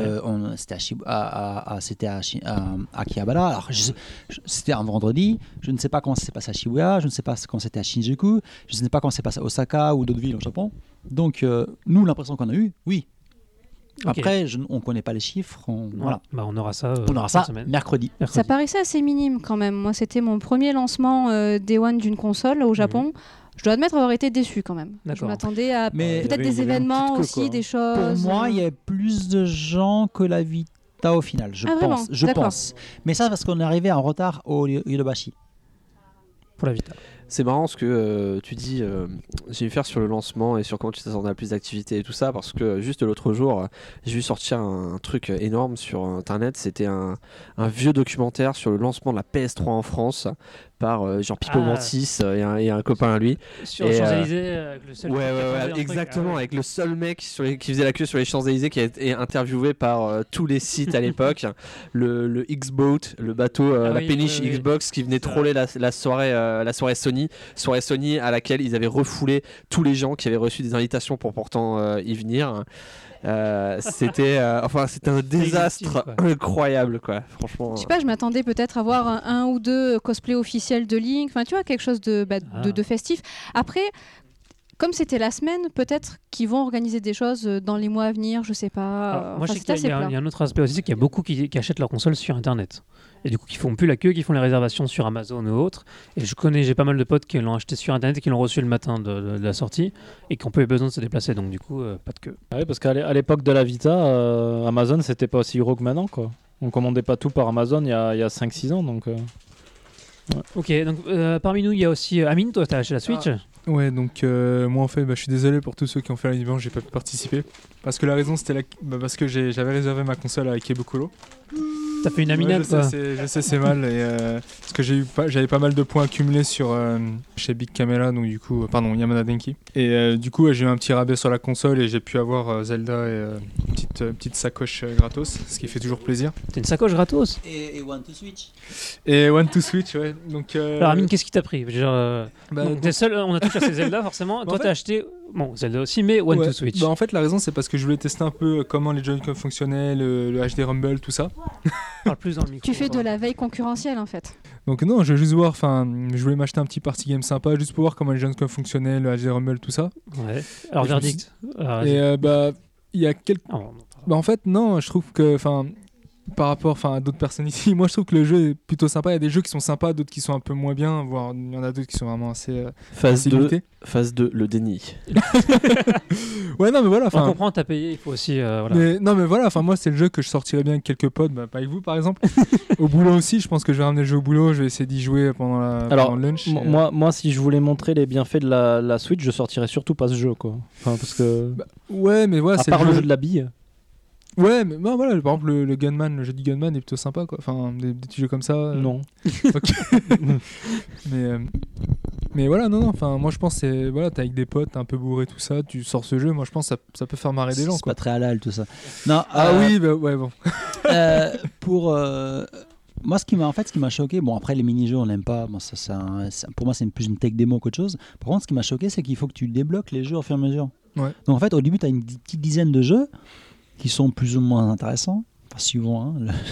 c'était à Akihabara. Alors c'était un vendredi, je ne sais pas comment ça s'est passé à Shibuya, je ne sais pas comment c'était à Shinjuku, je ne sais pas comment c'est passé à Osaka ou d'autres villes au Japon. Donc nous l'impression qu'on a eu, oui. Après, on ne connaît pas les chiffres. Voilà. On aura ça, mercredi. Ça paraissait assez minime quand même. Moi, c'était mon premier lancement Day One d'une console au Japon. Je dois admettre avoir été déçu quand même. Je m'attendais à peut-être des événements aussi, des choses. Pour moi, il y avait plus de gens que la Vita au final, je pense. Mais ça, parce qu'on est arrivé en retard au Yodobashi. Pour la Vita. C'est marrant ce que tu dis, j'ai vu faire sur le lancement et sur comment tu t'attendais à plus d'activités et tout ça, parce que juste l'autre jour, j'ai vu sortir un truc énorme sur internet, c'était un vieux documentaire sur le lancement de la PS3 en France par genre Pipo Mantis et un copain à lui. Sur les Champs-Élysées, avec le seul exactement, avec le seul mec qui faisait la queue sur les Champs-Élysées, qui a été interviewé par tous les sites à l'époque, le X-Boat, le bateau, la péniche Xbox qui venait troller la soirée Sony à laquelle ils avaient refoulé tous les gens qui avaient reçu des invitations pour pourtant y venir. C'était un désastre incroyable quoi, franchement. Je sais pas, je m'attendais peut-être à voir un ou deux cosplays officiels de Link, enfin tu vois, quelque chose de festif. Après, comme c'était la semaine, peut-être qu'ils vont organiser des choses dans les mois à venir, je sais pas. Moi je sais qu'il y a un autre aspect aussi, c'est qu'il y a beaucoup qui achètent leur console sur internet. Et du coup, qui font plus la queue, qui font les réservations sur Amazon ou autres. Et j'ai pas mal de potes qui l'ont acheté sur internet et qui l'ont reçu le matin de la sortie et qui n'ont pas eu besoin de se déplacer. Donc du coup, pas de queue. Oui, parce qu'à l'époque de la Vita, Amazon c'était pas aussi gros que maintenant, quoi. On commandait pas tout par Amazon il y a 5-6 ans, donc. Ok, donc parmi nous, il y a aussi Amine, toi, t'as acheté la Switch. Ouais, donc moi en fait, je suis désolé pour tous ceux qui ont fait l'événement, j'ai pas pu participer. Parce que la raison c'était parce que j'avais réservé ma console à Ikebukuro. T'as fait une aminade quoi. Je sais, c'est mal. Parce que j'avais pas mal de points accumulés chez Big Camera, donc du coup, pardon, Yamada Denki. Et du coup, j'ai eu un petit rabais sur la console et j'ai pu avoir Zelda et une petite sacoche gratos, ce qui fait toujours plaisir. T'as une sacoche gratos et One to Switch. Et One to Switch, ouais. Donc, alors Amine, qu'est-ce qui t'a pris? T'es seul, on a tous acheté Zelda forcément. Toi, t'as acheté Zelda aussi, mais One to Switch. En fait, la raison, c'est parce que je voulais tester un peu comment les Joy-Con fonctionnaient, le HD Rumble, tout ça. Parle plus dans le micro. Tu fais de la veille concurrentielle en fait. Donc non, je veux juste voir, je voulais m'acheter un petit party game sympa, juste pour voir comment les Joy-Con fonctionnaient, le HD Rumble, tout ça. Ouais. Alors verdict. Il y a quelques... en fait, non, je trouve que... par rapport à d'autres personnes ici, moi je trouve que le jeu est plutôt sympa. Il y a des jeux qui sont sympas, d'autres qui sont un peu moins bien, voire il y en a d'autres qui sont vraiment assez limités. Phase 2, le déni. Ouais, non, mais voilà. On comprend, t'as payé, il faut aussi. Non, mais voilà, moi c'est le jeu que je sortirais bien avec quelques potes, pas avec vous par exemple. Au boulot aussi, je pense que je vais ramener le jeu au boulot, je vais essayer d'y jouer pendant le lunch. Moi, si je voulais montrer les bienfaits de la Switch, je sortirais surtout pas ce jeu, quoi. Parce que. Ouais, mais voilà, à part le jeu de la bille. Ouais, mais bah, voilà, par exemple, le Gunman, le jeu du Gunman est plutôt sympa, quoi. Enfin, des petits jeux comme ça. Non. Ok. Mais voilà, non, enfin, moi je pense que voilà, t'es avec des potes, t'es un peu bourré, tout ça, tu sors ce jeu, moi je pense que ça peut faire marrer des gens, C'est quoi. pas très halal tout ça. Non, Oui, bah ouais, bon. pour moi, ce qui m'a choqué, bon après les mini-jeux on n'aime pas, bon, pour moi c'est plus une tech démo qu'autre chose. Par contre, ce qui m'a choqué, c'est qu'il faut que tu débloques les jeux au fur et à mesure. Ouais. Donc en fait, au début, tu as une petite dizaine de jeux qui sont plus ou moins intéressants, enfin, suivant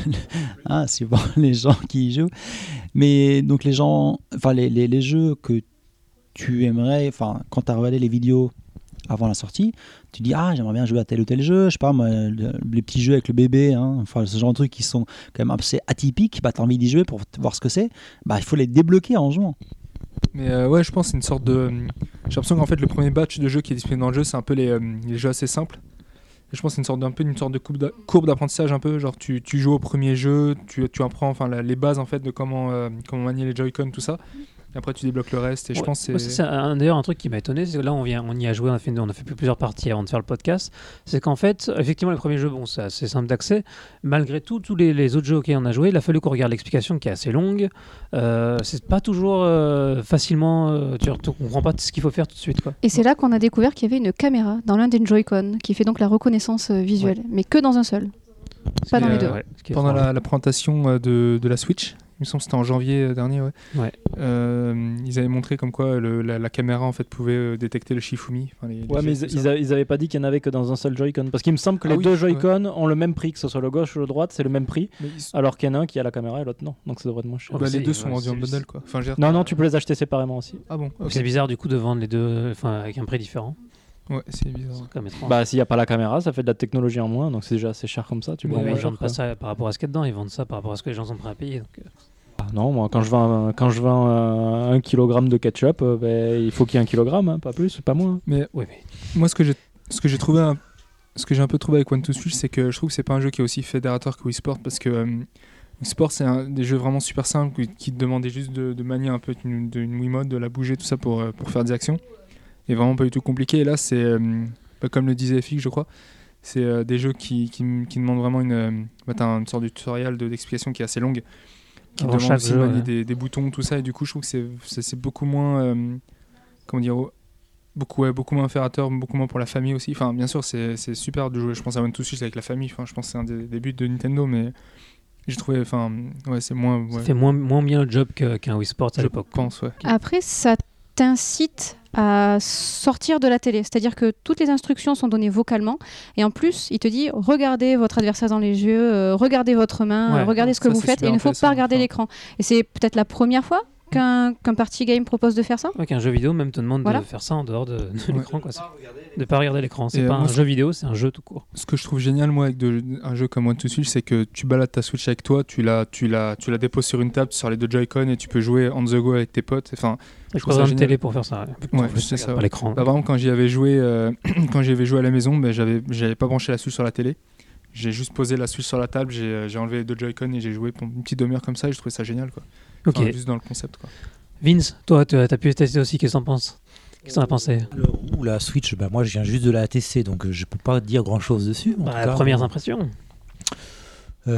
les gens qui y jouent. Mais donc les gens, enfin les jeux que tu aimerais, enfin quand tu as regardé les vidéos avant la sortie, tu dis j'aimerais bien jouer à tel ou tel jeu, je sais pas moi, les petits jeux avec le bébé, enfin ce genre de trucs qui sont quand même assez atypiques, tu as envie d'y jouer pour voir ce que c'est, il faut les débloquer en jouant. Mais ouais, je pense que c'est une sorte de... J'ai l'impression qu'en fait le premier batch de jeux qui est disponible dans le jeu, c'est un peu les jeux assez simples. Et je pense que c'est une sorte de courbe d'apprentissage un peu, genre tu joues au premier jeu, tu apprends les bases en fait de comment manier les Joy-Con, tout ça. Et après tu débloques le reste et je pense que c'est d'ailleurs un truc qui m'a étonné, c'est que là on y a joué, on a fait plusieurs parties avant de faire le podcast, c'est qu'en fait effectivement les premiers jeux, bon c'est assez simple d'accès, malgré tout tous les autres jeux auxquels on a joué, il a fallu qu'on regarde l'explication qui est assez longue, c'est pas toujours facilement, tu comprends pas ce qu'il faut faire tout de suite, quoi. Et c'est là qu'on a découvert qu'il y avait une caméra dans l'un des Joy-Con qui fait donc la reconnaissance visuelle, mais que dans un seul, pas dans les deux. Pendant la présentation de la Switch, il me semble que c'était en janvier dernier, ils avaient montré comme quoi la caméra en fait pouvait détecter le Shifumi. Mais ils avaient pas dit qu'il y en avait que dans un seul Joy-Con, parce qu'il me semble que les deux Joy-Con ont le même prix, que ce soit le gauche ou le droite, c'est le même prix, alors qu'il y en a un qui a la caméra et l'autre non, donc ça devrait être moins cher. Les deux sont vendus en bundle, quoi. Enfin, non, tu peux les acheter séparément aussi. Ah bon, okay. C'est bizarre du coup de vendre les deux avec un prix différent. Ouais, c'est bizarre. S'il n'y a pas la caméra, ça fait de la technologie en moins, donc c'est déjà assez cher comme ça. Ils vendent pas ça par rapport à ce qu'il y a dedans, ils vendent ça par rapport à ce que les gens sont prêts à payer. Donc... non, moi quand je vends 1 kg de ketchup, il faut qu'il y ait 1 kg, pas plus, pas moins. Mais moi ce que j'ai un peu trouvé avec One to Switch, c'est que je trouve que c'est pas un jeu qui est aussi fédérateur que Wii Sport, parce que Wii Sport c'est des jeux vraiment super simples qui te demandaient juste de manier un peu une Wiimote, de la bouger, tout ça pour faire des actions. Et vraiment pas du tout compliqué. Et là, c'est comme le disait FX, je crois, c'est des jeux qui demandent vraiment t'as une sorte de tutoriel d'explication qui est assez longue, qui demande aussi de manier des boutons, tout ça. Et du coup, je trouve que c'est beaucoup moins, beaucoup moins fédérateur, beaucoup moins pour la famille aussi. Enfin, bien sûr, c'est super de jouer. Je pense à One to Switch avec la famille. Enfin, je pense que c'est un des buts de Nintendo, mais j'ai trouvé, c'est moins. Ça fait moins bien le job qu'un Wii Sports à l'époque. Je pense, ouais. Après, ça t'incite à sortir de la télé, c'est-à-dire que toutes les instructions sont données vocalement et en plus il te dit regardez votre adversaire dans les yeux, regardez votre main, regardez ce que vous faites et il ne faut pas regarder l'écran. Et c'est peut-être la première fois qu'un party game propose de faire ça. Qu'un jeu vidéo même te demande de faire ça en dehors de l'écran, quoi. De pas regarder l'écran, c'est pas un jeu vidéo, c'est un jeu tout court. Ce que je trouve génial moi avec un jeu comme One to Switch, c'est que tu balades ta Switch avec toi, tu la déposes sur une table sur les deux Joy-Con et tu peux jouer on the go avec tes potes. Enfin, je crois que une télé pour faire ça. C'est ça. Pas l'écran. Par exemple, quand j'y avais joué à la maison, j'avais pas branché la Switch sur la télé. J'ai juste posé la Switch sur la table, j'ai enlevé les deux Joy-Con et j'ai joué pour une petite demi-heure comme ça et je trouvais ça génial, quoi. Enfin, juste dans le concept, quoi. Vince, toi, tu as pu tester aussi, qu'est-ce que t'en penses? Qu'est-ce que t'en as pensé? La Switch, moi je viens juste de la tester, donc je peux pas dire grand-chose dessus. Premières impressions. Là,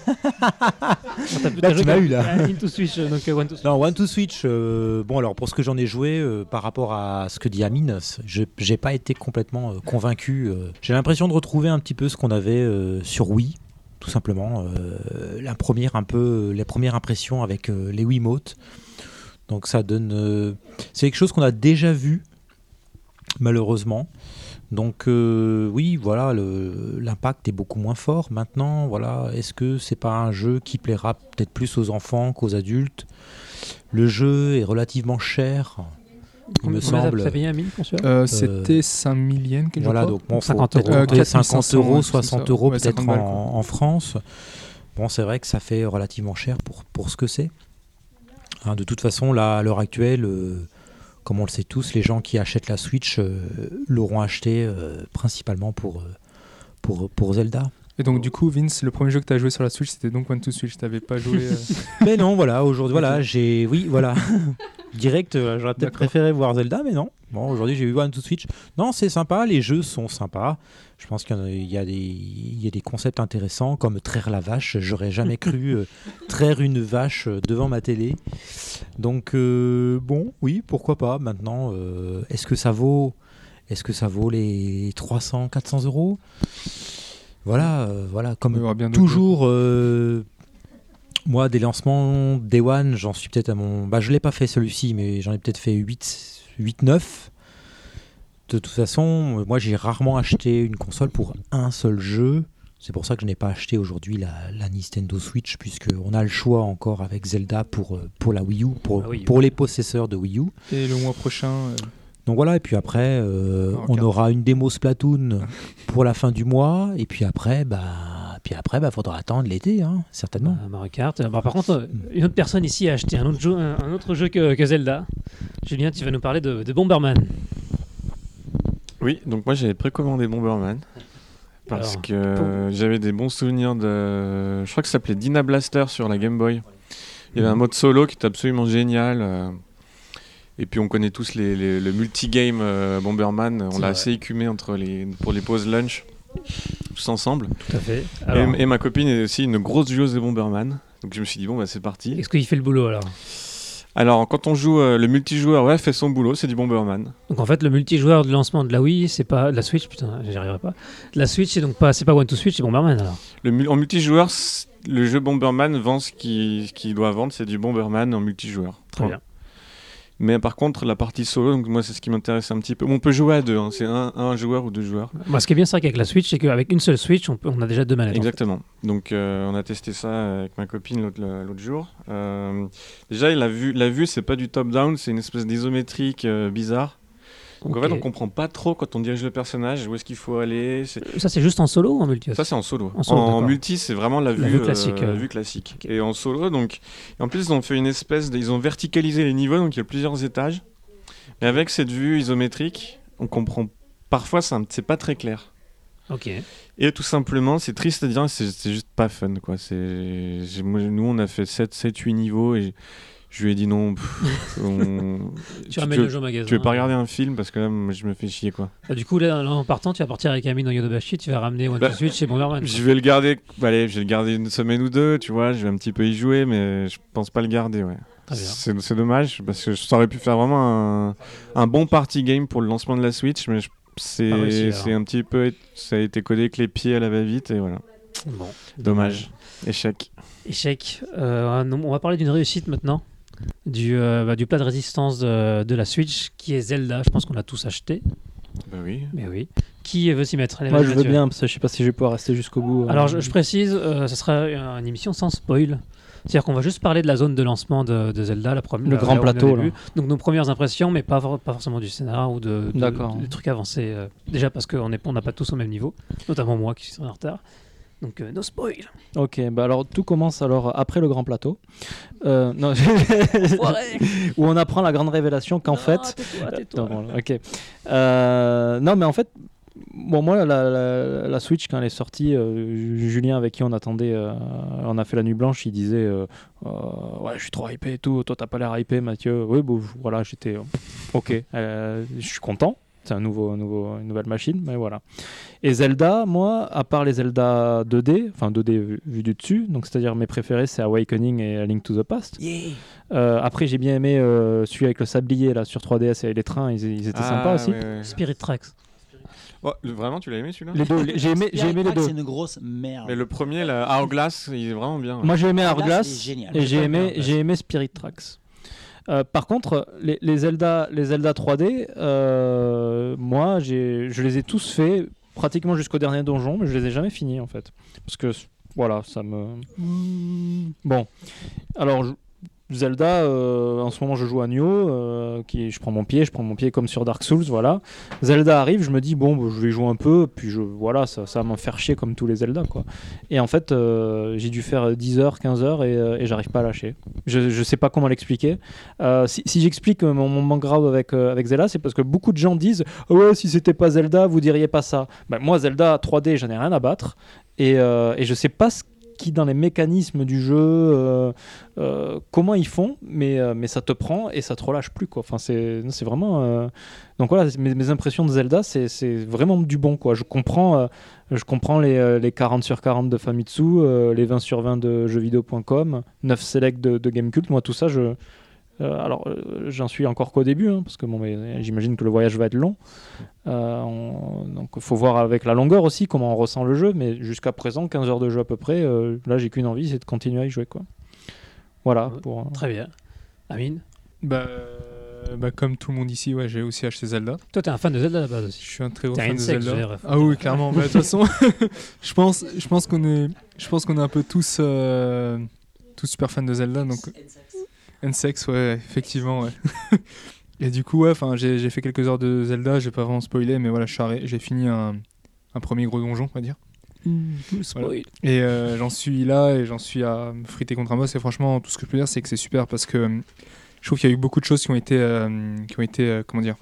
tu m'as eu là. One to Switch, donc One to Switch. Non, One to Switch. Alors pour ce que j'en ai joué, par rapport à ce que dit Amine, j'ai pas été complètement convaincu. J'ai l'impression de retrouver un petit peu ce qu'on avait sur Wii, tout simplement. Les premières impressions avec les Wiimotes. Donc ça donne. C'est quelque chose qu'on a déjà vu, malheureusement. Donc oui, voilà, l'impact est beaucoup moins fort. Maintenant, voilà, est-ce que c'est pas un jeu qui plaira peut-être plus aux enfants qu'aux adultes? Le jeu est relativement cher, il me semble. Ça payé 1000 pour celui-là C'était 5000 yens, quelque chose. Voilà, donc bon, 50 €. 50 €, 60 € peut-être balles, en France. Bon, c'est vrai que ça fait relativement cher pour ce que c'est. De toute façon, là, à l'heure actuelle, comme on le sait tous, les gens qui achètent la Switch l'auront acheté principalement pour Zelda. Et donc du coup, Vince, le premier jeu que tu as joué sur la Switch, c'était donc One to Switch. Tu n'avais pas joué... Mais non, voilà, aujourd'hui, voilà, Direct, j'aurais peut-être préféré voir Zelda, mais non. Bon, aujourd'hui, j'ai vu One to Switch. Non, c'est sympa, les jeux sont sympas. Je pense qu'il y a des concepts intéressants, comme traire la vache. J'aurais jamais cru traire une vache devant ma télé. Donc, bon, oui, pourquoi pas. Maintenant, est-ce que ça vaut les 300, 400 euros ? Voilà, comme toujours... moi, des lancements Day One, j'en suis peut-être à mon... je ne l'ai pas fait celui-ci, mais j'en ai peut-être fait 8-9. De toute façon, moi, j'ai rarement acheté une console pour un seul jeu. C'est pour ça que je n'ai pas acheté aujourd'hui la Nintendo Switch, puisqu'on a le choix encore avec Zelda pour la Wii U, pour les possesseurs de Wii U. Et le mois prochain... Donc voilà, et puis après, on aura une démo Splatoon pour la fin du mois, et puis après, faudra attendre l'été, hein, certainement. Mario Kart. Par contre, une autre personne ici a acheté un autre jeu que Zelda. Julien, tu vas nous parler de Bomberman. Oui, donc moi j'avais précommandé Bomberman. Parce que j'avais des bons souvenirs de... Je crois que ça s'appelait Dyna Blaster sur la Game Boy. Il y avait un mode solo qui était absolument génial. Et puis on connaît tous le multigame Bomberman. On l'a assez écumé pour les pauses lunch. Tous ensemble. Tout à fait. Et ma copine est aussi une grosse joueuse de Bomberman. Donc je me suis dit, c'est parti. Est-ce qu'il fait le boulot alors ? Alors, quand on joue le multijoueur, fait son boulot, c'est du Bomberman. Donc en fait, le multijoueur de lancement de la Wii, c'est pas de la Switch, putain, j'y arriverai pas. La Switch, c'est pas One to Switch, c'est Bomberman alors. En multijoueur, le jeu Bomberman vend ce qu'il doit vendre, c'est du Bomberman en multijoueur. Très bien. Mais par contre, la partie solo, donc moi, c'est ce qui m'intéresse un petit peu. On peut jouer à deux, hein, c'est un joueur ou deux joueurs. Moi, ce qui est bien, c'est qu'avec la Switch, c'est qu'avec une seule Switch, on a déjà deux manettes. Exactement. Donc, on a testé ça avec ma copine l'autre jour. Déjà, la vue, c'est pas du top-down, c'est une espèce d'isométrique bizarre. Donc en fait, on comprend pas trop quand on dirige le personnage où est-ce qu'il faut aller. Ça, c'est juste en solo ou en multi ? Ça, c'est en solo. En multi, c'est vraiment la vue classique. Vue classique. Okay. Et en solo, donc, et en plus, ils ont fait ils ont verticalisé les niveaux, donc il y a plusieurs étages. Mais avec cette vue isométrique, on comprend parfois, c'est pas très clair. Ok. Et tout simplement, c'est triste à dire, c'est juste pas fun, quoi. Nous, on a fait 7-8 niveaux et je lui ai dit non. Tu ramènes le jeu au magasin. Tu veux pas regarder un film parce que là, je me fais chier, quoi. Du coup, là, en partant, tu vas partir avec Amine dans Yodobashi, tu vas ramener One to Switch et Bomberman. Je vais le garder. Allez, je vais le garder une semaine ou deux, tu vois. Je vais un petit peu y jouer, mais je pense pas le garder, ouais. C'est dommage parce que ça aurait pu faire vraiment un bon party game pour le lancement de la Switch, mais c'est un petit peu. Ça a été codé avec les pieds à la va-vite et voilà. Bon. Dommage. Échec. On va parler d'une réussite maintenant. Du plat de résistance de la Switch qui est Zelda. Je pense qu'on l'a tous acheté. Bah oui. Mais oui. Qui veut s'y mettre ? Moi, je veux bien, parce que je sais pas si je vais pouvoir rester jusqu'au bout. Alors, je précise, ce sera une émission sans spoil. C'est-à-dire qu'on va juste parler de la zone de lancement de Zelda, le grand plateau. Là. Donc nos premières impressions, mais pas forcément du scénar ou de trucs avancés. Déjà parce qu'on n'a pas tous au même niveau, notamment moi qui suis en retard. Donc, no spoil. Ok, alors tout commence après le grand plateau. Où on apprend la grande révélation qu'en fait... Tais-toi. Ok. Non, mais en fait, moi, la Switch, quand elle est sortie, Julien, avec qui on attendait, on a fait la nuit blanche, il disait ouais, je suis trop hypé et tout. Toi, t'as pas l'air hypé, Mathieu. Oui, voilà, j'étais... ok, je suis content. C'est une nouvelle machine, mais voilà. Et Zelda, moi, à part les Zelda 2D, enfin 2D vu du dessus, donc c'est-à-dire mes préférés, c'est Awakening et A Link to the Past. Yeah. Après, j'ai bien aimé celui avec le sablier là sur 3DS et les trains, ils étaient sympas aussi. Ouais. Spirit Tracks. Oh, vraiment, tu l'as aimé celui-là ? Les deux, j'ai aimé les deux. C'est une grosse merde. Mais le premier, Hourglass, il est vraiment bien. Moi, j'ai aimé Hourglass et j'ai aimé Spirit Tracks. Par contre, les Zelda 3D, moi, je les ai tous faits pratiquement jusqu'au dernier donjon, mais je les ai jamais finis en fait. Parce que, voilà, ça me... Bon, alors... Zelda, en ce moment je joue à Nioh, je prends mon pied comme sur Dark Souls, voilà. Zelda arrive, je me dis je vais jouer un peu, puis voilà, ça va m'en faire chier comme tous les Zelda, quoi. Et en fait, j'ai dû faire 10 heures, 15 heures et j'arrive pas à lâcher. Je sais pas comment l'expliquer. Si j'explique mon background avec Zelda, c'est parce que beaucoup de gens disent ouais, si c'était pas Zelda, vous diriez pas ça. Moi, Zelda 3D, j'en ai rien à battre, et je sais pas qui dans les mécanismes du jeu, comment ils font, mais ça te prend et ça te relâche plus, quoi. Enfin, c'est vraiment... Donc voilà, mes impressions de Zelda, c'est vraiment du bon, quoi. Je comprends les 40 sur 40 de Famitsu, les 20 sur 20 de jeuxvideo.com, 9 select de Gamecult. Moi, tout ça, j'en suis encore qu'au début, hein, parce que mais j'imagine que le voyage va être long. Donc il faut voir avec la longueur aussi comment on ressent le jeu, mais jusqu'à présent 15 heures de jeu à peu près, là j'ai qu'une envie, c'est de continuer à y jouer, quoi. Voilà. Très bien. Amine? Comme tout le monde ici, ouais, j'ai aussi acheté Zelda. Toi t'es un fan de Zelda à la base aussi? Je suis un très gros fan de sexe, Zelda. Ah oui, clairement. De toute façon, je pense qu'on est un peu tous super fans de Zelda, donc N-Sex, ouais, effectivement, ouais. Et du coup, ouais, j'ai fait quelques heures de Zelda, j'ai pas vraiment spoilé, mais voilà, j'ai fini un premier gros donjon, on va dire. Spoil. Voilà. Et j'en suis là, et j'en suis à me friter contre un boss, et franchement, tout ce que je peux dire, c'est que c'est super, parce que je trouve qu'il y a eu beaucoup de choses qui ont été comment dire,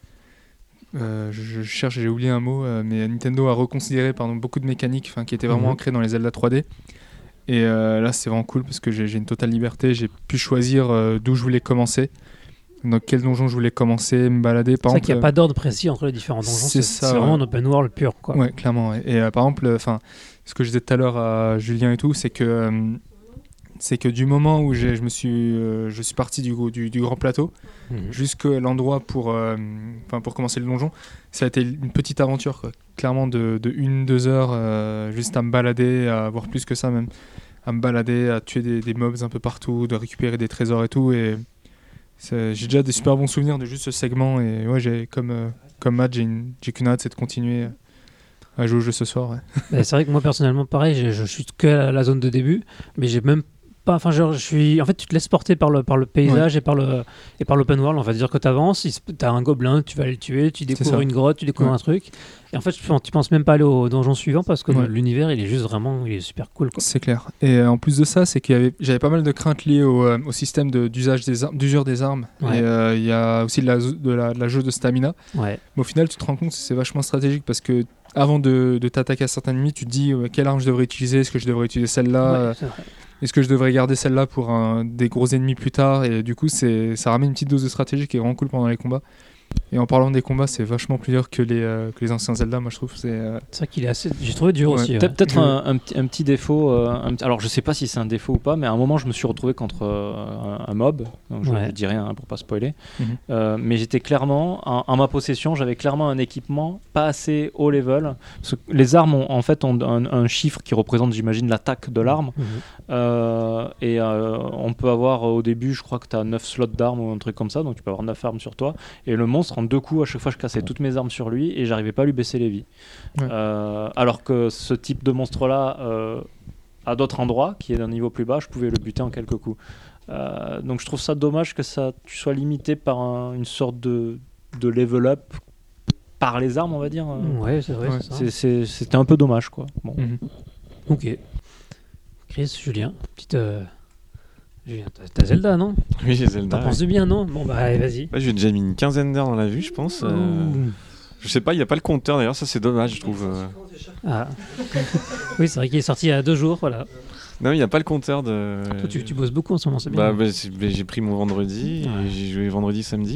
je cherche, j'ai oublié un mot, mais Nintendo a reconsidéré beaucoup de mécaniques qui étaient vraiment ancrées dans les Zelda 3D. Et là, c'est vraiment cool parce que j'ai une totale liberté. J'ai pu choisir d'où je voulais commencer, dans quel donjon je voulais commencer, me balader. C'est vrai qu'il n'y a pas d'ordre précis entre les différents donjons. C'est vraiment un open world pur, quoi. Ouais, clairement. Ouais. Et par exemple, ce que je disais tout à l'heure à Julien et tout, c'est que du moment où je suis parti du grand plateau jusqu'à l'endroit pour commencer le donjon, ça a été une petite aventure, quoi. Clairement de 1-2 heures juste à me balader, à voir plus que ça même, à me balader, à tuer des mobs un peu partout, de récupérer des trésors et tout. Et j'ai déjà des super bons souvenirs de juste ce segment. Et ouais, comme Matt, j'ai qu'une hâte, c'est de continuer à jouer au jeu ce soir. Ouais. C'est vrai que moi personnellement, pareil, je suis que à la zone de début, mais j'ai même pas, en fait, tu te laisses porter par le paysage, ouais. et par l'open world. On va dire que tu avances, tu as un gobelin, tu vas aller le tuer, tu découvres une grotte, tu découvres un truc. Et en fait, tu penses même pas aller au donjon suivant parce que l'univers, il est super cool, quoi. C'est clair. Et en plus de ça, c'est que j'avais pas mal de craintes liées au système d'usure des armes. Ouais. Et il y a aussi de la jauge de stamina. Ouais. Mais au final, tu te rends compte que c'est vachement stratégique parce que avant de t'attaquer à certains ennemis, tu te dis quelle arme je devrais utiliser, est-ce que je devrais utiliser celle-là, est-ce que je devrais garder celle-là pour des gros ennemis plus tard. Et du coup, ça ramène une petite dose de stratégie qui est vraiment cool pendant les combats. Et en parlant des combats, c'est vachement plus dur que les anciens Zelda, moi je trouve. C'est vrai qu'il est assez. J'ai trouvé dur aussi. Peut-être un petit défaut. Alors je sais pas si c'est un défaut ou pas, mais à un moment je me suis retrouvé contre un mob. Donc je ne dis rien pour pas spoiler. Mais j'étais clairement en ma possession, j'avais clairement un équipement pas assez haut level. Parce que les armes ont un chiffre qui représente, j'imagine, l'attaque de l'arme. Et on peut avoir au début, je crois que tu as 9 slots d'armes ou un truc comme ça, donc tu peux avoir 9 armes sur toi. Et le monstre, en 2 coups, à chaque fois, je cassais toutes mes armes sur lui et j'arrivais pas à lui baisser les vies. Ouais. Alors que ce type de monstre-là, à d'autres endroits, qui est d'un niveau plus bas, je pouvais le buter en quelques coups. Donc je trouve ça dommage que tu sois limité par une sorte de level up par les armes, on va dire. Ouais, c'est vrai. C'était un peu dommage, quoi. Bon. Ok. Chris, Julien, petite... Julien, t'as Zelda, non? Oui, j'ai Zelda. T'en penses du bien, non? Bon, bah, allez, vas-y. Ouais, j'ai déjà mis une quinzaine d'heures dans la vue, je pense. Je sais pas, il n'y a pas le compteur d'ailleurs, ça c'est dommage, je trouve. Ah. Oui, c'est vrai qu'il est sorti il y a 2 jours, voilà. Non, il n'y a pas le compteur de. Toi, tu bosses beaucoup en ce moment, c'est bien. J'ai pris mon vendredi, et j'ai joué vendredi, samedi.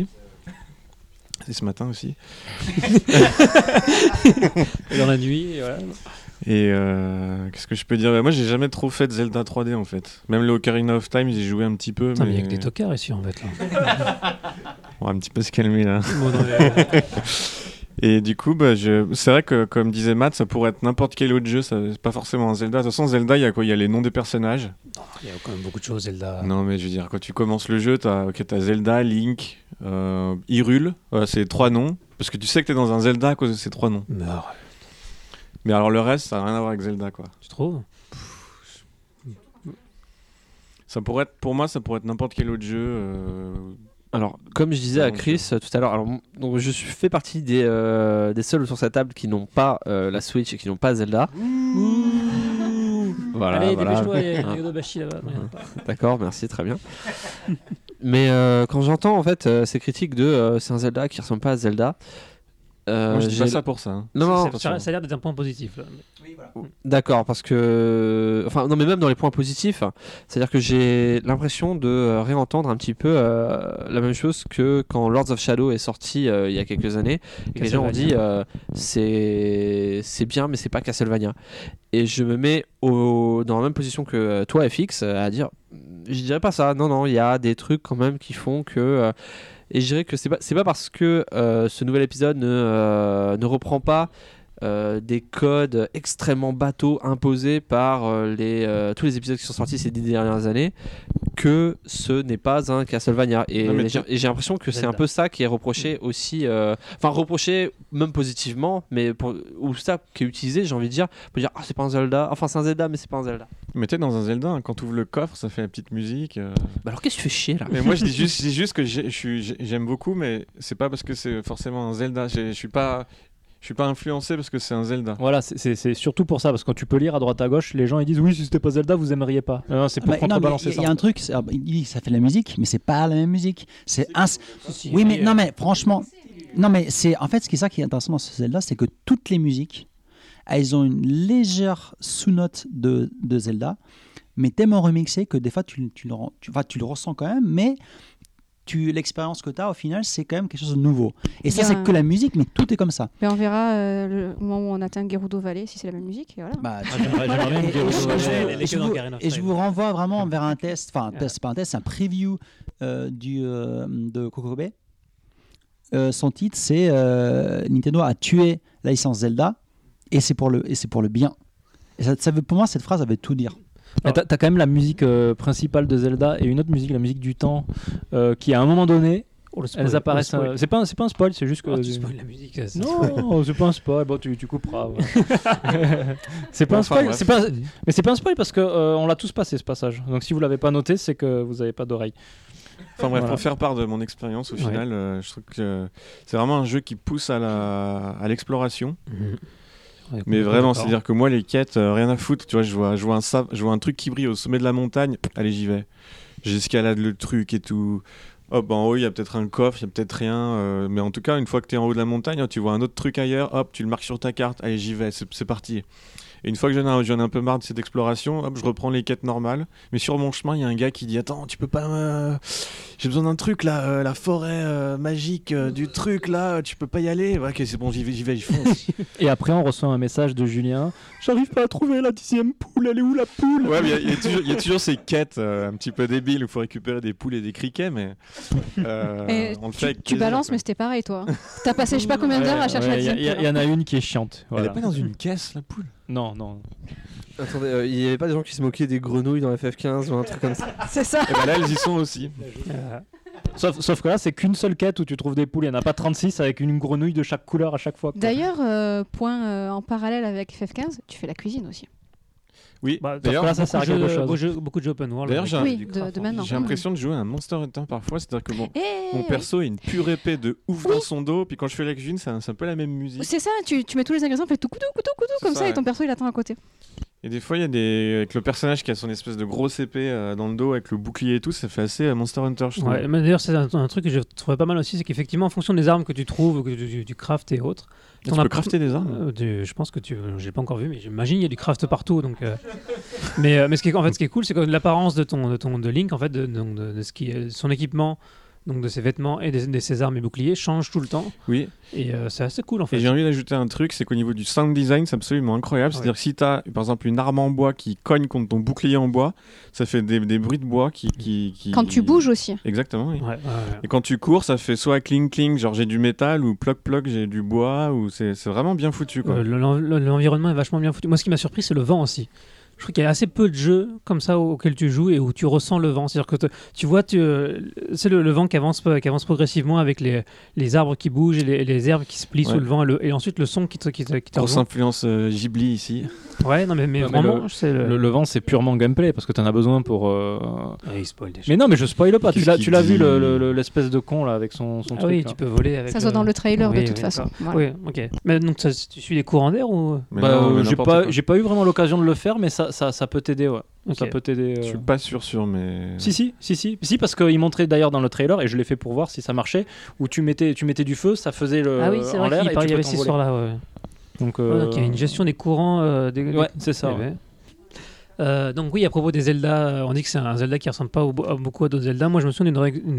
Et ce matin aussi. Et dans la nuit, et voilà. Et qu'est-ce que je peux dire? Moi, j'ai jamais trop fait de Zelda 3D en fait. Même le Ocarina of Time, j'ai joué un petit peu. Mais il y a que des tocards ici en fait. Là. On va un petit peu se calmer là. Et du coup, c'est vrai que comme disait Matt, ça pourrait être n'importe quel autre jeu, c'est pas forcément un Zelda. De toute façon, Zelda, il y a quoi? Il y a les noms des personnages. Il y a quand même beaucoup de choses, Zelda. Non, mais je veux dire, quand tu commences le jeu, t'as Zelda, Link, Hyrule, c'est 3 noms. Parce que tu sais que t'es dans un Zelda à cause de ces 3 noms. Mais alors le reste, ça n'a rien à voir avec Zelda, quoi. Tu trouves? Pour moi, ça pourrait être n'importe quel autre jeu. Alors, comme je disais à Chris tout à l'heure, donc je fais partie des seuls sur cette table qui n'ont pas la Switch et qui n'ont pas Zelda. Voilà, allez, dépêche-toi, il y a Yodobashi là-bas. D'accord, merci, très bien. Mais quand j'entends en fait ces critiques de c'est un Zelda qui ressemble pas à Zelda, Moi, je dis pas ça pour ça. Hein. Non, ça a l'air d'être un point positif. Là. Oui, voilà. D'accord, parce que... Enfin, non, mais même dans les points positifs, c'est-à-dire que j'ai l'impression de réentendre un petit peu la même chose que quand Lords of Shadow est sorti il y a quelques années, et que les gens ont dit c'est bien, mais c'est pas Castlevania. Et je me mets dans la même position que toi, FX, à dire, je dirais pas ça, non, il y a des trucs quand même qui font que... et je dirais que c'est pas parce que ce nouvel épisode ne reprend pas des codes extrêmement bateaux imposés par tous les épisodes qui sont sortis ces 10 dernières années que ce n'est pas un Castlevania. Et j'ai l'impression que c'est un peu ça qui est reproché aussi, reproché même positivement, mais ou ça qui est utilisé, j'ai envie de dire, pour dire c'est pas un Zelda, enfin c'est un Zelda mais c'est pas un Zelda. Mais tu sais, dans un Zelda, quand tu ouvres le coffre, ça fait la petite musique. Bah alors qu'est-ce que tu fais chier là? Mais moi je dis juste que j'aime beaucoup, mais c'est pas parce que c'est forcément un Zelda. Je suis pas influencé parce que c'est un Zelda. Voilà, c'est surtout pour ça, parce que quand tu peux lire à droite à gauche, les gens ils disent oui, si c'était pas Zelda, vous aimeriez pas. Non, c'est pour contrebalancer ça. Il y a un truc, il dit ça fait de la musique, mais c'est pas la même musique. Oui, mais non, mais franchement, non, mais c'est en fait ce qui est ça qui est intéressant dans ce Zelda, c'est que toutes les musiques, elles ont une légère sous-note de Zelda, mais tellement remixée que des fois tu le ressens quand même, mais l'expérience que tu as au final, c'est quand même quelque chose de nouveau. Et ça, c'est que la musique, mais tout est comme ça. Mais on verra au moment où on atteint Gerudo Valley si c'est la même musique. Et voilà. J'aimerais bien Gerudo Valley. Et je vous renvoie vraiment vers un test, c'est pas un test, c'est un preview de Kokorobe. Son titre, c'est Nintendo a tué la licence Zelda et c'est pour le bien. Et ça veut, pour moi, cette phrase, elle veut tout dire. Mais t'as quand même la musique principale de Zelda et une autre musique, la musique du temps, qui à un moment donné, elles apparaissent. C'est pas un spoil, c'est juste que. Tu spoil la musique. Non, c'est pas un spoil. Bon, tu couperas. Ouais. C'est pas un spoil. Mais c'est pas un spoil parce que on l'a tous passé ce passage. Donc si vous l'avez pas noté, c'est que vous avez pas d'oreille. Enfin bref, pour faire part de mon expérience au final, je trouve que c'est vraiment un jeu qui pousse à l'exploration. Ouais, mais vraiment, c'est-à-dire que moi, les quêtes, rien à foutre. Tu vois, je vois un truc qui brille au sommet de la montagne. Allez, j'y vais. J'escalade le truc et tout. Hop, en haut, il y a peut-être un coffre, il y a peut-être rien. Mais en tout cas, une fois que tu es en haut de la montagne, tu vois un autre truc ailleurs. Hop, tu le marques sur ta carte. Allez, j'y vais. C'est parti. Et une fois que j'en ai un peu marre de cette exploration, hop, je reprends les quêtes normales. Mais sur mon chemin, il y a un gars qui dit attends, tu peux pas j'ai besoin d'un truc là, la forêt magique du truc là, tu peux pas y aller? Ok, c'est bon, j'y vais, j'y fonce. Et après, on reçoit un message de Julien. J'arrive pas à trouver la 10e poule, elle est où la poule? Ouais, mais il y a toujours ces quêtes un petit peu débiles où il faut récupérer des poules et des criquets, mais on le fait avec tu balances, mais c'était pareil toi. T'as passé je sais pas combien d'heures à chercher la 10e poule. Il y en a une qui est chiante. Voilà. Elle est pas dans une caisse la poule? Non. Attendez, il n'y avait pas des gens qui se moquaient des grenouilles dans FF15 ou un truc comme ça? C'est ça. Et bah là, elles y sont aussi. Sauf que là, c'est qu'une seule quête où tu trouves des poules. Il n'y en a pas 36 avec une grenouille de chaque couleur à chaque fois. D'ailleurs, point en parallèle avec FF15, tu fais la cuisine aussi. Oui, d'ailleurs, là, ça sert à quelque chose. Beaucoup de jeux open world. D'ailleurs, de maintenant. J'ai l'impression de jouer à un Monster Hunter parfois. C'est-à-dire que mon perso est une pure épée de ouf dans son dos. Puis quand je fais la cuisine, c'est un peu la même musique. C'est ça, tu mets tous les ingrédients, fais tout couteau, comme ça, et ton perso il attend à côté. Et des fois, il y a avec le personnage qui a son espèce de grosse épée dans le dos, avec le bouclier et tout, ça fait assez Monster Hunter, je trouve. Ouais, mais d'ailleurs, c'est un truc que je trouvais pas mal aussi, c'est qu'effectivement, en fonction des armes que tu trouves, que tu craftes et autres. Tu peux crafter des armes je pense que j'ai pas encore vu, mais j'imagine il y a du craft partout. Donc, mais ce qui est cool, c'est que l'apparence de Link, en fait, de ce qui est son équipement. Donc de ses vêtements et de ses armes et boucliers change tout le temps. Oui. Et c'est assez cool en fait. Et j'ai envie d'ajouter un truc, c'est qu'au niveau du sound design, c'est absolument incroyable. C'est-à-dire que si tu as par exemple une arme en bois qui cogne contre ton bouclier en bois, ça fait des bruits de bois qui... Quand tu bouges aussi. Exactement, oui. Ouais. Et quand tu cours, ça fait soit cling cling, genre j'ai du métal, ou ploc ploc, j'ai du bois, ou c'est vraiment bien foutu, quoi. L'environnement est vachement bien foutu. Moi, ce qui m'a surpris, c'est le vent aussi. Je trouve qu'il y a assez peu de jeux comme ça auxquels tu joues et où tu ressens le vent. C'est-à-dire que tu vois, c'est le vent qui avance progressivement avec les arbres qui bougent et les herbes qui se plient sous le vent et ensuite le son qui te grosse influence Ghibli ici. Ouais, non mais vraiment, le vent c'est purement gameplay parce que t'en as besoin pour. Il spoil déjà. Mais non, mais je spoil pas. Tu l'as vu l'espèce de con là avec son truc. Oui, là. tu peux voler avec. Ça soit dans le trailer de toute façon. Oui, ok. Mais donc tu suis des courants d'air ou? J'ai pas eu vraiment l'occasion de le faire, mais ça ça peut t'aider, ouais. Ok. Ça peut t'aider. Je suis pas sûr, mais. Si, parce qu'il montrait d'ailleurs dans le trailer, et je l'ai fait pour voir si ça marchait, où tu mettais du feu, ça faisait le Ah oui, c'est en vrai l'air qu'il et tu y peux avait cette t'envoler. histoire-là. Ouais. Donc, Ouais, il y a une gestion des courants. Ouais, c'est ça. Ouais. Donc oui, à propos des Zelda, on dit que c'est un Zelda qui ressemble pas beaucoup à d'autres Zelda. Moi, je me souviens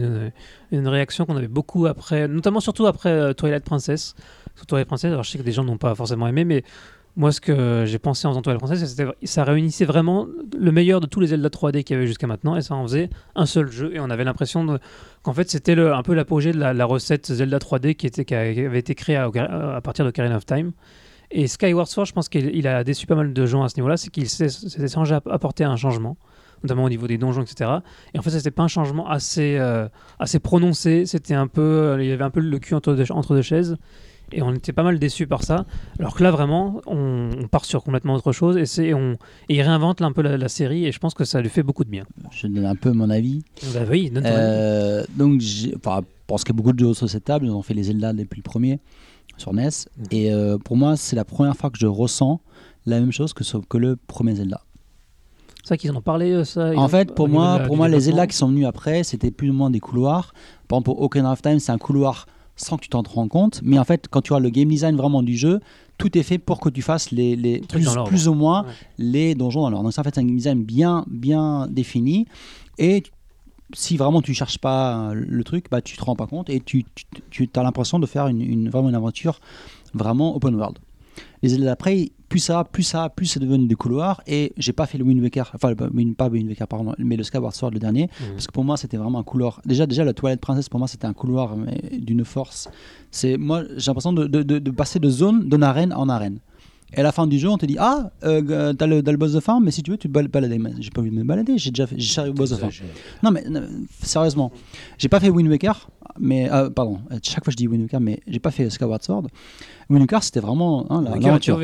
d'une réaction qu'on avait beaucoup après, notamment surtout après Twilight Princess. Sur Twilight Princess, alors je sais que des gens n'ont pas forcément aimé, mais moi, ce que j'ai pensé en faisant Twilight Princess, ça réunissait vraiment le meilleur de tous les Zelda 3D qu'il y avait jusqu'à maintenant, et ça en faisait un seul jeu, et on avait l'impression qu'en fait c'était un peu l'apogée de la recette Zelda 3D qui avait été créée à partir de Ocarina of Time. Et Skyward Sword, je pense qu'il a déçu pas mal de gens à ce niveau-là, c'est qu'il s'est apporté un changement, notamment au niveau des donjons, etc. Et en fait, c'était pas un changement assez prononcé, c'était un peu, il y avait un peu le cul entre deux chaises, et on était pas mal déçus par ça. Alors que là, vraiment, on part sur complètement autre chose, et il réinvente là, un peu la série, et je pense que ça lui fait beaucoup de bien. Je donne un peu mon avis. Bah oui, donne ton avis. Donc, je pense qu'il y a beaucoup de jeux sur cette table, ils ont fait les Zelda depuis le premier sur NES, et pour moi, c'est la première fois que je ressens la même chose que le premier Zelda. C'est vrai qu'ils en ont parlé, ça. En fait, pour moi, les Zelda qui sont venus après, c'était plus ou moins des couloirs. Par exemple, pour Ocarina of Time, c'est un couloir sans que tu t'en rends compte. Mais en fait, quand tu vois le game design vraiment du jeu, tout est fait pour que tu fasses les plus ou moins les donjons dans l'ordre. Donc, ça, en fait, c'est un game design bien défini. Et si vraiment tu cherches pas le truc, bah, tu te rends pas compte et tu as l'impression de faire vraiment une aventure vraiment open world. Les Zelda d'après, plus c'est devenu des couloirs, et j'ai pas fait le Wind Waker, enfin pas Wind Waker pardon, mais le Skyward Sword le dernier, parce que pour moi c'était vraiment un couloir. Déjà la Twilight Princess pour moi c'était un couloir d'une force. Moi j'ai l'impression de passer d'une arène en arène. Et à la fin du jeu, on te dit t'as le boss de fin, mais si tu veux, tu peux te balader. Mais j'ai pas envie de me balader, j'ai arrivé au boss de fin. Non, mais sérieusement, j'ai pas fait Wind Waker, mais pardon, chaque fois je dis Wind Waker, mais j'ai pas fait Skyward Sword. Wind Waker, c'était vraiment l'aventure.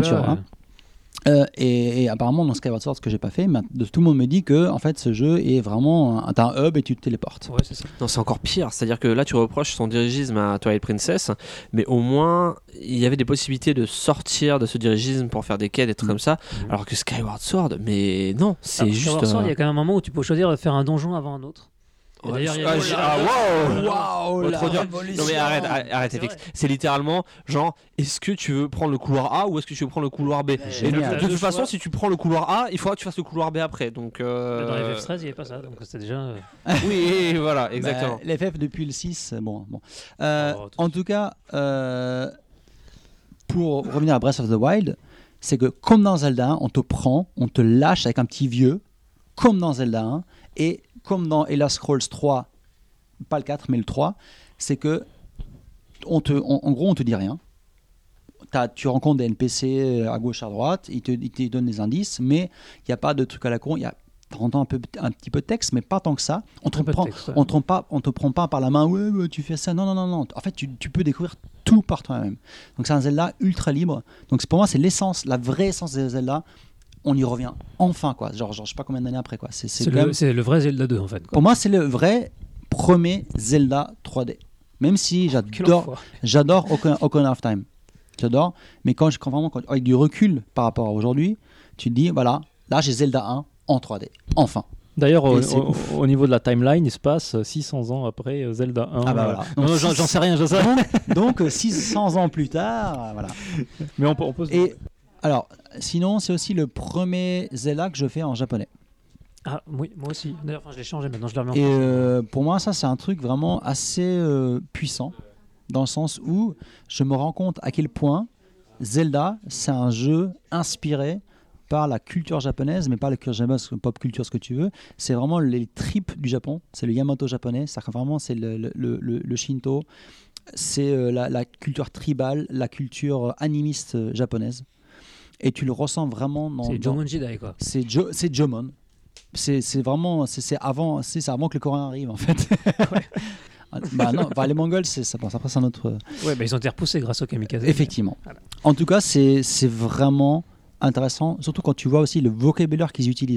Et apparemment, dans Skyward Sword, ce que j'ai pas fait, tout le monde me dit que en fait, ce jeu est vraiment t'as un hub et tu te téléportes. Ouais, c'est ça. Non, c'est encore pire. C'est-à-dire que là, tu reproches son dirigisme à Twilight Princess, mais au moins, il y avait des possibilités de sortir de ce dirigisme pour faire des quêtes, des trucs comme ça. Alors que Skyward Sword, mais non, c'est juste. Skyward Sword, il y a quand même un moment où tu peux choisir de faire un donjon avant un autre. D'ailleurs, non mais arrête FX. C'est littéralement genre, est-ce que tu veux prendre le couloir A ou est-ce que tu veux prendre le couloir B? Et de toute façon, si tu prends le couloir A, il faudra que tu fasses le couloir B après. Donc dans les FF13, il n'y avait pas ça, donc c'était déjà. Oui, voilà, exactement. Les FF depuis le 6, bon. En tout cas, pour revenir à Breath of the Wild, c'est que comme dans Zelda 1, on te lâche avec un petit vieux, comme dans Zelda 1, et comme dans Elder Scrolls 3, pas le 4 mais le 3, c'est que en gros on te dit rien. Tu rencontres des NPC à gauche à droite, ils te donnent des indices, mais il n'y a pas de truc à la con. Tu entends un petit peu de texte, mais pas tant que ça. On te prend pas par la main. Ouais, tu fais ça. Non. En fait, tu peux découvrir tout par toi-même. Donc c'est un Zelda ultra libre. Donc pour moi, c'est l'essence, la vraie essence des Zelda. On y revient enfin, quoi. Genre je sais pas combien d'années après, quoi. C'est le vrai Zelda 2 en fait, quoi. Pour moi, c'est le vrai premier Zelda 3D. Même si j'adore Ocarina of Time. J'adore, mais quand avec du recul par rapport à aujourd'hui, tu te dis voilà, là j'ai Zelda 1 en 3D. Enfin. D'ailleurs, au niveau de la timeline, il se passe 600 ans après Zelda 1. Ah bah voilà. Non, j'en sais rien, je sais. Donc 600 ans plus tard, voilà. Mais on peut se... Et alors, sinon, c'est aussi le premier Zelda que je fais en japonais. Ah oui, moi aussi. D'ailleurs, je l'ai changé maintenant, je l'ai remis en Et pour moi, ça, c'est un truc vraiment assez puissant, dans le sens où je me rends compte à quel point Zelda, c'est un jeu inspiré par la culture japonaise, mais pas la culture japonaise, pop culture, ce que tu veux. C'est vraiment les tripes du Japon, c'est le Yamato japonais, c'est vraiment c'est le Shinto, c'est la culture tribale, la culture animiste japonaise. Et tu le ressens vraiment dans... C'est Jomon Jidai, quoi. C'est Jomon. C'est vraiment... C'est avant que le Coréen arrive, en fait. Bah non, les Mongols, ça passe après, c'est un autre... Ouais, ils ont été repoussés grâce au kamikaze. Effectivement. Voilà. En tout cas, c'est vraiment intéressant, surtout quand tu vois aussi le vocabulaire qu'ils utilisent.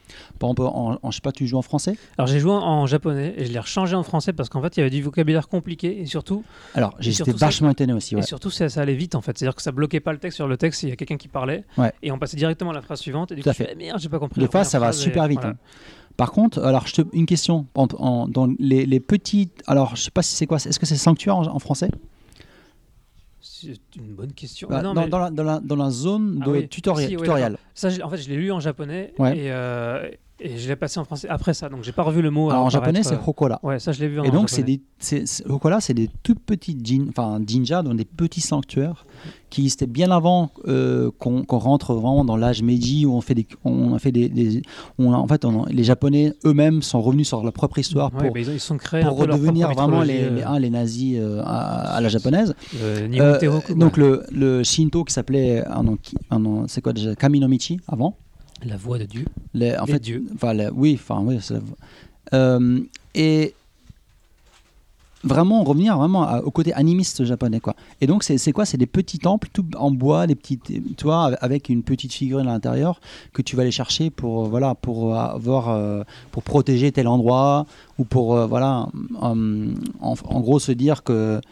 Par exemple, je sais pas, tu joues en français? Alors j'ai joué en japonais et je l'ai rechangé en français parce qu'en fait il y avait du vocabulaire compliqué et surtout. Alors j'étais vachement étonné aussi. Ouais. Et surtout ça allait vite en fait, c'est-à-dire que ça bloquait pas le texte sur le texte, il y a quelqu'un qui parlait et on passait directement à la phrase suivante et du coup merde j'ai pas compris. Des fois ça va super vite. Voilà. Par contre, alors une question dans les petites, alors je sais pas si c'est quoi, est-ce que c'est sanctuaire en français? C'est une bonne question. Bah, non, dans la zone de tutoriel. Ça, en fait, je l'ai lu en japonais et je l'ai passé en français après ça. Donc, j'ai pas revu le mot. Alors, en japonais, c'est Hokola. Ouais, ça, je l'ai vu en japonais. Et donc, Hokola, c'est des toutes petites jinja, donc des petits sanctuaires qui existaient bien avant qu'on rentre vraiment dans l'âge Meiji où les Japonais eux-mêmes sont revenus sur leur propre histoire pour redevenir vraiment les nazis à la japonaise. Donc le Shinto qui s'appelait c'est quoi déjà, Kami no Michi avant. La voix de Dieu. Dieu. Et vraiment revenir au côté animiste japonais quoi. Et donc c'est quoi, c'est des petits temples tout en bois, des petites, tu vois, avec une petite figurine à l'intérieur que tu vas aller chercher pour pour protéger tel endroit ou pour en gros se dire que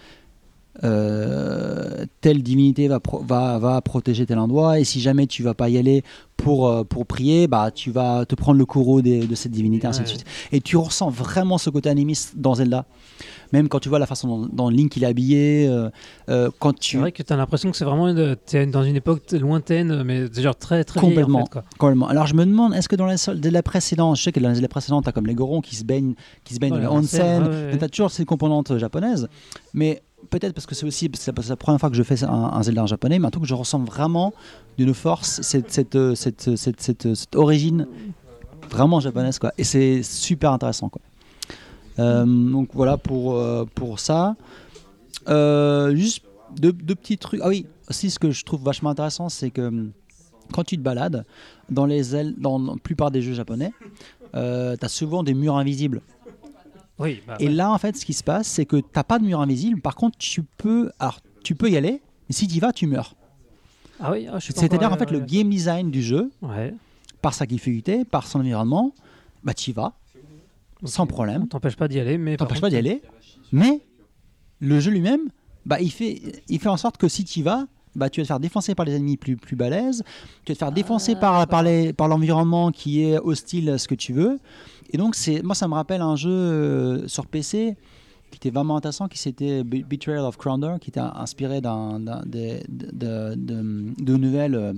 telle divinité va protéger tel endroit et si jamais tu vas pas y aller pour prier, bah tu vas te prendre le courroux de cette divinité, ainsi de suite. Et tu ressens vraiment ce côté animiste dans Zelda. Même quand tu vois la façon dont Link il est habillé, C'est vrai que tu as l'impression que c'est vraiment t'es dans une époque lointaine, mais genre très très complètement, vieille, en fait, quoi. Complètement. Alors je me demande, est-ce que dans les Zelda précédentes, je sais que dans les Zelda précédentes, tu as comme les Gorons qui se baignent dans les onsen, tu as toujours ces composantes japonaises, mais peut-être parce que c'est la première fois que je fais un Zelda en japonais, mais un truc que je ressens vraiment d'une force, cette origine vraiment japonaise, quoi. Et c'est super intéressant, quoi. Donc voilà pour ça. Juste deux petits trucs. Ah oui, aussi ce que je trouve vachement intéressant, c'est que quand tu te balades dans la plupart des jeux japonais, tu as souvent des murs invisibles. Oui, et là, en fait, ce qui se passe, c'est que tu n'as pas de mur invisible. Par contre, tu peux y aller, mais si tu y vas, tu meurs. Ah oui, c'est-à-dire, en fait, le game design du jeu, par sa difficulté, par son environnement, bah, tu y vas, sans problème. T'empêche pas d'y aller, mais le jeu lui-même, bah, il fait en sorte que si tu y vas, bah, tu vas te faire défoncer par les ennemis plus balèzes, tu vas te faire défoncer par l'environnement qui est hostile à ce que tu veux. Et donc, moi, ça me rappelle un jeu sur PC qui était vraiment intéressant, qui c'était Betrayal of Crowder, qui était inspiré de nouvelles.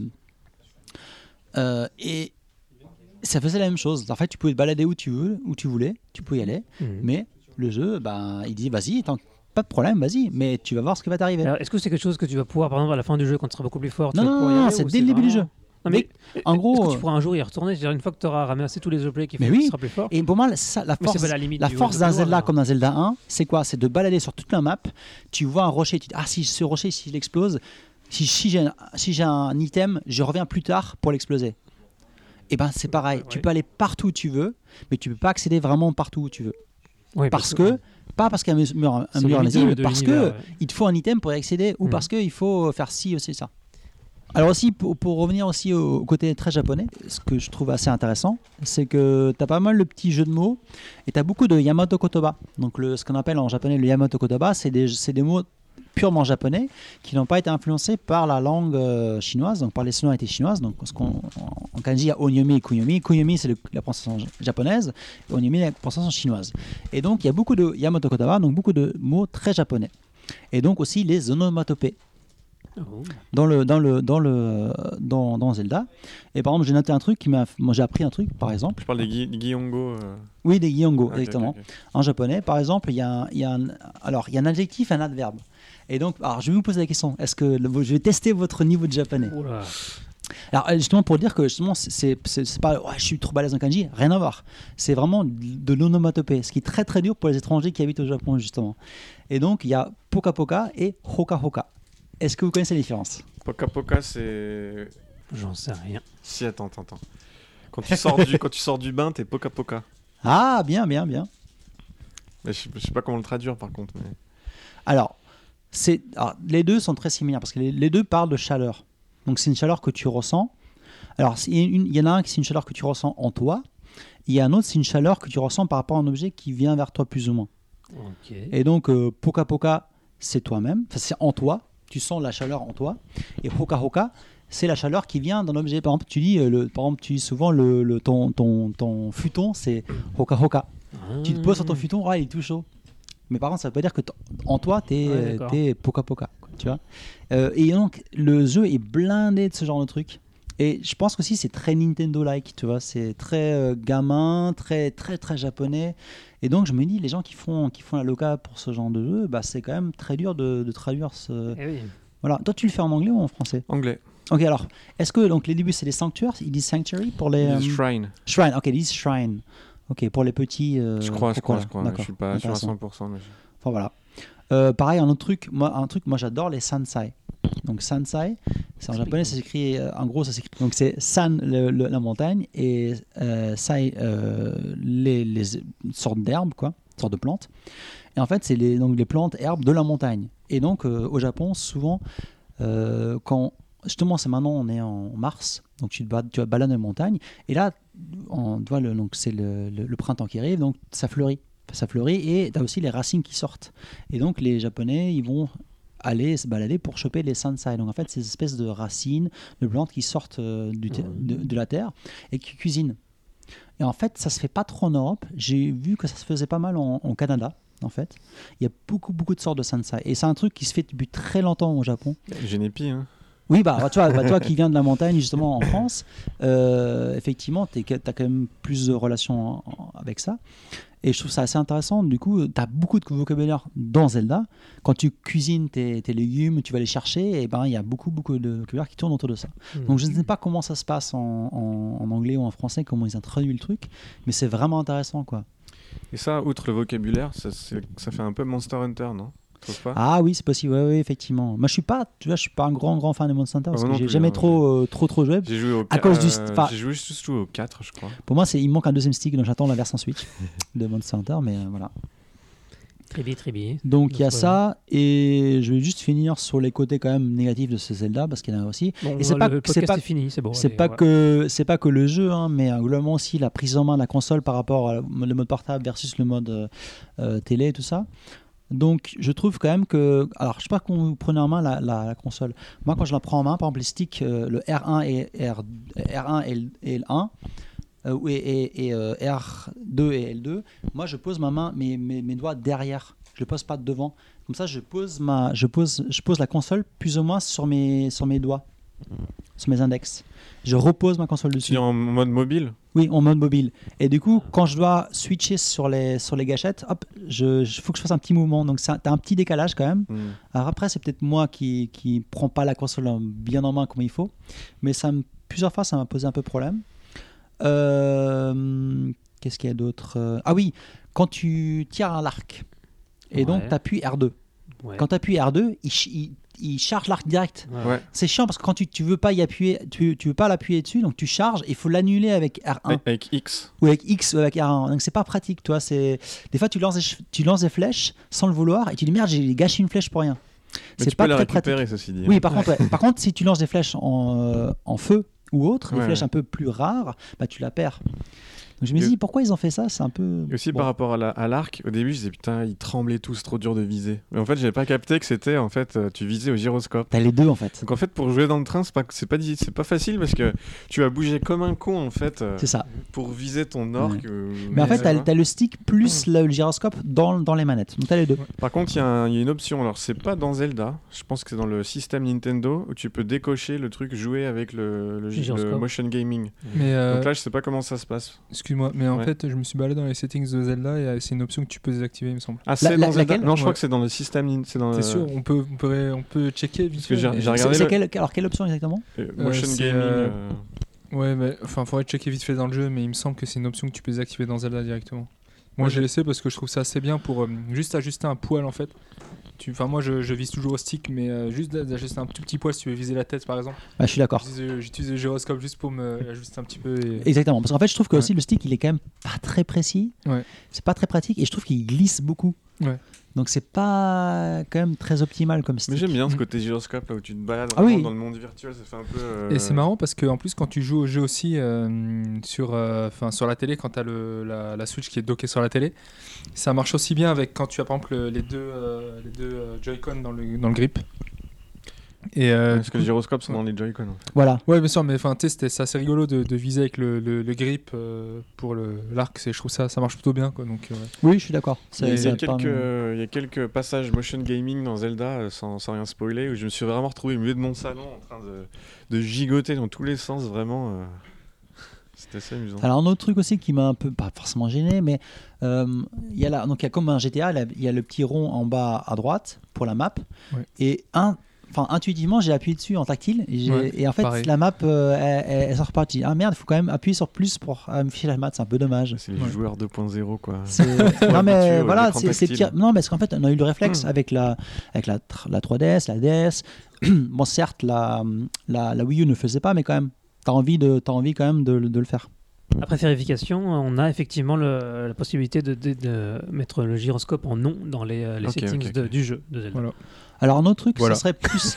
Et ça faisait la même chose. En fait, tu pouvais te balader où tu voulais, tu pouvais y aller, mais le jeu, bah, il dit vas-y, pas de problème, vas-y, mais tu vas voir ce qui va t'arriver. Alors, est-ce que c'est quelque chose que tu vas pouvoir, par exemple, à la fin du jeu, quand tu seras beaucoup plus fort, Non, c'est dès le début du jeu. Non, mais en gros, est-ce que tu pourras un jour y retourner? C'est-à-dire une fois que tu auras ramassé tous les objets qui font que tu seras plus fort. Et pour moi, la force d'un Zelda comme d'un Zelda 1, c'est quoi? C'est de balader sur toute la map. Tu vois un rocher, tu dis si ce rocher, si je l'explose, si j'ai un item, je reviens plus tard pour l'exploser. Et ben c'est pareil. Tu peux aller partout où tu veux, mais tu peux pas accéder vraiment partout où tu veux. Oui, parce que pas parce qu'il y a un mur invisible, parce que il te faut un item pour y accéder, ou parce qu'il faut faire ci aussi ça. Alors aussi, pour revenir aussi au côté très japonais, ce que je trouve assez intéressant, c'est que tu as pas mal de petits jeux de mots et tu as beaucoup de Yamato Kotoba. Donc ce qu'on appelle en japonais le Yamato Kotoba, c'est des mots purement japonais qui n'ont pas été influencés par la langue chinoise, donc par les sonorités chinoises. Donc en kanji, il y a onyomi et kunyomi. Kunyomi, c'est la prononciation japonaise, et onyomi, la prononciation chinoise. Et donc il y a beaucoup de Yamato Kotoba, donc beaucoup de mots très japonais. Et donc aussi les onomatopées. Dans Zelda. Et par exemple, j'ai noté un truc j'ai appris un truc, par exemple. Je parle des Gihongo. Oui, des Gihongo, exactement. Okay. En japonais, par exemple, il y a un adjectif et un adverbe. Et donc, alors, je vais vous poser la question, je vais tester votre niveau de japonais. Oula. Alors justement pour dire que justement c'est pas je suis trop balèze en kanji, rien à voir. C'est vraiment de l'onomatopée, ce qui est très très dur pour les étrangers qui habitent au Japon justement. Et donc il y a poka poka et hoka hoka. Est-ce que vous connaissez la différence? Poka poka, c'est... J'en sais rien. Si, attends. Quand tu sors du bain, t'es poka poka. Ah, bien. Mais je sais pas comment le traduire, par contre. Mais... Alors, les deux sont très similaires, parce que les deux parlent de chaleur. Donc, c'est une chaleur que tu ressens Alors, il y en a un qui c'est une chaleur que tu ressens en toi. Il y a un autre, c'est une chaleur que tu ressens par rapport à un objet qui vient vers toi plus ou moins. Okay. Et donc, Poka Poka, c'est toi-même. Enfin, c'est en toi. Tu sens la chaleur en toi. Et Hoka Hoka, c'est la chaleur qui vient d'un objet. Par exemple, tu dis souvent ton futon, c'est Hoka Hoka. Tu te poses sur ton futon, il est tout chaud. Mais par contre, ça veut pas dire que en toi, t'es Poka Poka. Tu vois. Et donc, le jeu est blindé de ce genre de trucs. Et je pense qu'aussi, c'est très Nintendo-like. Tu vois, c'est très gamin, très, très, très japonais. Et donc, je me dis, les gens qui font la loca pour ce genre de jeu, c'est quand même très dur de traduire ce. Oui. Voilà. Toi, tu le fais en anglais ou en français ? Anglais. Ok, alors, est-ce que donc les débuts, c'est les sanctuaires ? Ils disent sanctuary pour les. Shrine. Shrine, ok, ils disent shrine. Ok, pour les petits. Je crois. D'accord. Je suis pas sûr à 100%. Mais... Enfin, voilà. Pareil, un autre truc, moi j'adore les sansai. Donc sansai, c'est en japonais, ça s'écrit, en gros, ça s'écrit. Donc c'est san, la montagne, et sai, les sortes d'herbes, quoi, sortes de plantes. Et en fait, c'est les plantes, herbes de la montagne. Et donc, au Japon, souvent, quand. Justement, c'est maintenant, on est en mars, donc tu vas balader dans les montagnes, et là, donc c'est le printemps qui arrive, donc ça fleurit. Et tu as aussi les racines qui sortent. Et donc, les Japonais, ils vont aller se balader pour choper les sansai. Donc, en fait, c'est ces espèces de racines, de plantes qui sortent de la terre et qui cuisinent. Et en fait, ça se fait pas trop en Europe. J'ai vu que ça se faisait pas mal en Canada. En fait, il y a beaucoup de sortes de sansai. Et c'est un truc qui se fait depuis très longtemps au Japon. Genépi, hein. Oui, toi qui viens de la montagne, justement, en France, effectivement, tu as quand même plus de relations avec ça. Et je trouve ça assez intéressant. Du coup, tu as beaucoup de vocabulaire dans Zelda. Quand tu cuisines tes légumes, tu vas les chercher, et il y a beaucoup de vocabulaire qui tourne autour de ça. Donc, je ne sais pas comment ça se passe en anglais ou en français, comment ils introduisent le truc, mais c'est vraiment intéressant, quoi. Et ça, outre le vocabulaire, ça fait un peu Monster Hunter, non ? Ah oui, c'est possible, oui, effectivement. Moi, je suis pas un grand fan de Monster Hunter parce que j'ai jamais trop joué. J'ai joué j'ai joué surtout au 4, je crois. Pour moi, il manque un deuxième stick, donc j'attends la version Switch de Monster Hunter, mais voilà. Très bien. Donc il y a ça, et je vais juste finir sur les côtés quand même négatifs de ce Zelda parce qu'il y en a aussi. Bon, et le podcast est fini, c'est bon. C'est pas que le jeu, hein, mais globalement aussi la prise en main de la console par rapport au mode portable versus le mode télé et tout ça. Donc, je trouve quand même que... Alors, je ne sais pas quand vous prenez en main la console. Moi, quand je la prends en main, par exemple, les sticks, le R1 et le 1, et R2 et L2, moi, je pose mes doigts derrière. Je ne les pose pas devant. Comme ça, je pose la console plus ou moins sur mes doigts, sur mes index. Je repose ma console dessus. Tu es en mode mobile ? Oui, en mode mobile. Et du coup, quand je dois switcher sur les gâchettes, hop, faut que je fasse un petit mouvement. Donc, t'as un petit décalage quand même. Alors après, c'est peut-être moi qui prends pas la console bien en main comme il faut. Mais plusieurs fois, ça m'a posé un peu problème. Qu'est-ce qu'il y a d'autre ? Ah quand tu tires à l'arc, et donc tu appuies R2. Ouais. Quand tu appuies R2, il charge l'arc direct. Ouais. C'est chiant parce que quand tu veux pas y appuyer, tu veux pas l'appuyer dessus, donc tu charges et il faut l'annuler avec R1. Avec X. Ou avec X ou avec R1. Donc c'est pas pratique, toi. Des fois tu lances des flèches sans le vouloir et tu dis merde, j'ai gâché une flèche pour rien. Mais c'est tu pas peux la très récupérer, pratique. ceci dit. Oui, par contre, si tu lances des flèches en feu ou autre, des flèches un peu plus rares, tu la perds. Donc je me dis pourquoi ils ont fait ça, c'est un peu. Et aussi par rapport à l'arc, au début je disais putain ils tremblaient tous, c'est trop dur de viser. Mais en fait j'avais pas capté que c'était tu visais au gyroscope. T'as les deux en fait. Donc en fait pour jouer dans le train c'est pas facile parce que tu vas bouger comme un con en fait. C'est ça. Pour viser ton orque. Mais en fait t'as le stick plus le gyroscope dans les manettes. Donc t'as les deux. Par contre il y a une option, alors c'est pas dans Zelda, je pense que c'est dans le système Nintendo où tu peux décocher le truc jouer avec le motion gaming. Mais donc là je sais pas comment ça se passe. Excuse-moi, mais en fait je me suis baladé dans les settings de Zelda et c'est une option que tu peux désactiver il me semble. Ah c'est dans Zelda ? Non je crois que c'est dans le système. T'es sûr, on peut checker vite fait. J'ai regardé alors quelle option exactement ? Motion gaming. Ouais mais faudrait checker vite fait dans le jeu, mais il me semble que c'est une option que tu peux désactiver dans Zelda directement. Moi j'ai laissé parce que je trouve ça assez bien pour juste ajuster un poil en fait. Moi je vise toujours au stick, mais juste d'ajuster un tout petit poil si tu veux viser la tête par exemple. Je suis d'accord. J'utilise le gyroscope juste pour me ajuster un petit peu. Exactement, parce qu'en fait je trouve que aussi le stick il est quand même pas très précis. Ouais. C'est pas très pratique et je trouve qu'il glisse beaucoup. Ouais. Donc c'est pas quand même très optimal comme stick. Mais j'aime bien ce côté gyroscope là où tu te balades Ah oui. dans le monde virtuel, ça fait un peu. Et c'est marrant parce que en plus quand tu joues au jeu aussi sur la télé, quand tu as la Switch qui est dockée sur la télé, ça marche aussi bien avec quand tu as par exemple les deux Joy-Con dans le grip. Et parce que les gyroscopes sont dans les Joy-Con. En fait. Voilà. Ouais, bien sûr, mais c'est assez rigolo de viser avec le grip pour l'arc. Je trouve ça marche plutôt bien, quoi. Donc, Oui, je suis d'accord. Il y a quelques passages motion gaming dans Zelda, sans rien spoiler, où je me suis vraiment retrouvé au milieu de mon salon en train de gigoter dans tous les sens, vraiment. C'était assez amusant. Alors un autre truc aussi qui m'a un peu, pas forcément gêné, mais il y a comme un GTA, il y a le petit rond en bas à droite pour la map, ouais. Et intuitivement, j'ai appuyé dessus en tactile et en fait, pareil. la map, elle sort repartie. Ah merde, il faut quand même appuyer sur plus pour afficher la map, c'est un peu dommage. C'est les joueurs 2.0 quoi. Non mais voilà, c'est c'est pire. Non, parce qu'en fait, on a eu le réflexe avec la 3DS, la DS. Bon, certes, la Wii U ne faisait pas, mais quand même, t'as envie quand même de le faire. Après vérification, on a effectivement la possibilité de mettre le gyroscope en non dans les settings du jeu de Zelda. Voilà. Alors un autre truc, Voilà. ce serait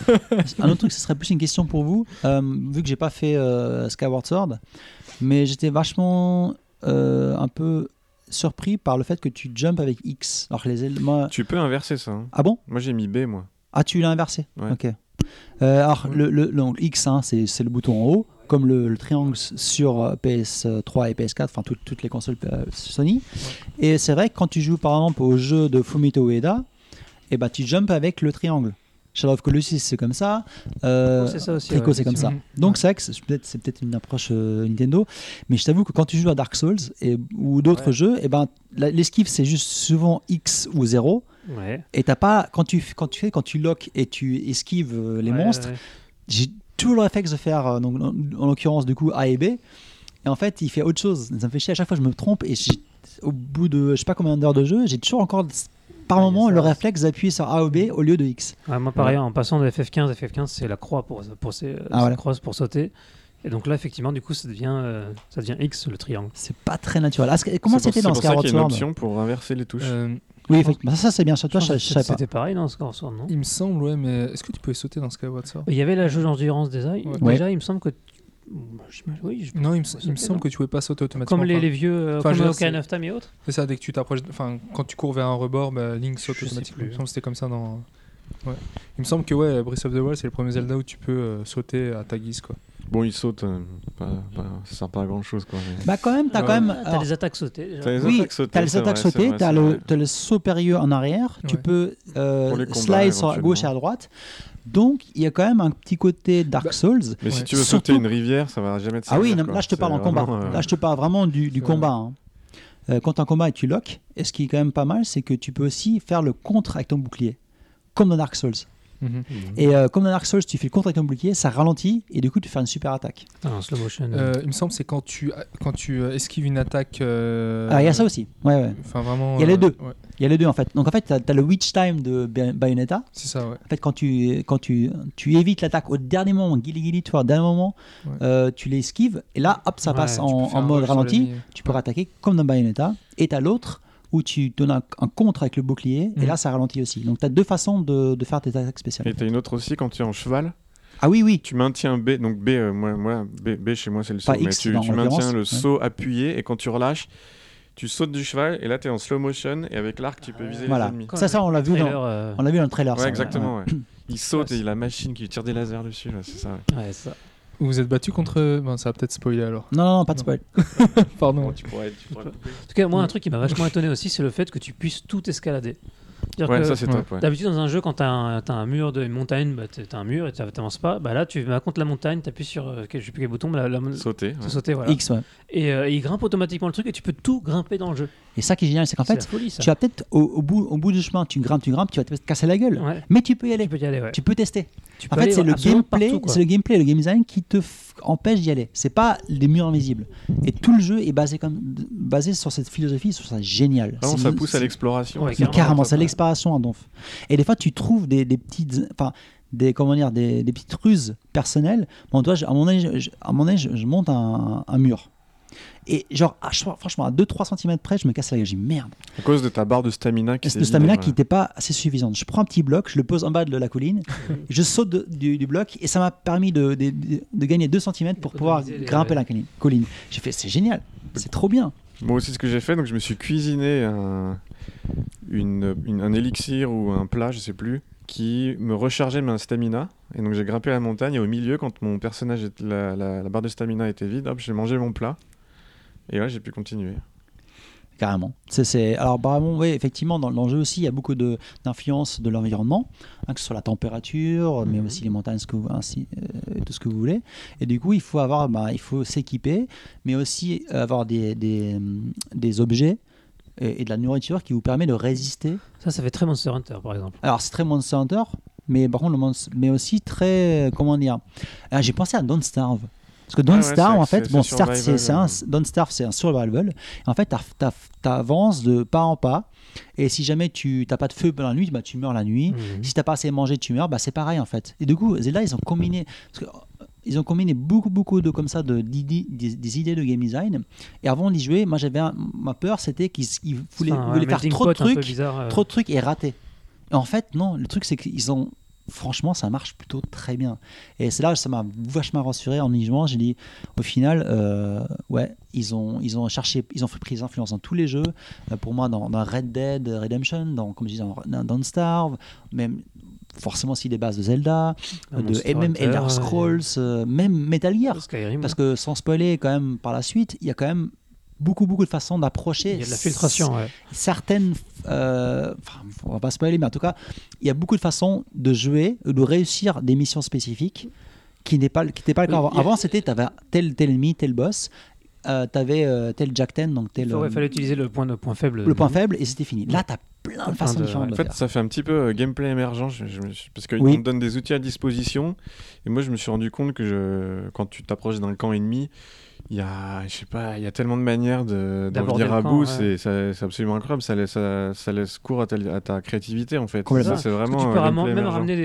plus une question pour vous, vu que j'ai pas fait Skyward Sword, mais j'étais vachement un peu surpris par le fait que tu jumps avec X. Alors moi... Tu peux inverser ça. Hein. Ah bon ? Moi j'ai mis B moi. Ah, tu l'as inversé ? Ouais. Ok. Alors le X, hein, c'est le bouton en haut, comme le triangle sur PS3 et PS4, enfin toutes les consoles Sony. Ouais. Et c'est vrai que quand tu joues par exemple au jeu de Fumito Ueda, et bah tu jumps avec le triangle. Shadow of Colossus c'est comme ça, c'est ça aussi, Trico c'est comme ça. Donc c'est vrai que c'est peut-être une approche Nintendo, mais je t'avoue que quand tu joues à Dark Souls ou d'autres jeux, et ben l'esquive c'est juste souvent X ou 0. Ouais. Et t'as pas quand tu lock et tu esquives les monstres, j'ai toujours le réflexe de faire donc en l'occurrence du coup A et B, et en fait il fait autre chose. Ça me fait chier à chaque fois, je me trompe et au bout de je sais pas combien d'heures de jeu, j'ai toujours encore par moment le réflexe d'appuyer sur A ou B au lieu de X. Ouais, moi pareil, en passant de FF15 c'est la croix pour sauter. Et donc là, effectivement, du coup, ça devient X, le triangle. C'est pas très naturel. Comment c'était dans Skyward Sword ? C'est pour ça qu'il y a une option pour inverser les touches. Oui, effectivement. Ça, c'est bien. Sur toi, je savais pas. C'était pareil dans Skyward Sword, non ? Il me semble, ouais, mais est-ce que tu pouvais sauter dans Skyward Sword ? Il y avait la jauge d'endurance design. Ouais. Déjà, il me semble que... Non, il me semble que tu pouvais pas sauter automatiquement. Comme les vieux, comme Ocarina of Time et autres. C'est ça, dès que tu t'approches, quand tu cours vers un rebord, Link saute automatiquement. Il me semble que c'était comme ça dans... Ouais. Il me semble que Breath of the Wild c'est le premier Zelda où tu peux sauter à ta guise quoi. Bon, il saute, ça sert pas à grand chose quoi. Mais... Bah quand même, t'as les attaques sautées. Déjà. T'as les attaques sautées, t'as le saut périlleux en arrière, tu peux slide sur à gauche et à droite. Donc il y a quand même un petit côté Dark Souls. Mais si tu veux sauter une rivière, ça va jamais te servir. Ah oui, non, là je te parle en combat. Là je te parle vraiment du combat. Hein. Quand t'es en combat et tu lock, et ce qui est quand même pas mal, c'est que tu peux aussi faire le contre avec ton bouclier, comme dans Dark Souls. Et comme dans Dark Souls, tu fais le contre avec ton bouclier, ça ralentit et du coup tu fais une super attaque. En slow motion. Il me semble que c'est quand tu esquives une attaque. Ah, il y a ça aussi. Ouais. Enfin vraiment. Il y a les deux. Ouais. Il y a les deux en fait. Donc en fait, t'as le Witch Time de Bayonetta. C'est ça, ouais. En fait, quand tu évites l'attaque au dernier moment, guili, tu vois, au dernier moment, tu l'esquives et là, hop, ça passe en mode ralenti. Tu peux rattaquer comme dans Bayonetta. Et t'as l'autre où tu donnes un contre avec le bouclier et là ça ralentit aussi. Donc tu as deux façons de faire tes attaques spéciales. Et tu as une autre aussi quand tu es en cheval. Ah oui. Tu maintiens B, donc B, B chez moi c'est le saut, mais tu maintiens le saut appuyé et quand tu relâches, tu sautes du cheval et là tu es en slow motion et avec l'arc tu peux viser les ennemis. Ça on l'a vu dans le trailer. Ouais, exactement. Ouais. Il saute et il a la machine qui tire des lasers dessus, là, c'est ça. Ouais, ça. Vous vous êtes battu contre... ça va peut-être spoiler alors. Non, pas de spoil. Pardon. Tu pourrais... En tout cas, moi, un truc qui m'a vachement étonné aussi, c'est le fait que tu puisses tout escalader. Ouais, ça c'est top. Ouais. D'habitude, dans un jeu, quand t'as un mur de montagne, t'as un mur et t'avances pas. Là, tu vas contre la montagne, t'appuies sur je sais plus quel bouton, sauter. Sauter, voilà. X, ouais. Et il grimpe automatiquement le truc et tu peux tout grimper dans le jeu. Et ça qui est génial, c'est qu'en fait, tu vas peut-être au bout du chemin, tu grimpes, tu vas te casser la gueule. Ouais. Mais tu peux y aller. Tu peux tester. En fait, c'est le gameplay, le game design qui te empêche d'y aller. C'est pas les murs invisibles. Et tout le jeu est basé sur cette philosophie, sur ça génial. Vraiment, ça pousse à l'exploration. Ouais, carrément, c'est l'exploration à donf. Et des fois, tu trouves des petites, des petites ruses personnelles. Bon, toi, à mon âge, je monte un mur. Et genre, franchement, à 2-3 cm près, je me casse la gueule. Je dis merde. À cause de ta barre de stamina qui n'était pas assez suffisante. Je prends un petit bloc, je le pose en bas de la colline, je saute du bloc et ça m'a permis de gagner 2 cm pour pouvoir grimper la colline. J'ai fait, c'est génial, c'est trop bien. Moi aussi, ce que j'ai fait, donc je me suis cuisiné un élixir ou un plat, je sais plus, qui me rechargeait ma stamina. Et donc j'ai grimpé la montagne et au milieu, quand mon personnage, la barre de stamina était vide, hop, j'ai mangé mon plat. Et là, j'ai pu continuer. Carrément. Alors, apparemment, oui, effectivement, dans le jeu aussi, il y a beaucoup d'influence de l'environnement, que ce soit la température, mais aussi les montagnes, tout ce que vous voulez. Et du coup, il faut s'équiper, mais aussi avoir des objets et de la nourriture qui vous permet de résister. Ça fait très Monster Hunter, par exemple. Alors, c'est très Monster Hunter, mais par contre, mais aussi très, comment dire, j'ai pensé à Don't Starve. Parce que Don't Starve, en fait, Don't Starve, c'est un survival. Et en fait, t'avances de pas en pas. Et si jamais tu n'as pas de feu pendant la nuit, bah, tu meurs la nuit. Si t'as pas assez mangé, tu meurs. Bah, c'est pareil, en fait. Et du coup, Zelda, ils ont combiné beaucoup de comme ça des idées de game design. Et avant d'y jouer, moi, ma peur, c'était qu'ils voulaient faire trop de trucs et rater. Et en fait, non. Le truc, c'est qu'ils ont franchement, ça marche plutôt très bien. Et c'est là que ça m'a vachement rassuré en y jouant. J'ai dit, au final, ils ont fait prise d'influence dans tous les jeux. Pour moi, dans Red Dead Redemption, comme je disais, dans Don't Starve, même forcément aussi des bases de Zelda, même Elder Scrolls, même Metal Gear. Skyrim, parce que sans spoiler, quand même, par la suite, il y a quand même beaucoup de façons d'approcher. Il y a de la filtration, certaines, on va pas spoiler, mais en tout cas, il y a beaucoup de façons de jouer, de réussir des missions spécifiques qui n'étaient pas le cas avant. Avant, c'était t'avais tel ennemi, tel boss, t'avais tel Jack 10, donc tel. Il fallait utiliser le point faible. Le point faible et c'était fini. Là, t'as plein de façons différentes de faire. En fait, ça fait un petit peu gameplay émergent, parce qu'on te donne des outils à disposition. Et moi, je me suis rendu compte que quand tu t'approches d'un camp ennemi, il y a tellement de manières d'en venir à bout, c'est absolument incroyable, ça laisse cours à ta créativité en fait. Ça, c'est vraiment tu peux même ramener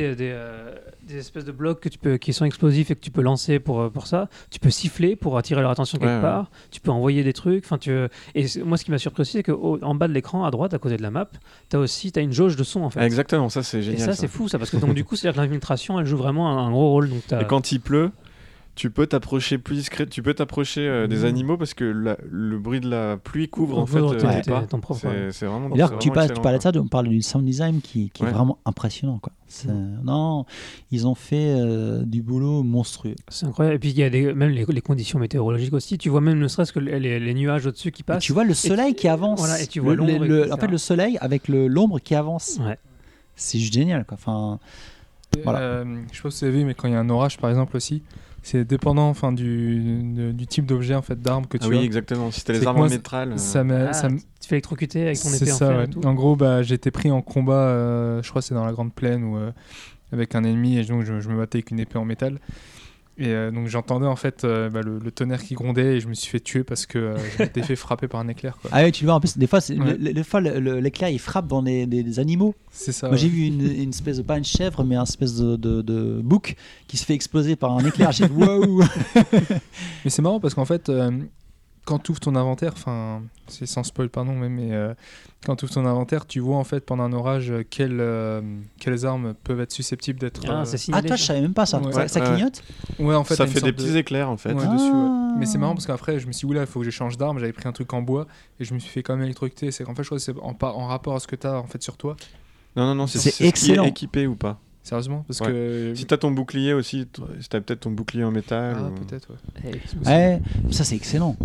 des espèces de blocs qui sont explosifs et que tu peux lancer pour ça. Tu peux siffler pour attirer leur attention quelque part. Tu peux envoyer des trucs. Et moi, ce qui m'a surpris aussi, c'est qu'en bas de l'écran, à droite, à côté de la map, t'as une jauge de son en fait. Exactement, ça c'est génial. Et ça, c'est fou, ça, parce que donc du coup, c'est-à-dire que l'infiltration, elle joue vraiment un gros rôle. Donc, et quand il pleut, tu peux t'approcher plus discret, tu peux t'approcher des animaux parce que le bruit de la pluie couvre en fait tes pas. C'est vraiment. D'ailleurs, tu parlais de ça, on parle du sound design qui est vraiment impressionnant, quoi. Non, ils ont fait du boulot monstrueux. C'est incroyable. Et puis il y a même les conditions météorologiques aussi. Tu vois même ne serait-ce que les nuages au-dessus qui passent. Et tu vois le soleil qui avance. Voilà, et tu vois l'ombre. En fait, le soleil avec l'ombre qui avance. Ouais. C'est juste génial, quoi. Enfin, voilà. Je sais pas si vous avez vu, mais quand il y a un orage, par exemple aussi. C'est dépendant du type d'objet en fait d'arme que tu as. Oui, exactement. Si t'as les armes en métal, tu te fais électrocuter avec ton épée en fer. En gros, j'ai été pris en combat. Je crois que c'est dans la Grande Plaine ou avec un ennemi et donc je me battais avec une épée en métal. Et donc j'entendais en fait le tonnerre qui grondait et je me suis fait tuer parce que j'étais fait frapper par un éclair, quoi. Ah oui, tu vois, en plus des fois l'éclair il frappe dans des animaux. C'est ça. Moi j'ai vu une espèce de, pas une chèvre mais un espèce de bouc qui se fait exploser par un éclair. J'ai dit waouh. Mais c'est marrant parce qu'en fait quand tu ouvres ton inventaire, enfin c'est sans spoil pardon mais quand tu ouvres ton inventaire, tu vois en fait pendant un orage quelles armes peuvent être susceptibles d'être. C'est signalé. Toi je savais même pas ça. Ouais. Ça clignote. Ouais, en fait ça fait des petits éclairs en fait. Ouais, dessus, ouais. Mais c'est marrant parce qu'après je me suis dit il faut que je change d'arme. J'avais pris un truc en bois et je me suis fait quand même électrocuter. C'est qu'en fait je crois que c'est en rapport à ce que tu as en fait sur toi. Non, c'est excellent. Ce qui est équipé ou pas. Sérieusement, parce que si t'as ton bouclier aussi, si t'as peut-être ton bouclier en métal. Peut-être. Ouais, ça c'est excellent.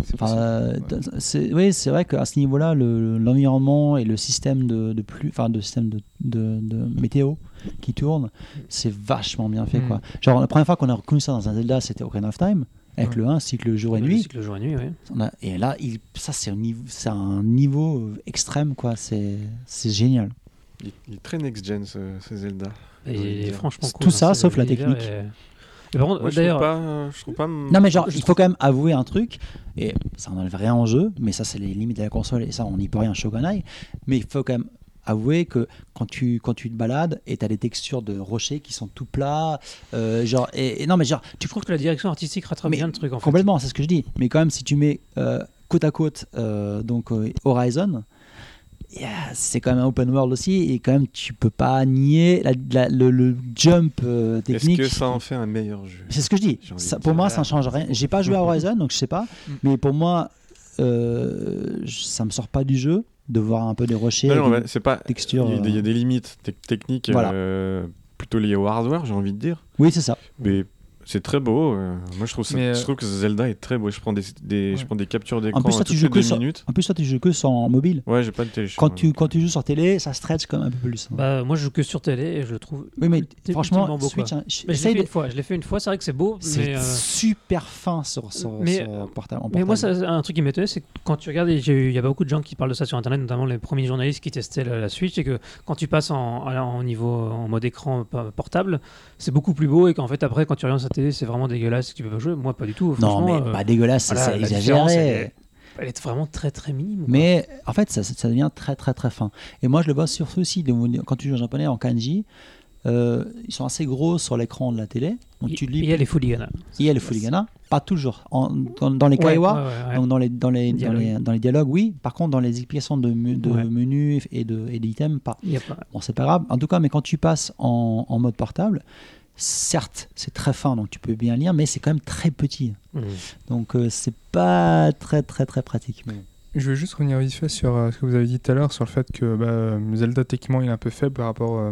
C'est vrai qu'à ce niveau-là, l'environnement et le système de météo qui tourne, c'est vachement bien fait, quoi. Genre la première fois qu'on a reconnu ça dans un Zelda, c'était Ocarina of Time. Avec le 1, cycle jour et nuit. Cycle jour et nuit, oui. Et là, ça c'est un niveau extrême, quoi. C'est génial. Il est très next-gen ce Zelda. Et franchement cool, tout ça sauf la technique. Et par contre, d'ailleurs, je trouve pas. Non mais genre, il faut quand même avouer un truc, et ça n'enlève rien en jeu, mais ça c'est les limites de la console et ça on n'y peut rien, Shogunai. Mais il faut quand même avouer que quand tu te balades et tu as des textures de rochers qui sont tout plats, non mais genre tu trouves que la direction artistique rattrape bien le truc en fait. Complètement, c'est ce que je dis. Mais quand même, si tu mets côte à côte Horizon, c'est quand même un open world aussi, et quand même tu peux pas nier le jump technique. Est-ce que ça en fait un meilleur jeu? C'est ce que je dis. Pour moi, ça ne change rien. J'ai pas joué à Horizon, donc je sais pas. Mais pour moi, ça me sort pas du jeu de voir un peu des rochers, c'est pas textures. Il y a des limites techniques plutôt liées au hardware, j'ai envie de dire. Oui, c'est ça. Mais c'est très beau. Moi, je trouve que Zelda est très beau. Je prends des captures d'écran toutes les 2 minutes. En plus, toi, tu joues que sur mobile. Ouais, j'ai pas de télé. Quand tu joues sur télé, ça stretch quand même un peu plus. Bah, moi, je joue que sur télé et je le trouve. Oui, mais franchement, beau, Switch, je l'ai fait une fois. C'est vrai que c'est beau. C'est super fin sur portable. Mais moi, un truc qui m'étonnait, c'est que quand tu regardes, il y a beaucoup de gens qui parlent de ça sur Internet, notamment les premiers journalistes qui testaient la Switch, et que quand tu passes en mode écran portable, c'est beaucoup plus beau, et qu'en fait, après, quand tu regardes sa télé, c'est vraiment dégueulasse. Tu peux pas jouer, moi pas du tout. Non, mais pas dégueulasse, c'est exagéré. Elle est vraiment très très minime. Mais en fait, ça devient très très très fin. Et moi, je le vois surtout aussi quand tu joues en japonais en kanji. Ils sont assez gros sur l'écran de la télé. Donc il y a les fooligana. Il y a les fooligana, pas toujours. Dans les kaiwa, donc dans les dialogues, oui. Par contre, dans les explications de menus et d'items, pas. Bon, c'est pas grave. En tout cas, mais quand tu passes en mode portable, certes, c'est très fin, donc tu peux bien lire, mais c'est quand même très petit. Donc c'est pas très très très pratique. Mais... Je veux juste revenir vite fait sur ce que vous avez dit tout à l'heure, sur le fait que Zelda techniquement il est un peu faible par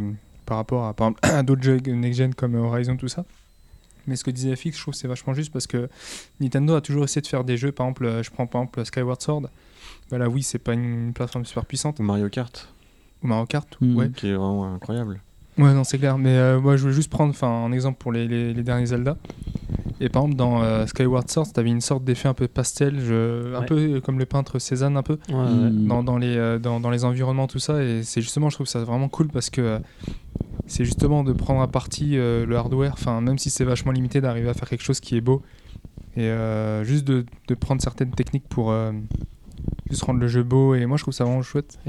rapport à d'autres jeux next-gen comme Horizon, tout ça. Mais ce que disait FX, je trouve que c'est vachement juste, parce que Nintendo a toujours essayé de faire des jeux, par exemple, je prends par exemple Skyward Sword. La Wii, c'est pas une plateforme super puissante. Ou Mario Kart. Ouais. Qui est vraiment incroyable. Ouais, non, c'est clair. Mais moi, je voulais juste prendre un exemple pour les derniers Zelda. Et par exemple, dans Skyward Sword, t'avais une sorte d'effet un peu pastel, un peu comme le peintre Cézanne, un peu, dans les environnements, tout ça. Et c'est justement, je trouve ça vraiment cool, parce que c'est justement de prendre à partie le hardware, même si c'est vachement limité, d'arriver à faire quelque chose qui est beau. Et juste de prendre certaines techniques pour juste rendre le jeu beau. Et moi, je trouve ça vraiment chouette.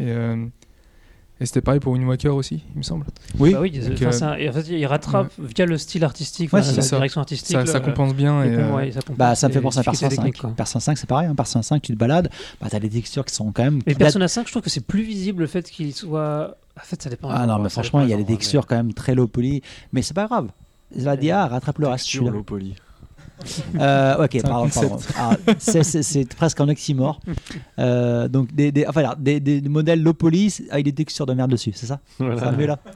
Et c'était pareil pour Wind Waker aussi, il me semble. Oui, en fait, il rattrape via le style artistique, la direction artistique. Ça compense bien. Ça me fait penser à Persona 5. Persona 5, c'est pareil. Persona 5, tu te balades, tu as des textures qui sont quand même. Mais Persona 5, je trouve que c'est plus visible le fait qu'il soit. En fait, ça dépend. Ah non, mais franchement, il y a des textures quand même très low poly. Mais c'est pas grave. La DA rattrape le reste. Texture low poly. Ok, pardon. C'est presque un oxymore. Donc des modèles low poly avec des textures de merde dessus, c'est ça? Ça met là.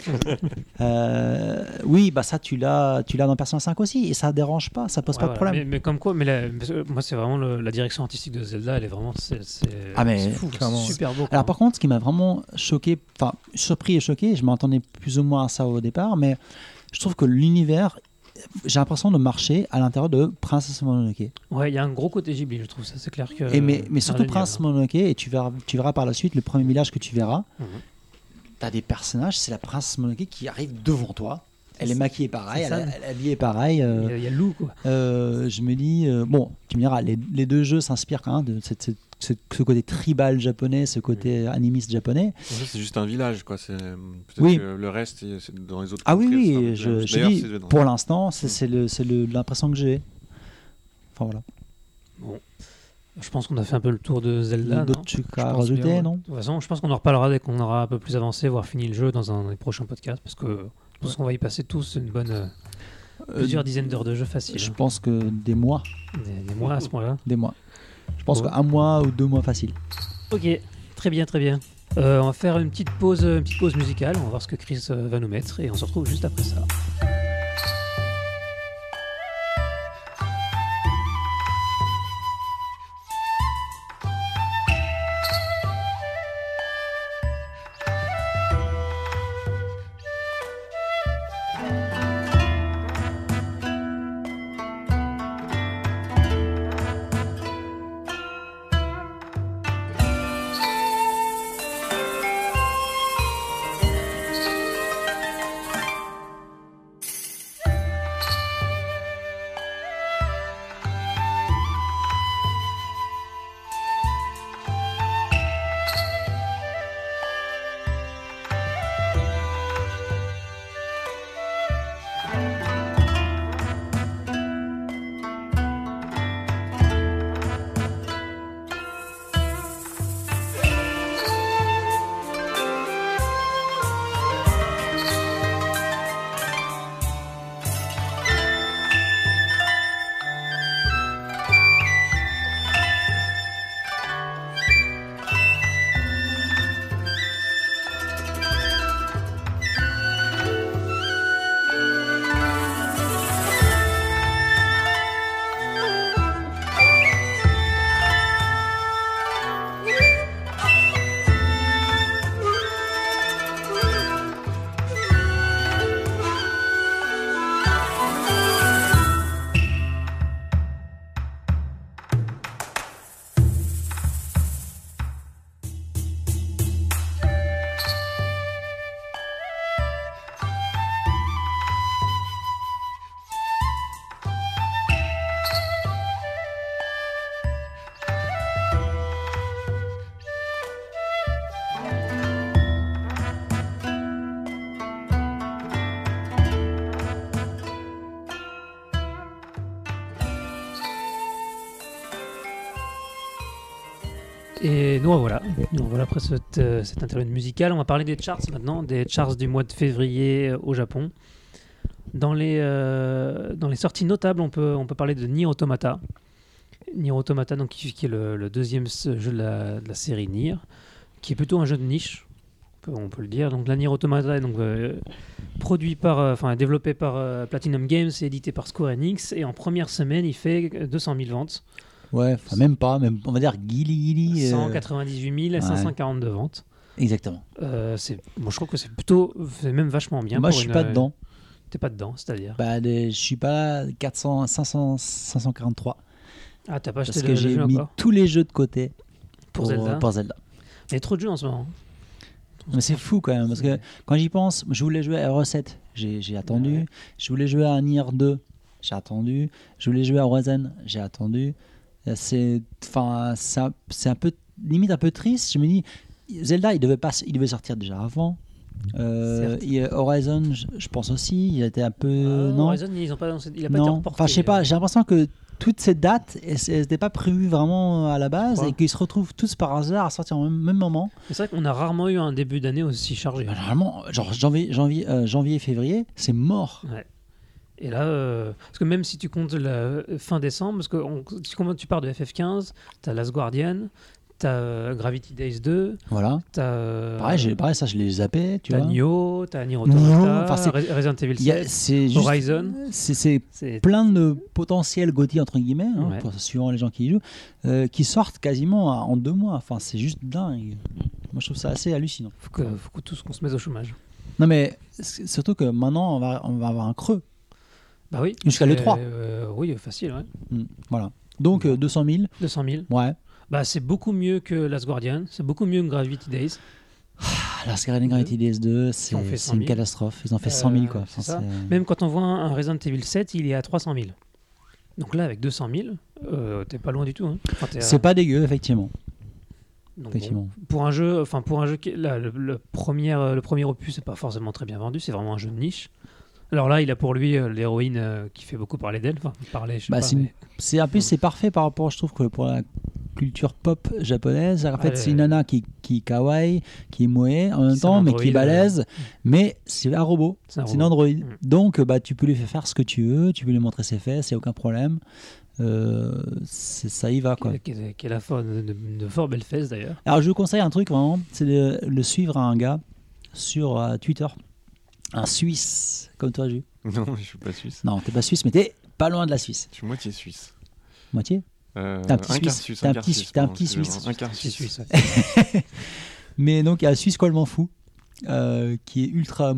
Oui, ça tu l'as dans Persona 5 aussi, et ça dérange pas, ça pose pas de problème. Mais comme quoi, moi c'est vraiment la direction artistique de Zelda, elle est vraiment c'est fou, super beau. Alors par contre, ce qui m'a vraiment surpris et choqué, je m'attendais plus ou moins à ça au départ, mais je trouve que l'univers, j'ai l'impression de marcher à l'intérieur de Princess Mononoke. Ouais, il y a un gros côté Ghibli, je trouve ça, c'est clair que. Mais surtout Princess Mononoke, et tu verras par la suite le premier village que tu verras. T'as des personnages, c'est la Princess Mononoke qui arrive devant toi. Elle est maquillée pareil, elle est habillée pareil. Il y a le loup, quoi. Je me dis, tu me diras, les deux jeux s'inspirent quand même de ce côté tribal japonais, ce côté animiste japonais. C'est juste un village, quoi. Peut-être que le reste, c'est dans les autres. Ah oui, je dis, pour l'instant, c'est l'impression que j'ai. Enfin voilà. Bon. Je pense qu'on a fait un peu le tour de Zelda. D'autres trucs à rajouter, non? De toute façon, je pense qu'on en reparlera dès qu'on aura un peu plus avancé, voire fini le jeu dans un des prochains podcasts, parce qu'on va y passer tous une bonne plusieurs dizaines d'heures de jeu facile. Je pense que des mois. Des mois à ce point-là. Des mois. Je pense qu'un mois ou 2 mois facile. Ok, très bien, très bien. On va faire une petite pause musicale. On va voir ce que Chris va nous mettre et on se retrouve juste après ça. Et nous voilà après cette interlude musicale. On va parler des charts maintenant, des charts du mois de février au Japon. Dans les sorties notables, on peut parler de Nier Automata. Nier Automata, donc, qui est le deuxième jeu de la série Nier, qui est plutôt un jeu de niche, on peut le dire. Donc, la Nier Automata est donc, développé par Platinum Games et édité par Square Enix. Et en première semaine, il fait 200 000 ventes. Ouais, même on va dire guili. 198 000 et 542 ventes. Exactement. Je trouve que c'est même vachement bien. Moi, je suis pas dedans. T'es pas dedans, c'est-à-dire je suis pas là, 543. Ah, t'as pas acheté parce que j'ai mis tous les jeux de côté pour Zelda. Il y a trop de jeux en ce moment. Mais c'est fou quand même, parce que quand j'y pense, je voulais jouer à R7, j'ai attendu. Ouais. Je voulais jouer à Nier 2, j'ai attendu. Je voulais jouer à Horizon, j'ai attendu. C'est un peu limite un peu triste. Je me dis, Zelda, il devait sortir déjà avant. Horizon, je pense aussi, il était un peu non. Horizon, il a pas été reporté. Enfin, je sais pas. J'ai l'impression que toutes ces dates, elles n'étaient pas prévues vraiment à la base et qu'ils se retrouvent tous par hasard à sortir au même moment. C'est vrai qu'on a rarement eu un début d'année aussi chargé. Normalement, genre janvier, février, c'est mort. Ouais. Et là, parce que même si tu comptes la fin décembre, parce que tu pars de FF15, t'as Last Guardian, t'as Gravity Days 2, voilà. Pareil, ça je l'ai zappé, tu vois. T'as Nier Automata, Resident Evil 7, Horizon. C'est plein de potentiels GOTY entre guillemets, suivant les gens qui y jouent, qui sortent quasiment en 2 mois. Enfin, c'est juste dingue. Moi, je trouve ça assez hallucinant. Faut que tous qu'on se mette au chômage. Non, mais surtout que maintenant, on va avoir un creux. Bah oui. Jusqu'à l'E3. Oui, facile, ouais. Voilà. Donc 200 000. 200 000. Ouais. Bah, c'est beaucoup mieux que Last Guardian, c'est beaucoup mieux que Gravity Days. Last Guardian et Gravity Days 2, c'est une catastrophe. Ils ont fait 100 000, quoi. Enfin, même quand on voit un Resident Evil 7, il est à 300 000. Donc là, avec 200 000, t'es pas loin du tout. Hein. C'est pas dégueu, effectivement. Donc, effectivement. Bon, pour un jeu là, le premier opus, c'est pas forcément très bien vendu, c'est vraiment un jeu de niche. Alors là, il a pour lui l'héroïne qui fait beaucoup parler d'elle. Enfin, en plus, c'est parfait par rapport, je trouve, que pour la culture pop japonaise. En fait, c'est une nana qui est kawaii, qui est moe en même temps, mais qui est balèze. Mais c'est un robot, c'est une android. Donc, tu peux lui faire ce que tu veux, tu peux lui montrer ses fesses, il n'y a aucun problème. Ça y va, quoi. Qui a la forme de fort belles fesses, d'ailleurs. Alors, je vous conseille un truc, vraiment, c'est de le suivre à un gars sur Twitter. Un Suisse, comme toi, Jules. Non, je suis pas suisse. Non, t'es pas suisse, mais t'es pas loin de la Suisse. Je suis moitié suisse. Moitié T'es un petit Suisse. Un quart suisse. Mais donc, il y a un Suisse complètement fou, qui est ultra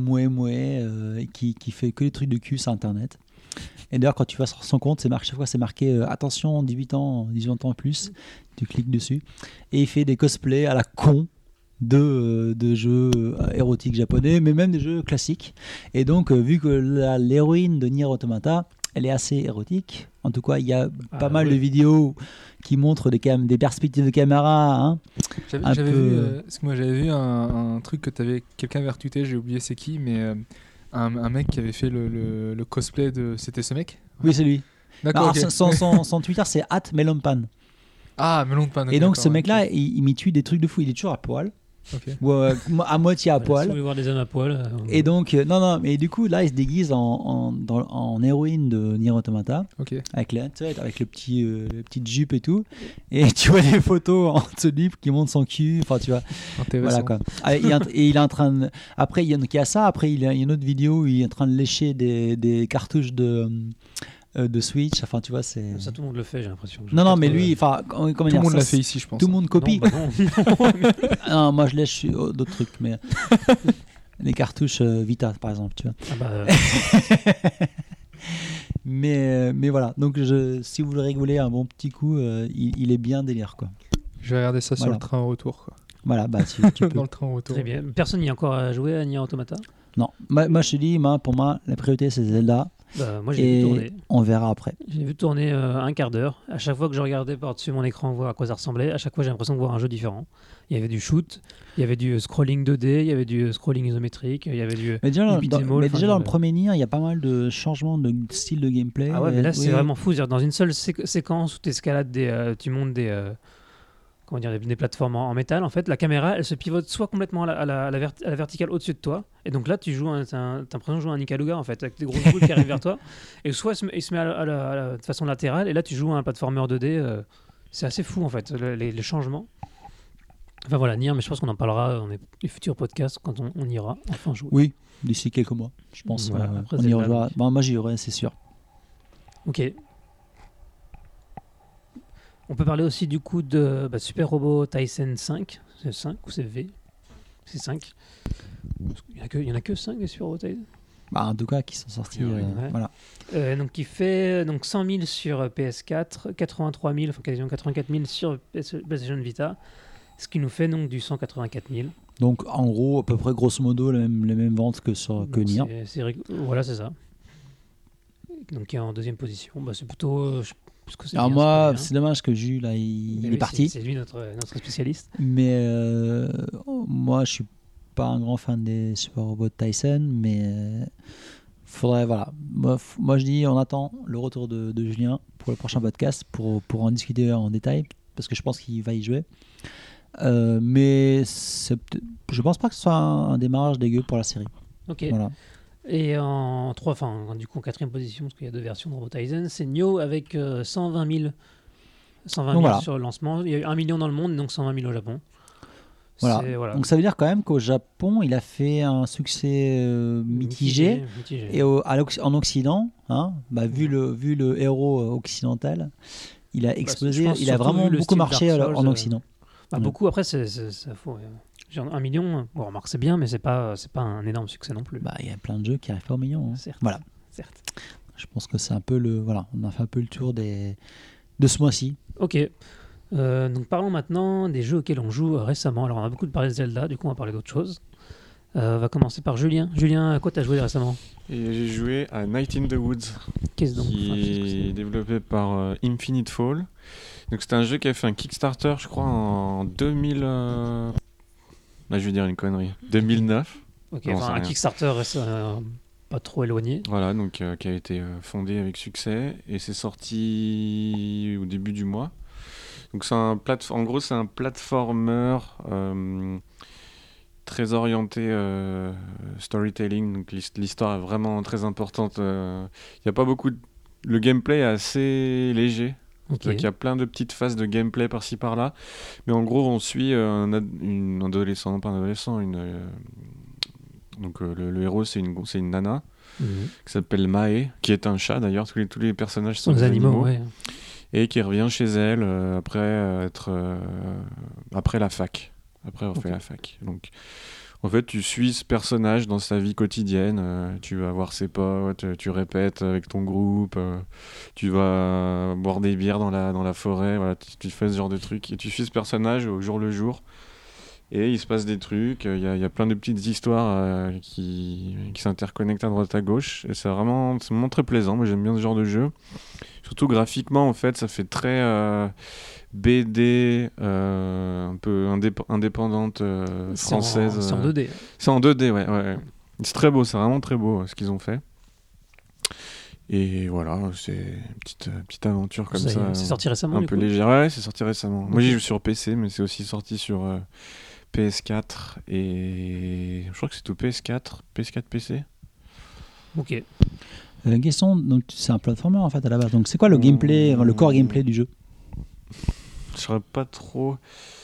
qui fait que des trucs de cul sur Internet. Et d'ailleurs, quand tu vas sur son compte, chaque fois c'est marqué attention, 18 ans et plus. Tu cliques dessus. Et il fait des cosplays à la con de jeux érotiques japonais, mais même des jeux classiques. Et donc, vu que l'héroïne de Nier Automata, elle est assez érotique. En tout cas, il y a pas mal de vidéos qui montrent des perspectives de caméra. Hein, j'avais vu un truc que quelqu'un avait retweeté, j'ai oublié c'est qui, mais un mec qui avait fait le cosplay de... C'était ce mec ? Oui, c'est lui. D'accord. Okay. Son Twitter, c'est @melonpan. Ah, Melonpan. Et donc, ce mec-là, il m'y tue des trucs de fou. Il est toujours à poil. Okay. Ou à moitié à poil. Si vous voulez voir des hommes à poil. Et donc, non, mais du coup, là, il se déguise en héroïne de Nier Automata. Okay. Avec le petite jupe et tout. Et tu vois des photos en dessous de lui qui montrent son cul. Enfin, tu vois. Intéressant. Voilà, quoi. Et il est en train de. Après, il y a ça. Après, il y a une autre vidéo où il est en train de lécher des cartouches de Switch, enfin tu vois, c'est... Ça tout le monde le fait, j'ai l'impression. Non, mais lui, enfin, comment dire, tout le monde l'a fait ici, je pense. Tout le monde copie. Non. Non, moi je lèche d'autres trucs, mais les cartouches Vita, par exemple, tu vois. Ah bah... mais voilà, donc si vous voulez rigoler un bon petit coup, il est bien délire, quoi. Je vais regarder ça sur le train au retour, quoi. Voilà, tu peux. Dans le train au retour. Très bien. Personne n'y a encore joué à Nier Automata ? Non, moi je te dis, pour moi, la priorité c'est Zelda. Moi, j'ai vu tourner. On verra après. J'ai vu tourner un quart d'heure. À chaque fois que je regardais par-dessus mon écran voir à quoi ça ressemblait, à chaque fois j'ai l'impression de voir un jeu différent. Il y avait du shoot, il y avait du scrolling 2D, il y avait du scrolling isométrique, il y avait du... Mais déjà, dans le premier Nier, il y a pas mal de changements de style de gameplay. Ah ouais, mais là c'est vraiment fou. C'est-à-dire, dans une seule séquence où tu escalades tu montes comment dire, des plateformes en métal, en fait, la caméra, elle se pivote soit complètement à la verticale au-dessus de toi, et donc là, t'as l'impression de jouer un Ikaruga, en fait, avec des grosses boules qui arrivent vers toi, et soit il se met de façon latérale, et là, tu joues à un platformer 2D, c'est assez fou, en fait, les changements. Enfin voilà, Nier, mais je pense qu'on en parlera dans les futurs podcasts quand on ira enfin jouer. Oui, d'ici quelques mois, je pense. Voilà, on y rejoindra. Bon, moi, j'y aurai, c'est sûr. Ok. On peut parler aussi du coup de Super Robot Tyson 5. C'est 5 ou c'est V? C'est 5. Il n'y en a que 5 des Super Robot Tyson. En tout cas, qui sont sortis. Voilà. Donc, qui fait 100 000 sur PS4, 83 000, enfin quasiment 84 000 sur PlayStation Vita. Ce qui nous fait donc du 184 000. Donc en gros, à peu près grosso modo, les mêmes ventes que Nier. Voilà, c'est ça. Donc qui est en deuxième position. C'est plutôt... Alors moi, c'est dommage que Jules, là, il est parti. C'est lui notre spécialiste. Mais moi, je suis pas un grand fan des Super Robot Tyson, mais faudrait, voilà. Moi, je dis, on attend le retour de Julien pour le prochain podcast pour en discuter en détail, parce que je pense qu'il va y jouer. Mais je pense pas que ce soit un démarrage dégueu pour la série. Ok. Voilà. Et du coup en quatrième position, parce qu'il y a deux versions de Robot Tyson, c'est Nioh avec 120 000 voilà. Sur le lancement. Il y a eu 1 million dans le monde, donc 120 000 au Japon. Voilà. Donc ça veut dire quand même qu'au Japon, il a fait un succès mitigé. Et en Occident, vu le héros occidental, il a explosé. Il a vraiment beaucoup marché en Occident. Beaucoup, après, ça faut... Genre 1 million, bon, remarque, c'est bien, mais c'est pas un énorme succès non plus. Il y a plein de jeux qui arrivent pas au million. Certes. Voilà. Certes. Je pense que c'est un peu on a fait un peu le tour de ce mois-ci. Ok. Donc parlons maintenant des jeux auxquels on joue récemment. Alors on a beaucoup parlé de Zelda, du coup on va parler d'autres choses. On va commencer par Julien. Julien, à quoi t'as joué récemment? Et j'ai joué à Night in the Woods, qui est développé par Infinite Fall. Donc c'était un jeu qui a fait un Kickstarter, je crois, en 2000. Là, je vais dire une connerie. 2009. Ok, un Kickstarter pas trop éloigné. Voilà, donc qui a été fondé avec succès et c'est sorti au début du mois. Donc c'est en gros c'est un platformer très orienté storytelling. Donc l'histoire est vraiment très importante. Il y a pas beaucoup. Le gameplay est assez léger. Okay. Donc il y a plein de petites phases de gameplay par-ci par-là, mais en gros on suit une adolescent, non pas un adolescent, donc le héros c'est une nana qui s'appelle Mae, qui est un chat d'ailleurs, tous les personnages sont des animaux. Ouais. Et qui revient chez elle après la fac, après avoir fait la fac. Donc en fait, tu suis ce personnage dans sa vie quotidienne. Tu vas voir ses potes, tu répètes avec ton groupe, tu vas boire des bières dans la forêt. Voilà, tu fais ce genre de trucs. Et tu suis ce personnage au jour le jour. Et il se passe des trucs. Il y a plein de petites histoires qui s'interconnectent à droite à gauche. Et c'est vraiment très plaisant. Moi, j'aime bien ce genre de jeu. Surtout graphiquement, en fait, ça fait très... BD un peu indépendante française. C'est en 2D. C'est en 2D, ouais. C'est très beau, c'est vraiment très beau ce qu'ils ont fait. Et voilà, c'est une petite aventure comme ça. C'est sorti récemment, un peu légère. Ouais, c'est sorti récemment. Okay. Moi, j'y joue sur PC, mais c'est aussi sorti sur PS4 et je crois que c'est tout PS4 PC. Ok. Une question, donc c'est un platformer en fait à la base. Donc c'est quoi le gameplay, le core gameplay du jeu? Je saurais pas trop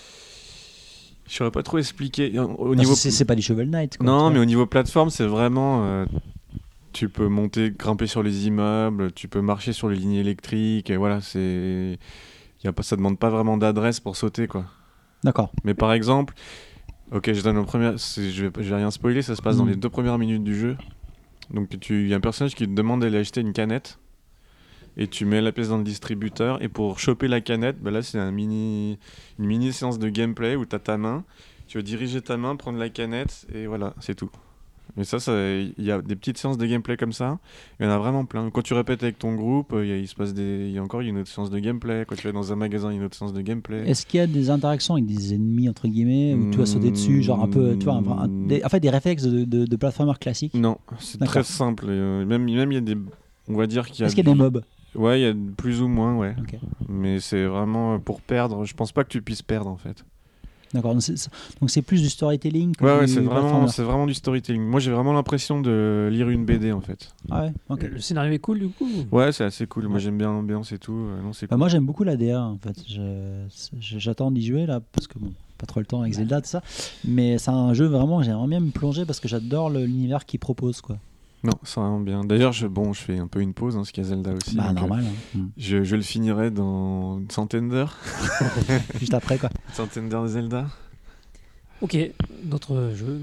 expliquer au niveau. C'est pas du Shovel Knight quoi, non, mais au niveau plateforme, c'est vraiment tu peux grimper sur les immeubles, tu peux marcher sur les lignes électriques et voilà, ça demande pas vraiment d'adresse pour sauter quoi. D'accord. Mais par exemple, OK, je donne je vais rien spoiler, ça se passe dans les 2 premières minutes du jeu. Donc il y a un personnage qui te demande d'aller acheter une canette. Et tu mets la pièce dans le distributeur et pour choper la canette, là c'est une mini séance de gameplay où tu as ta main, tu vas diriger ta main, prendre la canette et voilà, c'est tout. Mais il y a des petites séances de gameplay comme ça, il y en a vraiment plein. Quand tu répètes avec ton groupe, il y a une autre séance de gameplay. Quand tu vas dans un magasin, il y a une autre séance de gameplay. Est-ce qu'il y a des interactions avec des ennemis entre guillemets où tu vas sauter dessus, genre un peu, tu vois, des réflexes de platformer classique? Non, c'est très simple. Même il y a des, on va dire qu'il y a. Est-ce qu'il y a des mobs? Ouais, il y a plus ou moins, ouais. Ok. Mais c'est vraiment pour perdre. Je pense pas que tu puisses perdre en fait. D'accord, donc c'est plus du storytelling que Ouais, du platformer. c'est vraiment du storytelling. Moi, j'ai vraiment l'impression de lire une BD en fait. Ah ouais, ok. Le scénario est cool du coup. Ouais, c'est assez cool. Moi, j'aime bien l'ambiance et tout. Non, c'est Bah, cool. moi j'aime beaucoup la DA en fait. J'attends d'y jouer là parce que bon, pas trop le temps avec Zelda tout ça. Mais c'est un jeu vraiment, j'aimerais bien me plonger parce que j'adore l'univers qu'il propose quoi. Non, c'est vraiment bien. D'ailleurs, je fais un peu une pause, parce qu'il y a Zelda aussi. Bah donc, normal. je le finirai dans une centaine d'heures. Juste après quoi. Une centaine d'heures de Zelda. Ok, d'autres jeux.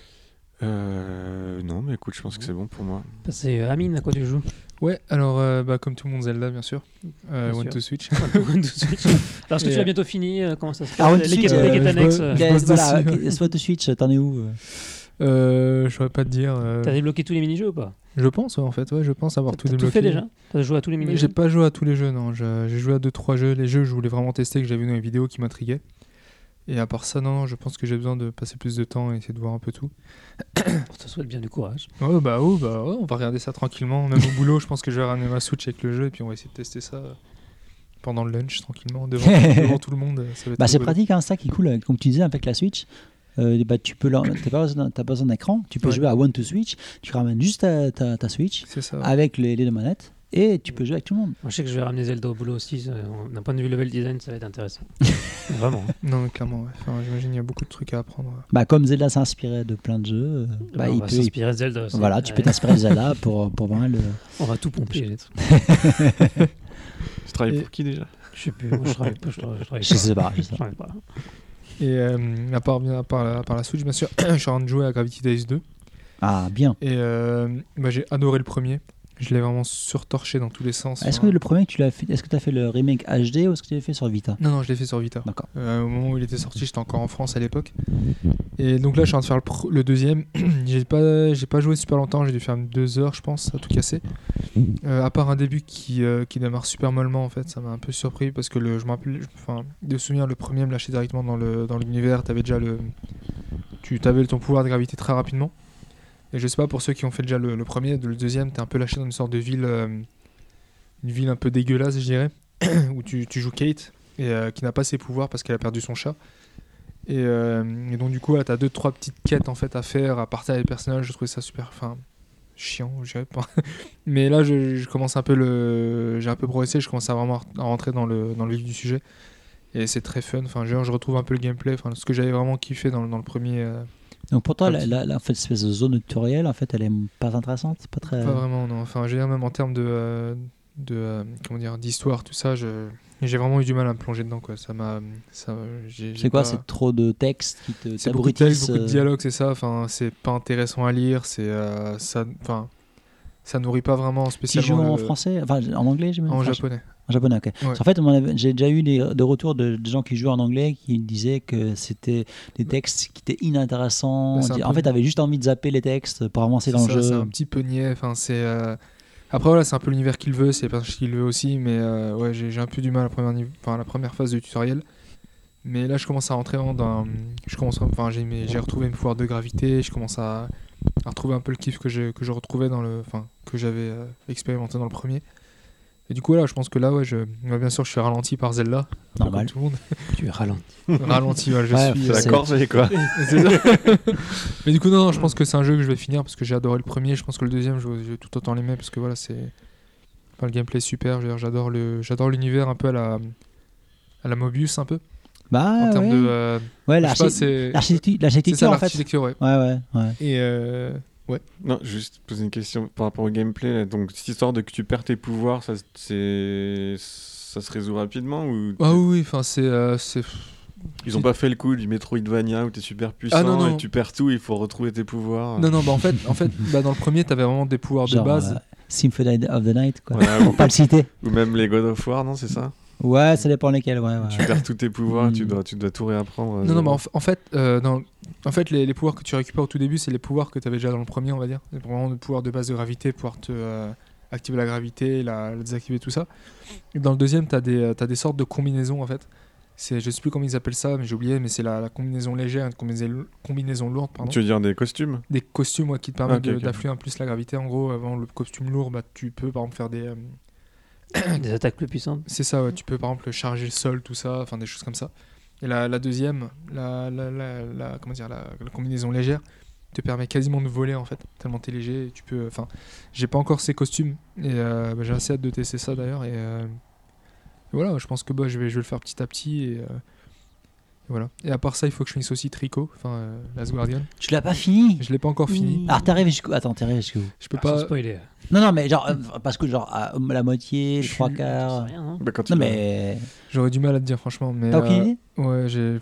Non, mais écoute, je pense que c'est bon pour moi. C'est Amine, à quoi tu joues? Ouais, alors comme tout le monde, Zelda, bien sûr. One sûr. to Switch. One to Switch. Alors, est-ce que tu l'as bientôt fini? Comment ça se passe? Ah, One to Les Switch, quêtes annexes. Voilà, Sword to Switch, t'en es où Je saurais pas te dire. T'as débloqué tous les mini-jeux ou pas? Je pense, ouais, en fait, ouais, je pense avoir tout T'as débloqué. tout fait déjà? T'as joué à tous les Mais mini-jeux? j'ai pas joué à tous les jeux, non. J'ai joué à 2-3 jeux. Les jeux, je voulais vraiment tester, que j'avais vu dans les vidéos qui m'intriguaient. Et à part ça, non, je pense que j'ai besoin de passer plus de temps et essayer de voir un peu tout. On te souhaite bien du courage. Ouais, on va regarder ça tranquillement. Même au boulot, je pense que je vais ramener ma Switch avec le jeu et puis on va essayer de tester ça pendant le lunch tranquillement devant tout le monde. Ça va être Bah c'est rigolo. pratique, hein, ça qui est cool, comme tu disais avec la Switch. Bah, t'as pas besoin d'écran, tu peux Ouais. jouer à One to Switch, tu ramènes juste ta Switch C'est ça. avec les deux manettes et tu peux jouer avec tout le monde. Moi, je sais que je vais ramener Zelda au boulot aussi. D'un point de vue level design, ça va être intéressant. Vraiment. Non, mais clairement, ouais. Enfin, j'imagine qu'il y a beaucoup de trucs à apprendre. Bah, comme Zelda s'inspirait de plein de jeux, Bah, on va s'inspirer de Zelda aussi. Voilà, tu peux Ouais. t'inspirer de Zelda pour vraiment le. On va tout pomper. Tu travailles pour qui déjà? Je sais plus. Moi, je travaille pas. Je sais pas. Je travaille pas. Et à part la Switch, bien sûr, je suis en train de jouer à Gravity Days 2. Ah, bien. Et j'ai adoré le premier. Je l'ai vraiment surtorché dans tous les sens. Est-ce que le premier que tu l'as fait, est-ce que tu as fait le remake HD ou est-ce que tu l'as fait sur Vita? Non, je l'ai fait sur Vita. D'accord. Au moment où il était sorti, j'étais encore en France à l'époque. Et donc là, je suis en train de faire le deuxième. J'ai pas joué super longtemps, j'ai dû faire 2 heures, je pense, à tout casser. À part un début qui démarre super mollement, en fait, ça m'a un peu surpris parce que je me rappelle, de souvenir, le premier me lâchait directement dans l'univers. T'avais déjà tu avais ton pouvoir de gravité très rapidement. Et je sais pas, pour ceux qui ont fait déjà le premier, le deuxième, t'es un peu lâché dans une sorte de ville, une ville un peu dégueulasse, je dirais, où tu joues Kate, et qui n'a pas ses pouvoirs parce qu'elle a perdu son chat. Et donc du coup, là, t'as 2-3 petites quêtes en fait à faire, à partir des personnages. Je trouvais ça super, chiant, je dirais pas. Mais là, je commence un peu j'ai un peu progressé, je commence à vraiment à rentrer dans le vif du sujet. Et c'est très fun. Enfin, je retrouve un peu le gameplay, ce que j'avais vraiment kiffé dans le premier. Donc pour toi, en fait, espèce de zone tutoriel, en fait, elle est pas intéressante, pas très. Pas vraiment, non. Enfin, je veux dire, même en termes d'histoire, tout ça, j'ai vraiment eu du mal à me plonger dedans, quoi. C'est quoi, c'est trop de texte qui te c'est beaucoup de texte, beaucoup de dialogue, c'est ça. Enfin, c'est pas intéressant à lire, ça nourrit pas vraiment spécialement. Tu joues en français, enfin en anglais, j'ai en japonais. En japonais, ok. Ouais. En fait, j'ai déjà eu des retours de gens qui jouent en anglais qui disaient que c'était des textes qui étaient inintéressants. En fait, t'avais juste envie de zapper les textes pour avancer dans le jeu. C'est un petit peu niais. Enfin, après, voilà, c'est un peu l'univers qu'il veut, c'est pas ce qu'il veut aussi, mais ouais, j'ai un peu du mal à la première phase du tutoriel. Mais là, je commence à rentrer dans. J'ai retrouvé mes pouvoirs de gravité, je commence à retrouver un peu le kiff que je retrouvais que j'avais expérimenté dans le premier. Et du coup, là, je pense que là, ouais, bien sûr, je suis ralenti par Zelda. Normal. Comme tout le monde. Tu es ralenti. Ralenti, ouais, je suis. C'est la corvée, quoi. C'est ça. Mais du coup, non, je pense que c'est un jeu que je vais finir parce que j'ai adoré le premier. Je pense que le deuxième, je vais tout autant l'aimer parce que voilà, le gameplay est super. J'adore l'univers un peu à la Mobius, un peu. Bah, en termes de. Ouais, l'architecture, en fait. L'architecture, ouais. Ouais. Et. Ouais. Non, juste poser une question par rapport au gameplay. Là. Donc, cette histoire de que tu perds tes pouvoirs, ça se résout rapidement ou... Ah oui, enfin, c'est. Ils ont pas fait le coup du Metroidvania où t'es super puissant non. et tu perds tout, il faut retrouver tes pouvoirs. Non, bah en fait dans le premier, t'avais vraiment des pouvoirs genre, de base. Symphony of the Night, quoi. Ouais, Pour pas le citer. Ou même les God of War, non, c'est ça? Ouais, ça dépend lesquels, ouais. Tu perds tous tes pouvoirs, tu dois tout réapprendre. Non, bah en fait, les pouvoirs que tu récupères au tout début, c'est les pouvoirs que tu avais déjà dans le premier, on va dire. C'est vraiment le pouvoir de base de gravité, pouvoir activer la gravité, la désactiver, tout ça. Et dans le deuxième, t'as des sortes de combinaisons, en fait. Je sais plus comment ils appellent ça, mais j'ai oublié, mais c'est la combinaison légère et une combinaison lourde, pardon. Tu veux dire des costumes? Des costumes, qui te permettent Okay. d'affluer un plus la gravité. En gros, avant le costume lourd, bah, tu peux par exemple faire Des attaques plus puissantes. C'est ça, ouais. Tu peux par exemple charger le sol, tout ça, enfin des choses comme ça. Et la deuxième, comment dire, la combinaison légère, te permet quasiment de voler en fait, tellement t'es léger. Et tu peux, enfin, j'ai pas encore ces costumes et j'ai assez hâte de tester ça d'ailleurs. Et voilà, je pense que je vais le faire petit à petit et voilà. Et à part ça, il faut que je finisse aussi Trico, enfin Last Guardian. Tu l'as pas fini? Je l'ai pas encore fini. Alors t'es arrivé jusqu'où? Attends, t'es arrivé jusqu'où? Je peux pas spoiler. Non, mais genre parce que genre à la moitié, les trois quarts. Rien, hein. Bah, quand Non mais j'aurais du mal à te dire franchement, mais t'as aucune idée? ouais, j'ai.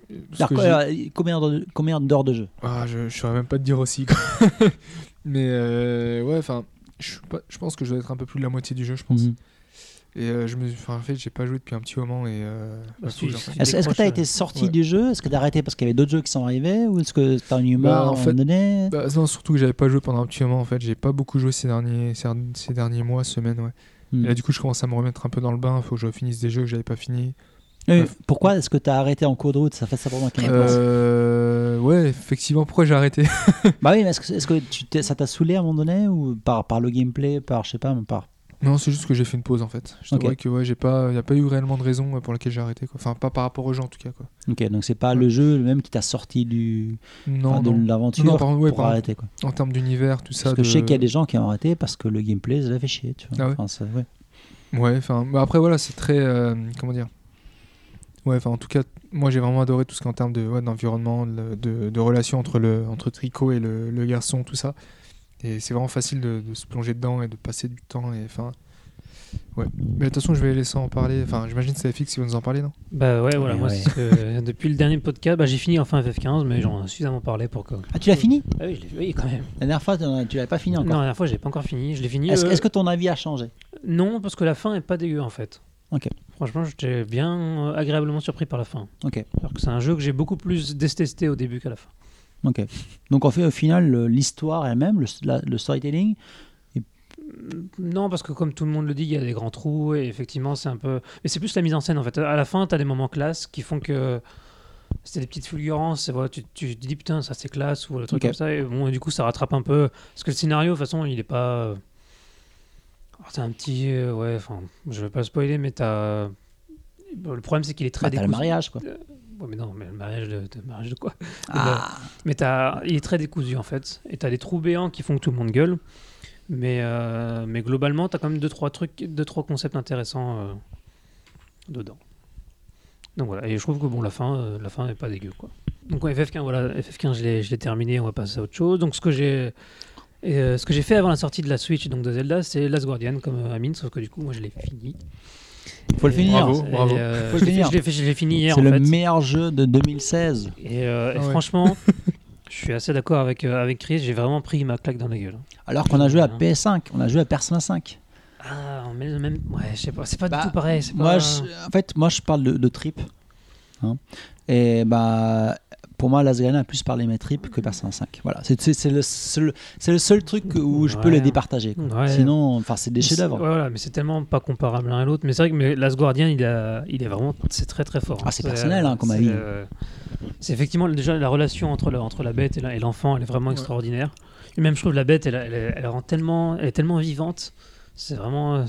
Combien d'heures de jeu? Ah, je saurais même pas te dire aussi. Quoi. Mais ouais, enfin, je pense que je dois être un peu plus de la moitié du jeu, je pense. Et en fait, j'ai pas joué depuis un petit moment et. Est-ce que t'as été sorti du jeu? Est-ce que t'as arrêté parce qu'il y avait d'autres jeux qui sont arrivés ou est-ce que t'as eu marre à un moment donné? Non, surtout que j'avais pas joué pendant un petit moment. En fait, j'ai pas beaucoup joué ces derniers mois, semaines, ouais. Et là, du coup, je commence à me remettre un peu dans le bain. Faut que je finisse des jeux que j'avais pas fini. Pourquoi est-ce que tu as arrêté en cours de route? Ça fait ça pendant quelle place? Ouais, effectivement, pourquoi j'ai arrêté? Bah oui, mais est-ce que ça t'a saoulé à un moment donné ou par le gameplay, par je sais pas, par... Non, c'est juste que j'ai fait une pause en fait. Je trouvais que ouais, y a pas eu réellement de raison pour laquelle j'ai arrêté quoi. Enfin, pas par rapport au jeu en tout cas quoi. Ok, donc c'est pas le jeu même qui t'a sorti de l'aventure pour arrêter quoi. En termes d'univers, tout ça. Parce que je sais qu'il y a des gens qui ont arrêté parce que le gameplay ça l'a fait chier, tu vois. Ah ouais. Enfin, ouais, enfin, bah après voilà, c'est très comment dire. Ouais, enfin en tout cas, moi j'ai vraiment adoré tout ce qui est en termes d'environnement, de relations entre Trico et le garçon, tout ça. Et c'est vraiment facile de se plonger dedans et de passer du temps. Et enfin, ouais. Mais de toute façon, je vais laisser en parler. Enfin, j'imagine que c'est FX qui va nous en parler, non? Bah ouais, voilà. Moi, c'est ce que depuis le dernier podcast, j'ai fini enfin FF15, mais j'en ai suffisamment parlé pour que. Ah, tu l'as fini? Ah oui, oui, quand même. La dernière fois, tu l'avais pas fini encore? Non, la dernière fois, j'ai pas encore fini. Je l'ai fini. Est-ce que ton avis a changé? Non, parce que la fin est pas dégueu en fait. Ok. Franchement, j'étais bien agréablement surpris par la fin. Ok. Alors que c'est un jeu que j'ai beaucoup plus détesté au début qu'à la fin. Ok. Donc en fait, au final, l'histoire elle-même, le storytelling. Non, parce que comme tout le monde le dit, il y a des grands trous et effectivement, c'est un peu. Mais c'est plus la mise en scène en fait. À la fin, tu as des moments classe qui font que c'était des petites fulgurances. Et voilà, tu te dis putain, ça c'est classe ou le truc comme ça. Et bon, et du coup, ça rattrape un peu. Parce que le scénario, de toute façon, il est pas. C'est un petit. Ouais, enfin, je vais pas spoiler, mais t'as. Bon, le problème, c'est qu'il est très décousu. T'as le mariage, quoi. Ouais, mais non, mais le mariage de quoi? Mais il est très décousu en fait. Et t'as des trous béants qui font que tout le monde gueule. Mais globalement, t'as quand même 2-3 concepts intéressants dedans. Donc voilà. Et je trouve que bon, la fin est pas dégueu quoi. Donc ouais, FF15, voilà, FF15, je l'ai terminé. On va passer à autre chose. Donc ce que j'ai fait avant la sortie de la Switch donc de Zelda, c'est Last Guardian comme Amine, sauf que du coup, moi, je l'ai fini. Faut le finir. Bravo. Faut le finir. Je l'ai fini hier. C'est le meilleur jeu de 2016. Et franchement, je suis assez d'accord avec Chris. J'ai vraiment pris ma claque dans la gueule. Alors qu'on a joué à PS5, on a joué à Persona 5. Ah, on met le même. Ouais, je sais pas. C'est pas du tout pareil. Moi, je parle de trip. Hein. Et pour moi, Last Guardian a plus parlé mes tripes que Persona 5. Voilà, c'est le seul truc où je peux les départager. Ouais. Sinon, c'est des chefs-d'œuvre. Voilà, mais c'est tellement pas comparable l'un à l'autre. Mais c'est vrai que Last Guardian, il est vraiment, c'est très très fort. Ah, c'est personnel, comme avis. C'est effectivement déjà la relation entre la bête et l'enfant, elle est vraiment extraordinaire. Et même je trouve la bête, elle est tellement vivante. C'est vraiment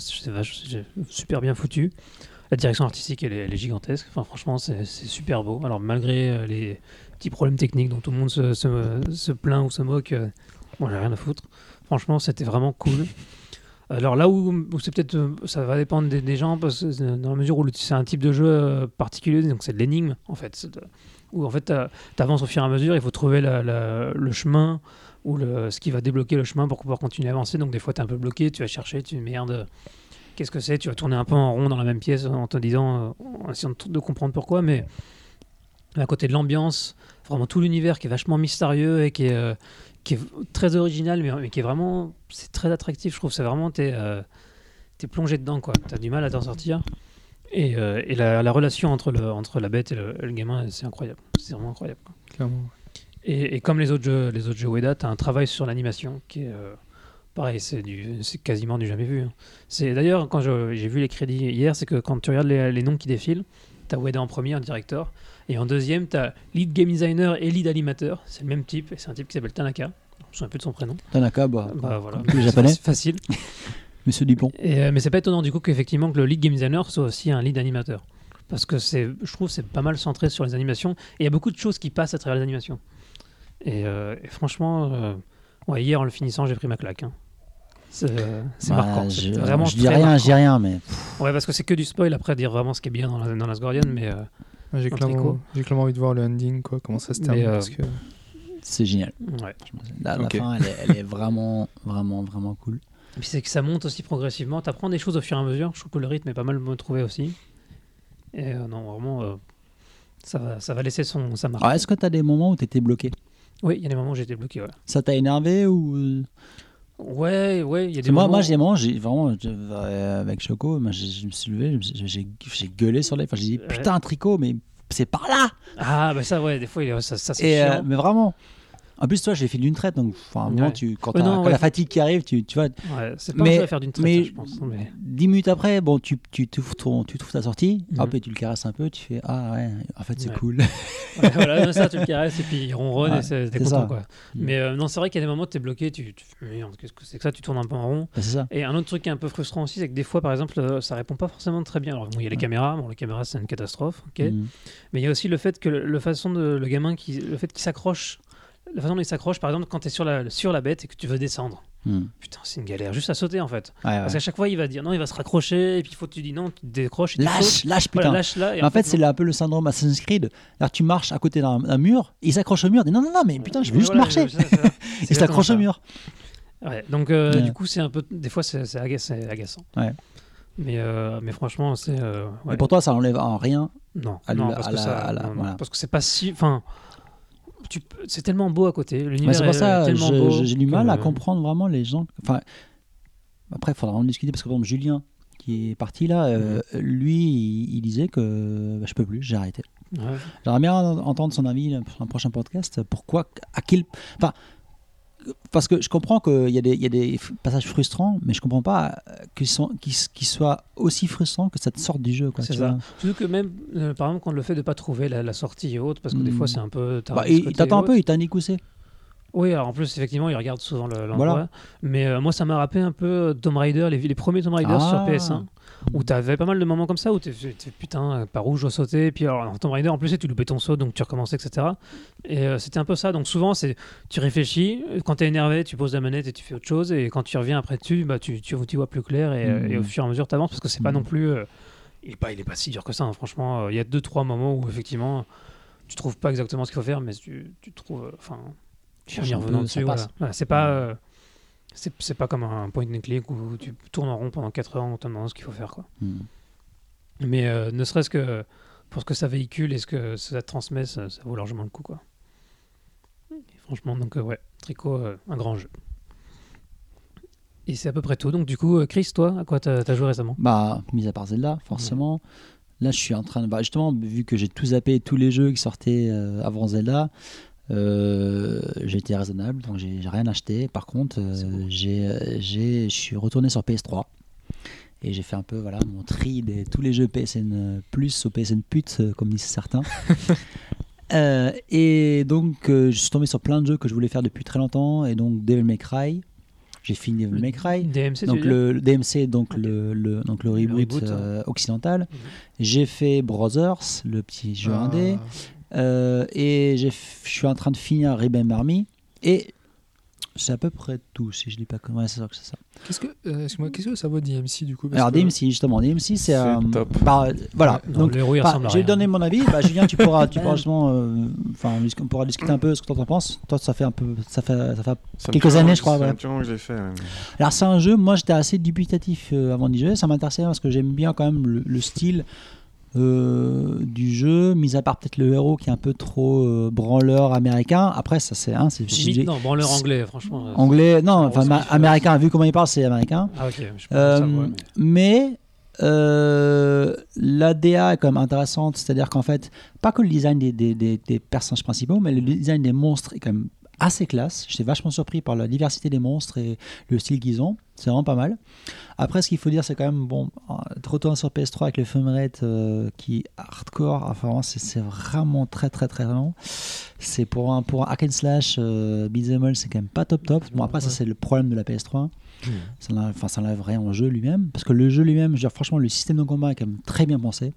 super bien foutu. La direction artistique, elle est gigantesque. Enfin, franchement, c'est super beau. Alors, malgré les petits problèmes techniques dont tout le monde se plaint ou se moque, moi, j'ai rien à foutre. Franchement, c'était vraiment cool. Alors là où c'est peut-être, ça va dépendre des gens, parce que dans la mesure où c'est un type de jeu particulier, donc c'est de l'énigme, en fait. Où en fait, t'avances au fur et à mesure, il faut trouver le chemin ou ce qui va débloquer le chemin pour pouvoir continuer à avancer. Donc des fois, t'es un peu bloqué, tu vas chercher, merde... Qu'est-ce que c'est? Tu vas tourner un peu en rond dans la même pièce en te disant, en essayant de comprendre pourquoi, mais à côté de l'ambiance, vraiment tout l'univers qui est vachement mystérieux et qui est très original, mais qui est vraiment, c'est très attractif, je trouve. C'est vraiment, t'es plongé dedans, quoi. T'as du mal à t'en sortir. Et la relation entre la bête et le gamin, c'est incroyable. C'est vraiment incroyable, quoi. Clairement. Et comme les autres jeux Ueda, t'as un travail sur l'animation qui est... pareil, c'est quasiment du jamais vu. C'est d'ailleurs quand j'ai vu les crédits hier, c'est que quand tu regardes les noms qui défilent, t'as Ueda en premier, un directeur, et en deuxième t'as lead game designer et lead animateur. C'est le même type, et c'est un type qui s'appelle Tanaka. Je me souviens plus de son prénom. Tanaka, voilà, le japonais. C'est facile. Monsieur Dupont. Mais c'est pas étonnant du coup qu'effectivement que le lead game designer soit aussi un lead animateur. Parce que je trouve que c'est pas mal centré sur les animations. Et il y a beaucoup de choses qui passent à travers les animations. Et franchement, hier en le finissant, j'ai pris ma claque. Hein. C'est marquant. Vraiment je dis rien, mais. Ouais, parce que c'est que du spoil après dire vraiment ce qui est bien dans Last Guardian, mais. J'ai clairement envie de voir le ending, quoi, comment ça se termine. Parce que... C'est génial. Ouais. La fin, elle est vraiment, vraiment, vraiment cool. Et puis c'est que ça monte aussi progressivement. Tu apprends des choses au fur et à mesure. Je trouve que le rythme est pas mal trouvé aussi. Et non, vraiment, ça va laisser sa marque. Alors, est-ce que tu as des moments où tu étais bloqué ? Oui, il y a des moments où j'ai été bloqué. Ouais. Ça t'a énervé ou... Ouais, il y a des moments. Moi, j'ai vraiment, avec Choco, je me suis levé, j'ai gueulé sur les. Enfin, j'ai dit putain, un tricot, mais c'est par là. Ah, bah ça, ouais, des fois, ça c'est chiant. Mais vraiment. En plus, toi, je l'ai fait d'une traite, donc quand la fatigue qui arrive, tu vois. Ouais, c'est pas un jeu à faire d'une traite, je pense. Mais 10 minutes après, bon, tu trouves ta sortie, après tu le caresses un peu, tu fais ah ouais, en fait c'est cool. Ouais, voilà, ça, tu le caresses et puis il ronronne et t'es content, quoi. Mais non, c'est vrai qu'il y a des moments où t'es bloqué, tu merde, qu'est-ce que c'est que ça, tu tournes un peu en rond. C'est ça. Et un autre truc qui est un peu frustrant aussi, c'est que des fois, par exemple, ça répond pas forcément très bien. Alors, il y a les caméras, les caméras c'est une catastrophe, ok. Mais il y a aussi le fait que le fait qu'il s'accroche. La façon dont il s'accroche, par exemple, quand tu es sur la bête et que tu veux descendre. Putain, c'est une galère, juste à sauter en fait. Parce qu'à chaque fois, il va dire non, il va se raccrocher, et puis tu dis non, tu décroches. Et lâche, putain. Voilà, lâche là. Et en fait, c'est un peu le syndrome Assassin's Creed. Alors, tu marches à côté d'un mur, il s'accroche au mur, il dit non, mais putain, je veux juste marcher. Il s'accroche au mur. Ouais, donc, du coup, c'est un peu. Des fois, c'est agaçant. Ouais. Mais franchement, c'est. Et pour toi, ça enlève en rien. Non, parce que c'est pas si. Enfin. C'est tellement beau à côté. L'univers c'est pour ça, est tellement beau. J'ai du mal à comprendre vraiment les gens. Enfin, après, il faudra en discuter parce que par exemple, Julien, qui est parti là, lui, il disait que je peux plus, j'ai arrêté. Ouais. J'aimerais bien entendre son avis sur un prochain podcast. Pourquoi, parce que je comprends qu'il y a des passages frustrants, mais je comprends pas qu'ils soient aussi frustrants que ça te sorte du jeu. Quoi, c'est ça. Surtout que même, par exemple, quand le fait de ne pas trouver la sortie et autres, parce que des fois c'est un peu... il t'attend un peu, il t'a niqué. Oui, alors en plus, effectivement, il regarde souvent l'endroit. Voilà. Mais moi, ça m'a rappelé un peu Tomb Raider, les premiers Tomb Raider sur PS1. Où tu avais pas mal de moments comme ça où tu putain, par où je dois sauter, et puis alors, en Tomb Raider en plus tu loupais ton saut donc tu recommençais, etc. Et c'était un peu ça, donc souvent tu réfléchis, quand tu es énervé tu poses la manette et tu fais autre chose, et quand tu reviens après tu vois plus clair, et au fur et à mesure tu avances, parce que c'est pas non plus il est pas si dur que ça, hein. Franchement il y a 2-3 moments où effectivement tu trouves pas exactement ce qu'il faut faire, mais tu trouves tu y revenant dessus, voilà. C'est pas c'est pas comme un point and click où tu tournes en rond pendant 4 heures en te demandant ce qu'il faut faire, quoi. Mais ne serait-ce que pour ce que ça véhicule et ce que ça transmet, ça vaut largement le coup, quoi. Et franchement, donc Tricot, un grand jeu. Et c'est à peu près tout. Donc du coup, Chris, toi, à quoi t'as joué récemment ? Mis à part Zelda, forcément. Là, je suis en train de... justement, vu que j'ai tout zappé, tous les jeux qui sortaient avant Zelda... j'ai été raisonnable, donc j'ai rien acheté. Par contre, je suis retourné sur PS3 et j'ai fait un peu mon tri de tous les jeux PSN Plus ou PSN Pute, comme disent certains. Et donc, je suis tombé sur plein de jeux que je voulais faire depuis très longtemps. Et donc, Devil May Cry. J'ai fini Devil May Cry. DMC, donc le DMC, donc le reboot occidental. J'ai fait Brothers, le petit jeu indé. Et je suis en train de finir Rebel Army, et c'est à peu près tout, si je dis pas comme c'est ça que c'est ça. Qu'est-ce que ça vaut DMC du coup ? Alors DMC, justement, DMC c'est top. Voilà. Donc je vais donner mon avis. Julien, tu pourras justement, on pourra discuter un peu ce que tu en penses. Toi, ça fait quelques années, je crois. C'est un petit moment que je l'ai fait. Ouais. Alors c'est un jeu. Moi, j'étais assez dubitatif avant d'y jouer. Ça m'intéressait parce que j'aime bien quand même le style. Du jeu, mis à part peut-être le héros qui est un peu trop branleur américain. Après, ça c'est branleur anglais, franchement. Anglais, non, américain. Vu comment il parle, c'est américain. Ah ok. Je pense mais l'ADA est quand même intéressante, c'est-à-dire qu'en fait, pas que le design des personnages principaux, mais le design des monstres est quand même assez classe. J'étais vachement surpris par la diversité des monstres et le style qu'ils ont. C'est vraiment pas mal. Après, ce qu'il faut dire, c'est quand même, bon, de retourner sur PS3 avec le framerate qui est hardcore. Enfin, vraiment, c'est vraiment très lent. C'est pour un hack and slash beat'em all, c'est quand même pas top. Bon, après, ça, c'est le problème de la PS3. Ça n'enlève rien au jeu lui-même. Parce que le jeu lui-même, je veux dire, franchement, le système de combat est quand même très bien pensé.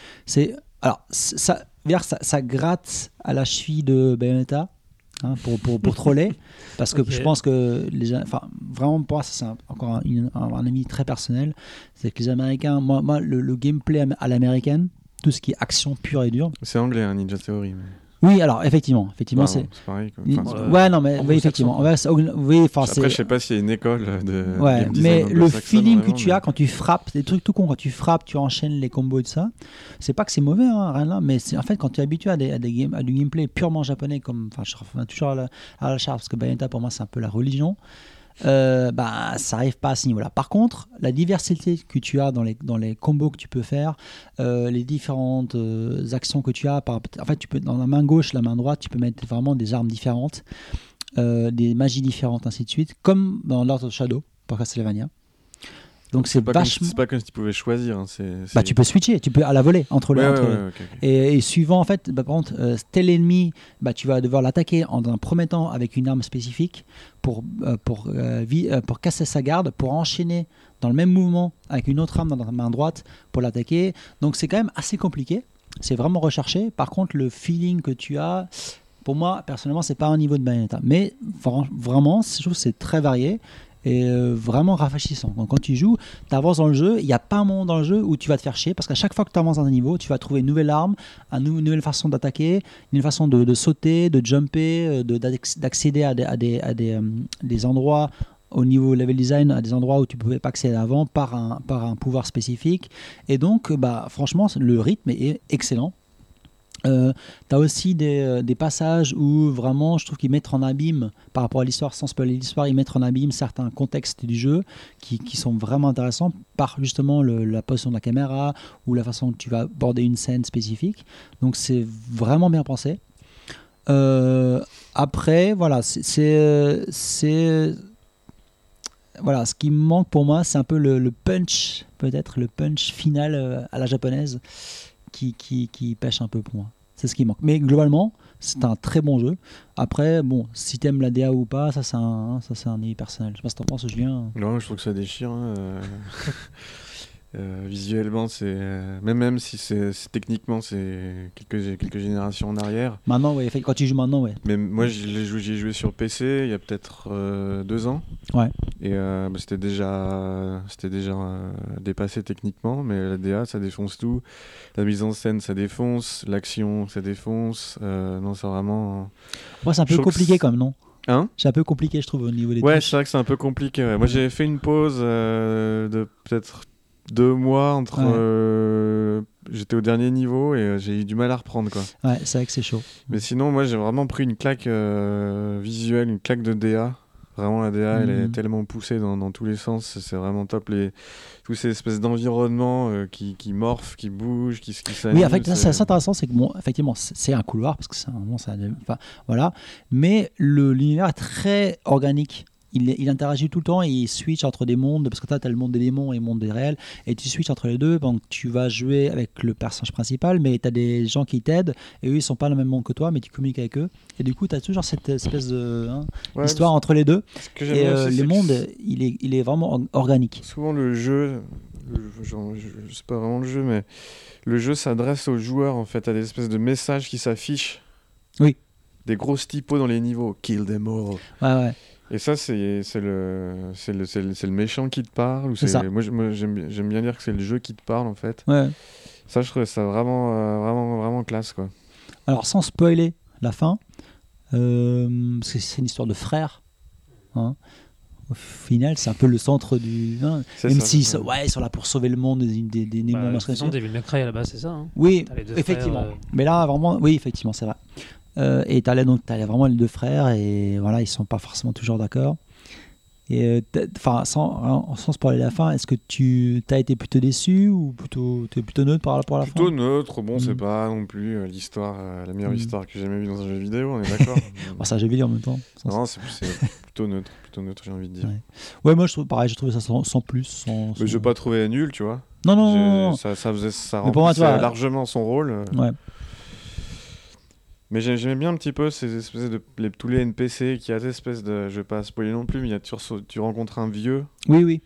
Ça gratte à la cheville de Bayonetta. Pour troller, parce que je pense que vraiment pour moi, ça c'est encore un avis très personnel, c'est que les Américains, moi le gameplay à l'américaine, tout ce qui est action pure et dure, c'est anglais, hein, Ninja Theory, mais... Oui, alors effectivement c'est pareil. Effectivement. Après, je sais pas s'il y a une école de. Ouais, mais le feeling que tu as quand tu frappes, des trucs tout con, quand tu frappes, tu enchaînes les combos et tout ça. C'est pas que c'est mauvais, hein, rien là, mais en fait quand tu es habitué à du gameplay purement japonais, comme, je reviens toujours à la charge parce que Bayonetta pour moi c'est un peu la religion. Ça arrive pas à ce niveau-là. Par contre, la diversité que tu as dans les combos que tu peux faire, les différentes actions que tu as, en fait, tu peux dans la main gauche, la main droite, tu peux mettre vraiment des armes différentes, des magies différentes, ainsi de suite, comme dans Lord of Shadow pour Castlevania. Donc c'est vachement. C'est pas comme si tu pouvais choisir. Hein, tu peux switcher, tu peux à la volée entre les. Okay. Et suivant en fait, par contre, tel ennemi, tu vas devoir l'attaquer en un premier temps avec une arme spécifique pour casser sa garde, pour enchaîner dans le même mouvement avec une autre arme dans ta main droite pour l'attaquer. Donc c'est quand même assez compliqué. C'est vraiment recherché. Par contre, le feeling que tu as, pour moi personnellement, c'est pas un niveau de Bayonetta, mais vraiment, je trouve que c'est très varié. Et vraiment rafraîchissant. Donc quand tu joues, tu avances dans le jeu, il n'y a pas un moment dans le jeu où tu vas te faire chier, parce qu'à chaque fois que tu avances dans un niveau, tu vas trouver une nouvelle arme, une nouvelle façon d'attaquer, une façon de sauter, de jumper, d'accéder à des endroits au niveau level design, à des endroits où tu ne pouvais pas accéder avant par un pouvoir spécifique. Et donc, franchement, le rythme est excellent. T'as aussi des passages où vraiment je trouve qu'ils mettent en abîme par rapport à l'histoire, sans spoiler l'histoire, ils mettent en abîme certains contextes du jeu qui sont vraiment intéressants par justement la position de la caméra ou la façon que tu vas aborder une scène spécifique. Donc c'est vraiment bien pensé. Après voilà, voilà, ce qui me manque pour moi, c'est un peu le punch, peut-être le punch final à la japonaise qui pêche un peu pour moi. C'est ce qui manque. Mais globalement, c'est un très bon jeu. Après, bon, si t'aimes la DA ou pas, ça c'est un avis personnel. Je sais pas ce que t'en penses, Julien. Non, je trouve que ça déchire. Visuellement, c'est même si c'est techniquement c'est quelques générations en arrière. Maintenant, ouais, quand tu joues maintenant, ouais. Mais moi, j'y ai joué sur PC il y a peut-être 2 ans. Ouais. Et c'était déjà dépassé techniquement, mais la DA, ça défonce tout. La mise en scène, ça défonce. L'action, ça défonce. Non, c'est vraiment. Moi, c'est un peu compliqué quand même, non? Hein? C'est un peu compliqué, je trouve, au niveau des touches. Ouais, c'est vrai que c'est un peu compliqué. Ouais. Moi, j'avais fait une pause de peut-être 2 mois entre j'étais au dernier niveau et j'ai eu du mal à reprendre quoi. Ouais, c'est vrai que c'est chaud. Mais sinon moi j'ai vraiment pris une claque visuelle, une claque de DA. Vraiment la DA elle est tellement poussée dans tous les sens, c'est vraiment top. Tous ces espèces d'environnements qui morphent, qui bougent, qui s'animent. Oui, en fait, c'est assez intéressant, c'est que bon, effectivement c'est un couloir parce que c'est un moment, voilà, mais l'univers est très organique. Il interagit tout le temps et il switch entre des mondes, parce que tu as le monde des démons et le monde des réels, et tu switches entre les deux. Donc tu vas jouer avec le personnage principal, mais tu as des gens qui t'aident, et eux ils sont pas dans le même monde que toi, mais tu communiques avec eux. Et du coup, tu as toujours cette espèce de histoire entre les deux. Et le monde, il est vraiment organique. Souvent le jeu, je sais pas vraiment le jeu, mais le jeu s'adresse aux joueurs en fait, à des espèces de messages qui s'affichent. Oui. Des grosses typos dans les niveaux. Kill them all. Ouais. Et ça, c'est le méchant qui te parle ou ça. Moi, j'aime bien dire que c'est le jeu qui te parle, en fait. Ouais. Ça, je trouve ça vraiment classe, quoi. Alors, sans spoiler la fin, parce que c'est une histoire de frères. Hein. Au final, c'est un peu le centre du... Hein. Même si ils sont là pour sauver le monde des démons. C'est son Devil May Cry à la base, c'est ça hein. Oui, effectivement. Frères, Mais là, vraiment, oui, effectivement, c'est vrai. Et t'as vraiment les 2 frères et voilà, ils sont pas forcément toujours d'accord. Et sans spoiler la fin, est-ce que tu as été plutôt déçu ou tu es plutôt neutre par rapport à la fin? Plutôt neutre, bon, c'est pas non plus l'histoire, la meilleure histoire que j'ai jamais vue dans un jeu vidéo, on est d'accord. C'est un jeu vidéo en même temps. Non, c'est plutôt neutre, j'ai envie de dire. Ouais, moi je trouvais ça sans plus. Mais je n'ai pas trouvé nul, tu vois. Non. Ça remplissait largement son rôle. Ouais. Mais j'aimais bien un petit peu ces espèces tous les NPC qui a des espèces de... Je vais pas spoiler non plus, mais tu rencontres un vieux. Oui.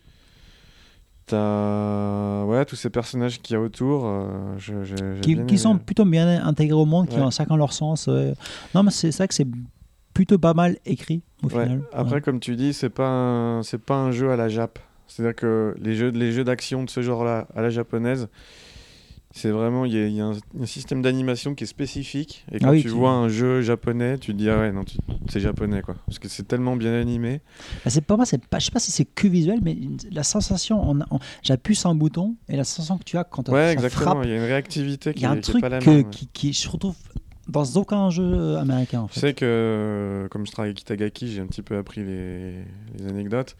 T'as... Ouais, tous ces personnages qu'il y a autour, qui sont plutôt bien intégrés au monde, qui ont chacun leur sens. Non, mais c'est ça que c'est plutôt pas mal écrit au final. Après, comme tu dis, c'est pas un jeu à la Jap. C'est-à-dire que les jeux d'action de ce genre-là, à la japonaise, c'est vraiment, il y a un système d'animation qui est spécifique, et quand tu vois un jeu japonais, tu te dis non, c'est japonais quoi, parce que c'est tellement bien animé. C'est pas moi, je sais pas si c'est que visuel, mais la sensation, j'appuie sur un bouton et la sensation que tu as quand ça exactement, frappe, il y a une réactivité qui est pas la même. Il y a un truc qui je retrouve dans aucun jeu américain en fait. Je sais que comme je travaille avec Kitagaki, j'ai un petit peu appris les anecdotes.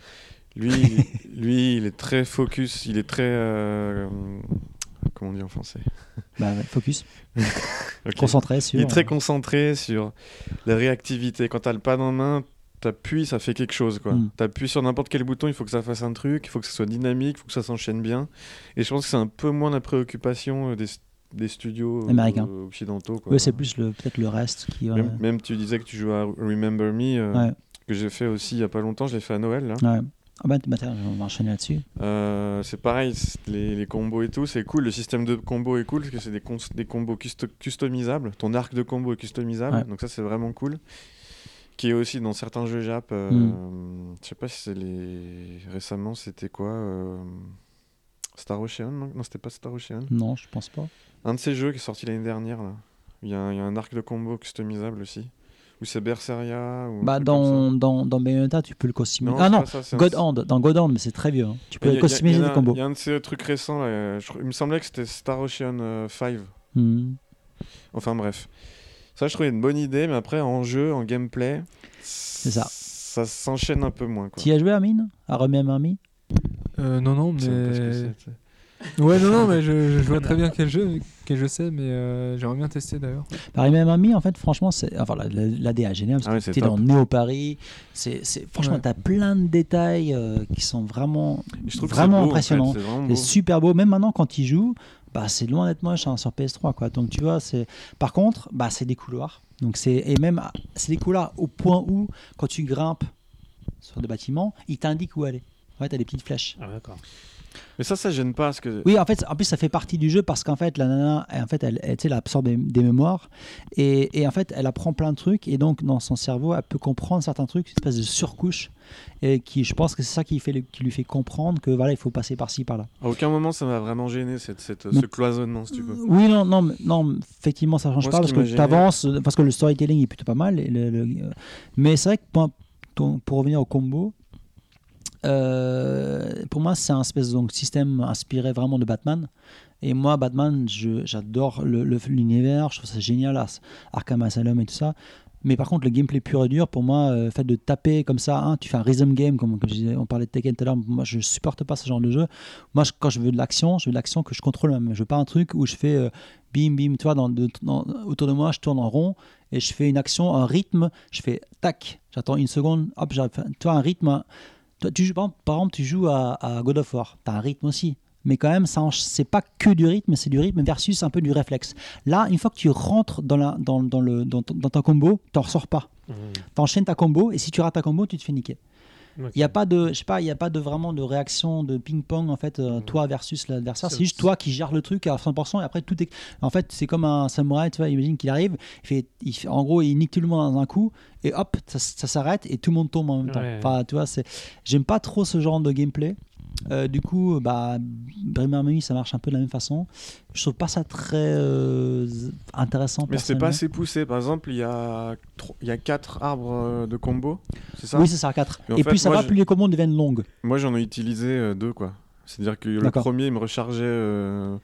Lui, il est très focus, il est très comment on dit en français? Focus. Okay. Concentré sur... Il est très concentré sur la réactivité. Quand tu as le pad en main, t'appuies, ça fait quelque chose. T'appuies sur n'importe quel bouton, il faut que ça fasse un truc, il faut que ça soit dynamique, il faut que ça s'enchaîne bien. Et je pense que c'est un peu moins la préoccupation des studios américains occidentaux. Oui, c'est plus peut-être le reste qui... Même tu disais que tu jouais à Remember Me, que j'ai fait aussi il n'y a pas longtemps, je l'ai fait à Noël. Là. Ouais. Ah bah on va enchaîner là-dessus. C'est pareil, les combos et tout, c'est cool. Le système de combo est cool parce que c'est des combos customisables. Ton arc de combo est customisable, donc ça c'est vraiment cool. Qui est aussi dans certains jeux Jap. Je sais pas si récemment c'était quoi Star Ocean? Non, c'était pas Star Ocean. Non, je pense pas. Un de ces jeux qui est sorti l'année dernière là. Il y a un arc de combo customisable aussi. Ou c'est Berseria ou dans Bayonetta, tu peux le customiser. God Hand, dans God Hand, mais c'est très vieux. Hein. Tu peux customiser des combos. Il y a un de ces trucs récents, là, il me semblait que c'était Star Ocean 5. Enfin bref. Ça, je trouvais une bonne idée, mais après, en jeu, en gameplay, c'est ça. Ça s'enchaîne un peu moins. Tu y as joué, Amine? À Remember Me? Non, mais... Ouais, non, mais je vois très bien quel jeu c'est, mais j'aimerais bien tester d'ailleurs. Remember Me, en fait, franchement, la DA est géniale, parce que tu es dans Néo Paris, franchement, tu as plein de détails qui sont vraiment impressionnants. C'est super beau, même maintenant quand tu joues, c'est loin d'être moche sur PS3, quoi. Donc tu vois, par contre, c'est des couloirs, donc c'est des couloirs au point où, quand tu grimpes sur des bâtiments, ils t'indiquent où aller. Ouais, tu as des petites flèches. Ah, d'accord. Mais ça gêne pas parce que... Oui, en plus ça fait partie du jeu parce qu'en fait la nana, elle absorbe des mémoires et en fait elle apprend plein de trucs et donc dans son cerveau elle peut comprendre certains trucs, une espèce de surcouche et je pense que c'est ça qui lui fait comprendre que voilà, il faut passer par-ci par-là. À aucun moment ça m'a vraiment gêné ce cloisonnement, si tu veux. Oui, non, effectivement ça change pas parce que tu avances, parce que le storytelling est plutôt pas mal mais c'est vrai que pour revenir au combo, pour moi c'est un espèce de système inspiré vraiment de Batman, et moi Batman j'adore l'univers, je trouve ça génial, Arkham Asylum et tout ça, mais par contre le gameplay pur et dur pour moi, le fait de taper comme ça, tu fais un rhythm game comme je disais, on parlait de Tekken tout à l'heure, moi je supporte pas ce genre de jeu. Moi quand je veux de l'action que je contrôle même, je veux pas un truc où je fais bim bim, tu vois, autour de moi je tourne en rond et je fais une action, un rythme, je fais tac, j'attends une seconde, hop, tu vois, un rythme. Toi, par exemple, tu joues à God of War, tu as un rythme aussi. Mais quand même, c'est pas que du rythme, c'est du rythme versus un peu du réflexe. Là, une fois que tu rentres dans ta combo, tu n'en ressors pas. Tu enchaînes ta combo et si tu rates ta combo, tu te fais niquer. Okay. Il n'y a pas de vraiment de réaction de ping-pong en fait, toi versus l'adversaire. C'est juste toi qui gères le truc à 100% et après tout est. En fait, c'est comme un samouraï, tu vois. Imagine qu'il arrive, en gros, il nique tout le monde dans un coup et hop, ça s'arrête et tout le monde tombe en même temps. Enfin, tu vois, j'aime pas trop ce genre de gameplay. Du coup, Remember Me, ça marche un peu de la même façon. Je trouve pas ça très intéressant. Mais c'est pas assez poussé. Par exemple, il y a 4 arbres de combo, c'est ça? Oui, c'est ça, 4. Et plus ça va, plus les combos deviennent longues. Moi, j'en ai utilisé 2, quoi. C'est-à-dire que le premier, il me rechargeait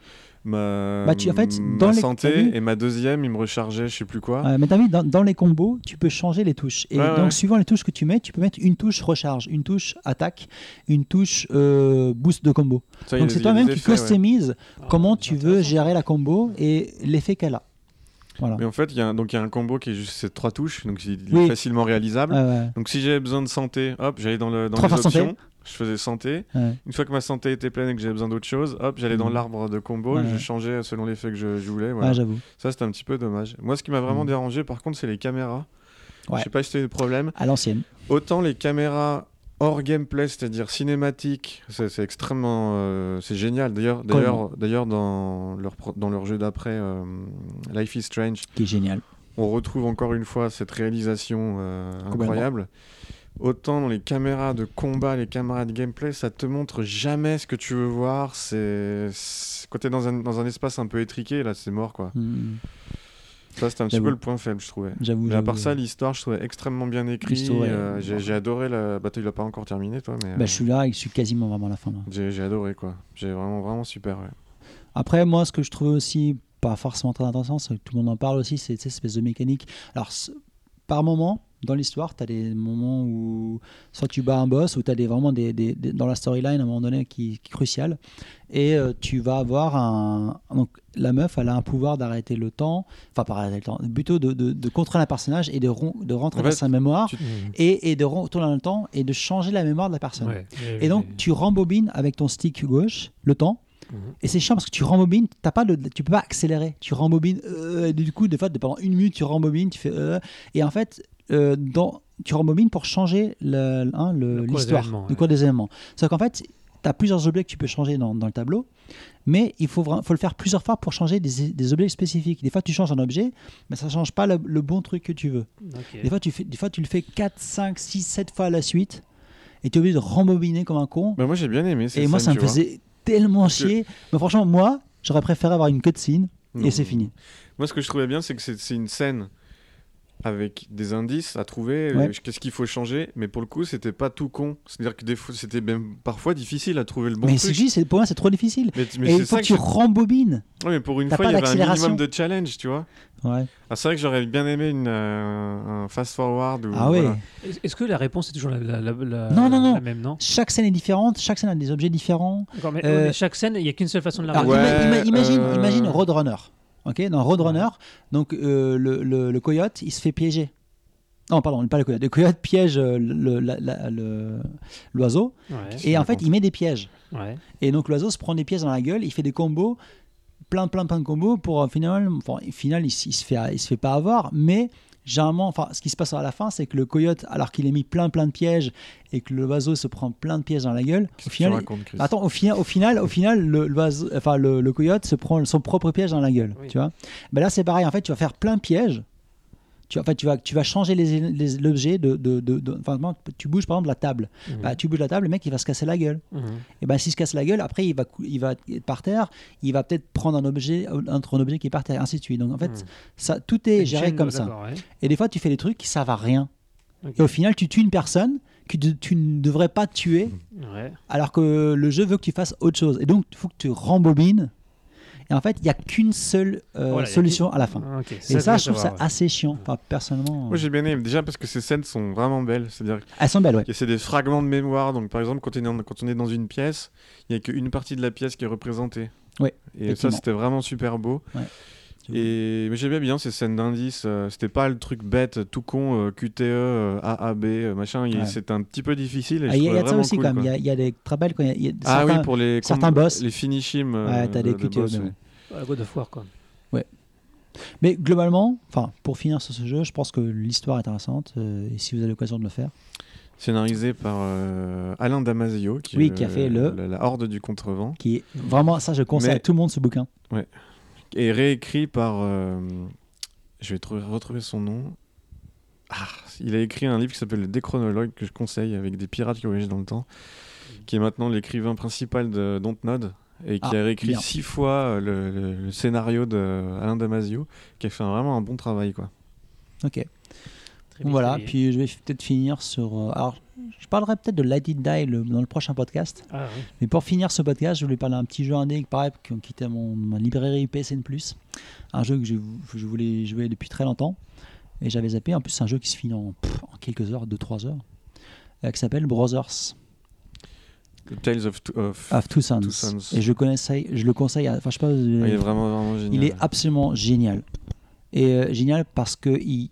ma dans les santé, et ma deuxième, il me rechargeait, je sais plus quoi. Mais t'as vu, dans les combos, tu peux changer les touches. Et donc, suivant les touches que tu mets, tu peux mettre une touche recharge, une touche attaque, une touche boost de combo. Donc, c'est toi-même qui customise comment tu veux gérer la combo et l'effet qu'elle a. Voilà. Mais en fait, il y a un combo qui est juste ces 3 touches, donc il est facilement réalisable. Donc, si j'avais besoin de santé, hop, j'allais dans les options. Santé. Je faisais santé. Une fois que ma santé était pleine et que j'avais besoin d'autre chose, hop, j'allais dans l'arbre de combo, je changeais selon l'effet que je voulais. Voilà. J'avoue. Ça, c'était un petit peu dommage. Moi, ce qui m'a vraiment dérangé, par contre, c'est les caméras. Je sais pas si c'était le problème. À l'ancienne. Autant les caméras hors gameplay, c'est-à-dire cinématique, c'est extrêmement, c'est génial. D'ailleurs, dans leur jeu d'après, Life is Strange, qui est génial. On retrouve encore une fois cette réalisation incroyable. Autant dans les caméras de combat, les caméras de gameplay, ça te montre jamais ce que tu veux voir. Quand t'es dans un espace un peu étriqué, là, c'est mort, quoi. Ça, c'était un petit peu le point faible, je trouvais. Mais à part ça, l'histoire, je trouvais extrêmement bien écrite. J'ai adoré la bataille. Tu l'as pas encore terminé, toi, mais. Je suis là et je suis quasiment vraiment à la fin. Là. J'ai adoré, quoi. J'ai vraiment super. Ouais. Après, moi, ce que je trouvais aussi pas forcément très intéressant, c'est que tout le monde en parle aussi, c'est cette espèce de mécanique. Alors, par moment, dans l'histoire, tu as des moments où soit tu bats un boss, ou tu as vraiment dans la storyline à un moment donné qui est crucial, et tu vas avoir donc la meuf, elle a un pouvoir d'arrêter le temps, enfin pas arrêter le temps, plutôt de contrôler un personnage et de rentrer dans sa mémoire et de retourner dans le temps et de changer la mémoire de la personne. Et donc tu rembobines avec ton stick gauche le temps. Et c'est chiant parce que tu rembobines, tu peux pas accélérer, tu rembobines, et du coup des fois pendant 1 minute tu rembobines, tu fais et en fait tu rembobines pour changer l'histoire, le cours des événements. C'est qu'en fait tu as plusieurs objets que tu peux changer dans le tableau, mais il faut le faire plusieurs fois pour changer des objets spécifiques. Des fois tu changes un objet, mais ça change pas le bon truc que tu veux. Des fois tu le fais 4, 5, 6, 7 fois à la suite et tu es obligé de rembobiner comme un con. Moi j'ai bien aimé et moi ça me faisait tellement chier. Mais franchement, moi, j'aurais préféré avoir une cutscene et c'est fini. Moi, ce que je trouvais bien, c'est que c'est une scène avec des indices à trouver, qu'est-ce qu'il faut changer, mais pour le coup, c'était pas tout con. C'est-à-dire que des fois, c'était même parfois difficile à trouver le bon truc. Mais pour moi, c'est trop difficile. Mais et il faut que tu rembobines. Oui, mais pour une fois, il y avait un minimum de challenge, tu vois. C'est vrai que j'aurais bien aimé un fast-forward. Voilà. Est-ce que la réponse est toujours la même, non ? Chaque scène est différente, chaque scène a des objets différents. Mais chaque scène, il n'y a qu'une seule façon de la résoudre. Imagine Roadrunner. Dans Roadrunner, donc le coyote, il se fait piéger. Non, pardon, pas le coyote. Le coyote piège l'oiseau, et en fait, il met des pièges. Et donc l'oiseau se prend des pièges dans la gueule, il fait des combos, plein de combos pour au final, il se fait pas avoir, mais généralement, ce qui se passe à la fin, c'est que le coyote, alors qu'il a mis plein de pièges et que l'oiseau se prend plein de pièges dans la gueule, au final, le coyote se prend son propre piège dans la gueule. Tu vois. Là, c'est pareil. En fait, tu vas faire plein de pièges. Tu vas changer l'objet tu bouges par exemple la table. Tu bouges la table, le mec il va se casser la gueule. Et s'il se casse la gueule, après il va être par terre, il va peut-être prendre un objet qui est par terre, ainsi de suite. Donc en fait, tout est géré comme ça. Et des fois tu fais des trucs qui servent à rien. Et au final tu tues une personne que tu ne devrais pas tuer, alors que le jeu veut que tu fasses autre chose. Et donc il faut que tu rembobines. Et en fait, il n'y a qu'une seule solution à la fin. Et ça, je trouve ça assez chiant, personnellement. Moi, j'ai bien aimé. Déjà parce que ces scènes sont vraiment belles. C'est-à-dire elles sont belles, c'est des fragments de mémoire. Donc, par exemple, quand on est dans une pièce, il n'y a qu'une partie de la pièce qui est représentée. Et ça, c'était vraiment super beau. Mais j'aimais bien ces scènes d'indices. C'était pas le truc bête, tout con, QTE, A, B, machin. C'était un petit peu difficile. Il y a ça aussi, quand même. Il y a des très belles. Pour certains boss. Les finishim. T'as des QTE. God of War, quoi. Mais globalement, pour finir sur ce jeu, je pense que l'histoire est intéressante. Et si vous avez l'occasion de le faire. Scénarisé par Alain Damasio, qui a fait la Horde du Contrevent. Qui est vraiment, ça, je conseille à tout le monde ce bouquin. Et réécrit par... je vais retrouver son nom. Il a écrit un livre qui s'appelle Le Déchronologue, que je conseille, avec des pirates qui voyagent dans le temps, qui est maintenant l'écrivain principal de Dontnod, et qui a réécrit 6 fois le scénario d'Alain Damasio, qui a fait vraiment un bon travail, quoi. Ok. Voilà, puis je vais peut-être finir sur... alors, Je parlerai peut-être de Light It Die dans le prochain podcast. Ah, oui. Mais pour finir ce podcast, je voulais parler d'un petit jeu indé pareil, qui était ma librairie PSN+. Un jeu que je voulais jouer depuis très longtemps. Et j'avais zappé. En plus, c'est un jeu qui se finit en quelques heures, 2-3 heures. Qui s'appelle Brothers. Tales of Two Sons. Et je le conseille. Enfin, je sais pas. Il est vraiment génial. Il est absolument génial. Et génial parce que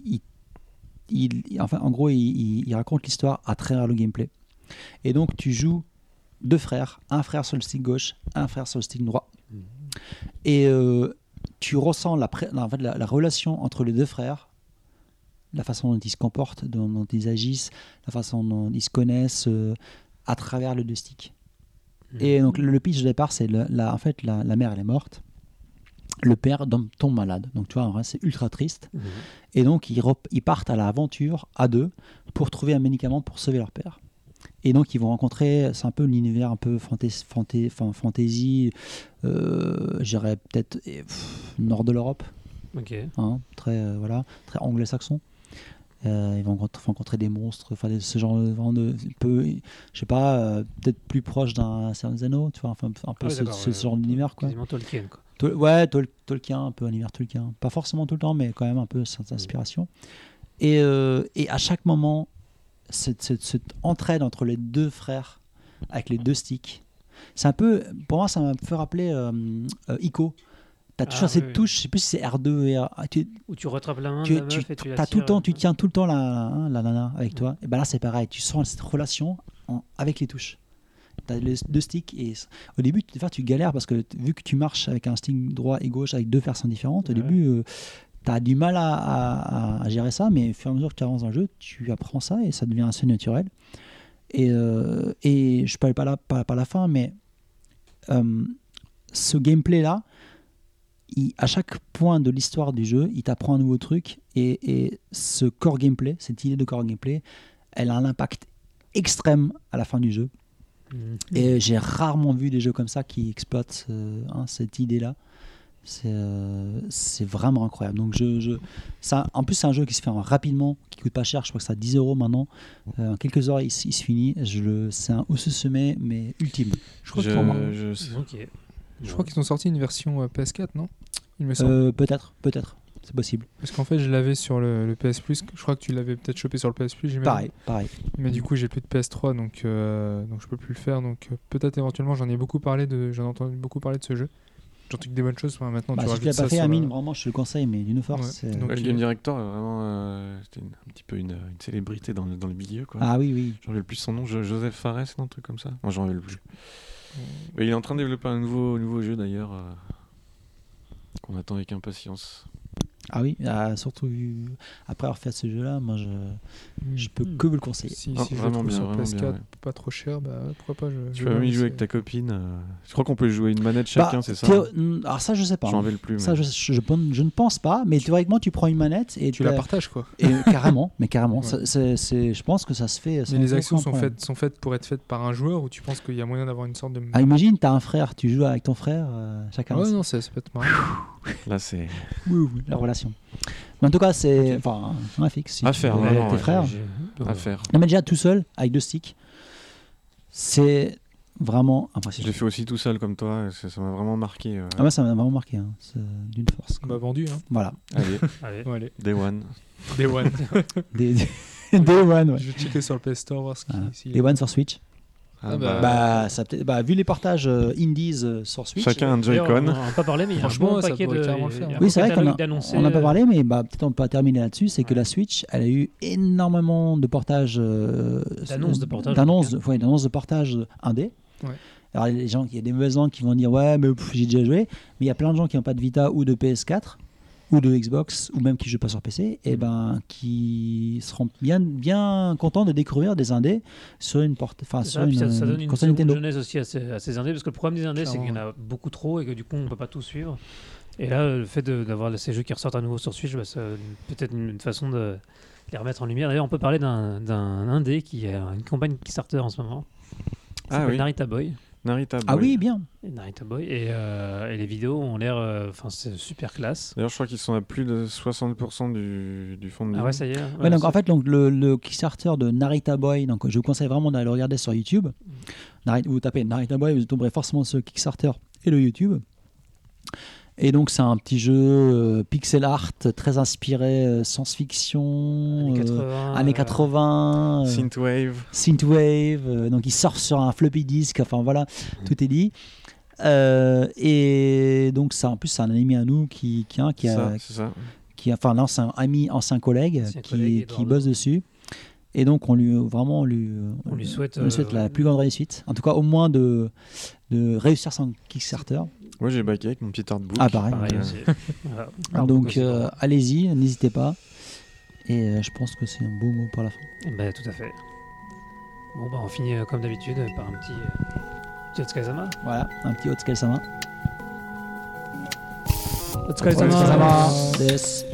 en gros, il raconte l'histoire à travers le gameplay. Et donc, tu joues 2 frères, un frère sur le stick gauche, un frère sur le stick droit. Et tu ressens la relation entre les 2 frères, la façon dont ils se comportent, dont ils agissent, la façon dont ils se connaissent à travers le 2 sticks. Et donc, le pitch de départ, c'est en fait, la mère, elle est morte. Le père tombe malade. Donc, tu vois, en vrai, c'est ultra triste. Et donc, ils partent à l'aventure à 2 pour trouver un médicament pour sauver leur père. Et donc, ils vont rencontrer, c'est un peu l'univers un peu fantasy, je dirais peut-être nord de l'Europe. Ok. Hein, très anglo-saxon. Ils vont rencontrer des monstres, ce genre de peu, je sais pas, peut-être plus proche d'un Seigneur des Anneaux, tu vois, enfin un peu ce genre d'univers, quoi. Quasiment Tolkien, quoi. Tolkien, un peu univers Tolkien, pas forcément tout le temps, mais quand même un peu cette inspiration. Et à chaque moment, cette entraide entre les 2 frères avec les 2 sticks, c'est un peu, pour moi, ça m'a fait rappeler Ico. T'as toujours cette touche, je sais plus si c'est R2 et où tu rattrapes la main de la meuf et tu la tires, tu tiens tout le temps la nana avec toi. Et ben là c'est pareil, tu sens cette relation avec les touches. T'as les 2 sticks et au début tu galères parce que vu que tu marches avec un stick droit et gauche avec 2 personnes différentes, au début t'as du mal à gérer ça, mais au fur et à mesure que tu avances dans le jeu, tu apprends ça et ça devient assez naturel. Et je parle pas la fin, mais ce gameplay là, à chaque point de l'histoire du jeu, il t'apprend un nouveau truc et ce core gameplay, cette idée de core gameplay, elle a un impact extrême à la fin du jeu. Et j'ai rarement vu des jeux comme ça qui exploitent cette idée-là. C'est vraiment incroyable. Donc en plus, c'est un jeu qui se fait rapidement, qui coûte pas cher. Je crois que c'est à 10 € maintenant. En quelques heures, il se finit. C'est un où se semer, mais ultime. Je crois que pour moi. Je crois qu'ils ont sorti une version PS4, non? Il me semble. Peut-être, c'est possible. Parce qu'en fait, je l'avais sur le PS Plus. Je crois que tu l'avais peut-être chopé sur le PS Plus. Pareil. Mais du coup, j'ai plus de PS3, donc je peux plus le faire. Donc peut-être éventuellement, j'en ai entendu beaucoup parler de ce jeu. J'en trouve des bonnes choses. Maintenant, si tu l'as pas fait, Amine, vraiment, je te le conseille, mais d'une force. Ouais. Donc, le Game Director est vraiment c'était un petit peu une célébrité dans le milieu, quoi. Ah oui. J'en avais le plus son nom, Joseph Fares, un truc comme ça. Moi, j'en avais le plus. Mais il est en train de développer un nouveau jeu d'ailleurs qu'on attend avec impatience. Ah oui, surtout après avoir fait ce jeu-là, moi je peux que vous le conseiller. Si vraiment je bien, sur PS4, bien, ouais. Pas trop cher, pourquoi pas. Tu peux même y jouer avec ta copine. Je crois qu'on peut jouer une manette chacun, c'est ça? Alors ça, je sais pas. J'en avais le plus. Ça, je ne pense pas, mais théoriquement, tu prends une manette et tu la partages, quoi. Et carrément. Ouais. Je pense que ça se fait. Mais les actions sont faites pour être faites par un joueur, ou tu penses qu'il y a moyen d'avoir une sorte de. Ah, imagine, t'as un frère, tu joues avec ton frère, chacun. Ouais, non, ça peut être marrant. Là, c'est. Oui, la relation. Mais en tout cas, c'est. Enfin, un fixe. Si à faire, vraiment. Tes frères. À faire. Non, mais déjà tout seul, avec 2 sticks, c'est vraiment impressionnant. Je l'ai fait aussi tout seul comme toi, ça m'a vraiment marqué. Ah, moi, ça m'a vraiment marqué, c'est d'une force. On m'a vendu, hein. Voilà. Allez. Day One. Day One, ouais. Je vais checker sur le PS Store, voir ce qu'il Day One sur Switch. Ça vu les portages indies sur Switch. Chacun un Joy-Con. On n'en a pas parlé, mais il y a un bon paquet de. Oui, c'est vrai qu'on n'a pas parlé, mais peut-être on peut terminer là-dessus. C'est que la Switch, elle a eu énormément de portages. D'annonces de portage indé. Ouais. Alors, il y a des mauvaises langues qui vont dire ouais, mais j'ai déjà joué. Mais il y a plein de gens qui n'ont pas de Vita ou de PS4 ou de Xbox, ou même qui ne jouent pas sur PC, et qui seront bien contents de découvrir des indés sur une ça donne une console Nintendo. Jeunesse aussi à ces indés, parce que le problème des indés, c'est qu'il y en a beaucoup trop et que du coup on ne peut pas tout suivre. Et là, le fait d'avoir ces jeux qui ressortent à nouveau sur Switch, c'est peut-être une façon de les remettre en lumière. D'ailleurs, on peut parler d'un indé qui a une campagne Kickstarter en ce moment, qui s'appelle Narita Boy. Narita Boy. Ah oui, bien. Et Narita Boy. Et les vidéos ont l'air. Enfin, c'est super classe. D'ailleurs, je crois qu'ils sont à plus de 60% du fond de Ah vidéo. ouais, ça y est. Ouais, donc en fait, donc, le Kickstarter de Narita Boy, donc je vous conseille vraiment d'aller le regarder sur YouTube. Vous tapez Narita Boy, vous tomberez forcément sur le Kickstarter et le YouTube. Et donc c'est un petit jeu pixel art très inspiré science-fiction, années 80, Synthwave. Donc il sort sur un floppy disk. Enfin voilà, tout est dit. Et donc ça, en plus c'est un ami à nous qui a, enfin là c'est un ami ancien collègue qui bosse dessus. Et donc on lui souhaite la plus grande réussite. En tout cas au moins de réussir son Kickstarter. Moi j'ai backé avec mon petit artbook. Ah pareil. Aussi. Voilà. Donc allez-y, n'hésitez pas. Et je pense que c'est un beau mot pour la fin. Bah, tout à fait. Bon bah on finit comme d'habitude par un petit Otsukaresama. Voilà, un petit Otsukaresama. Otsukaresama. Des.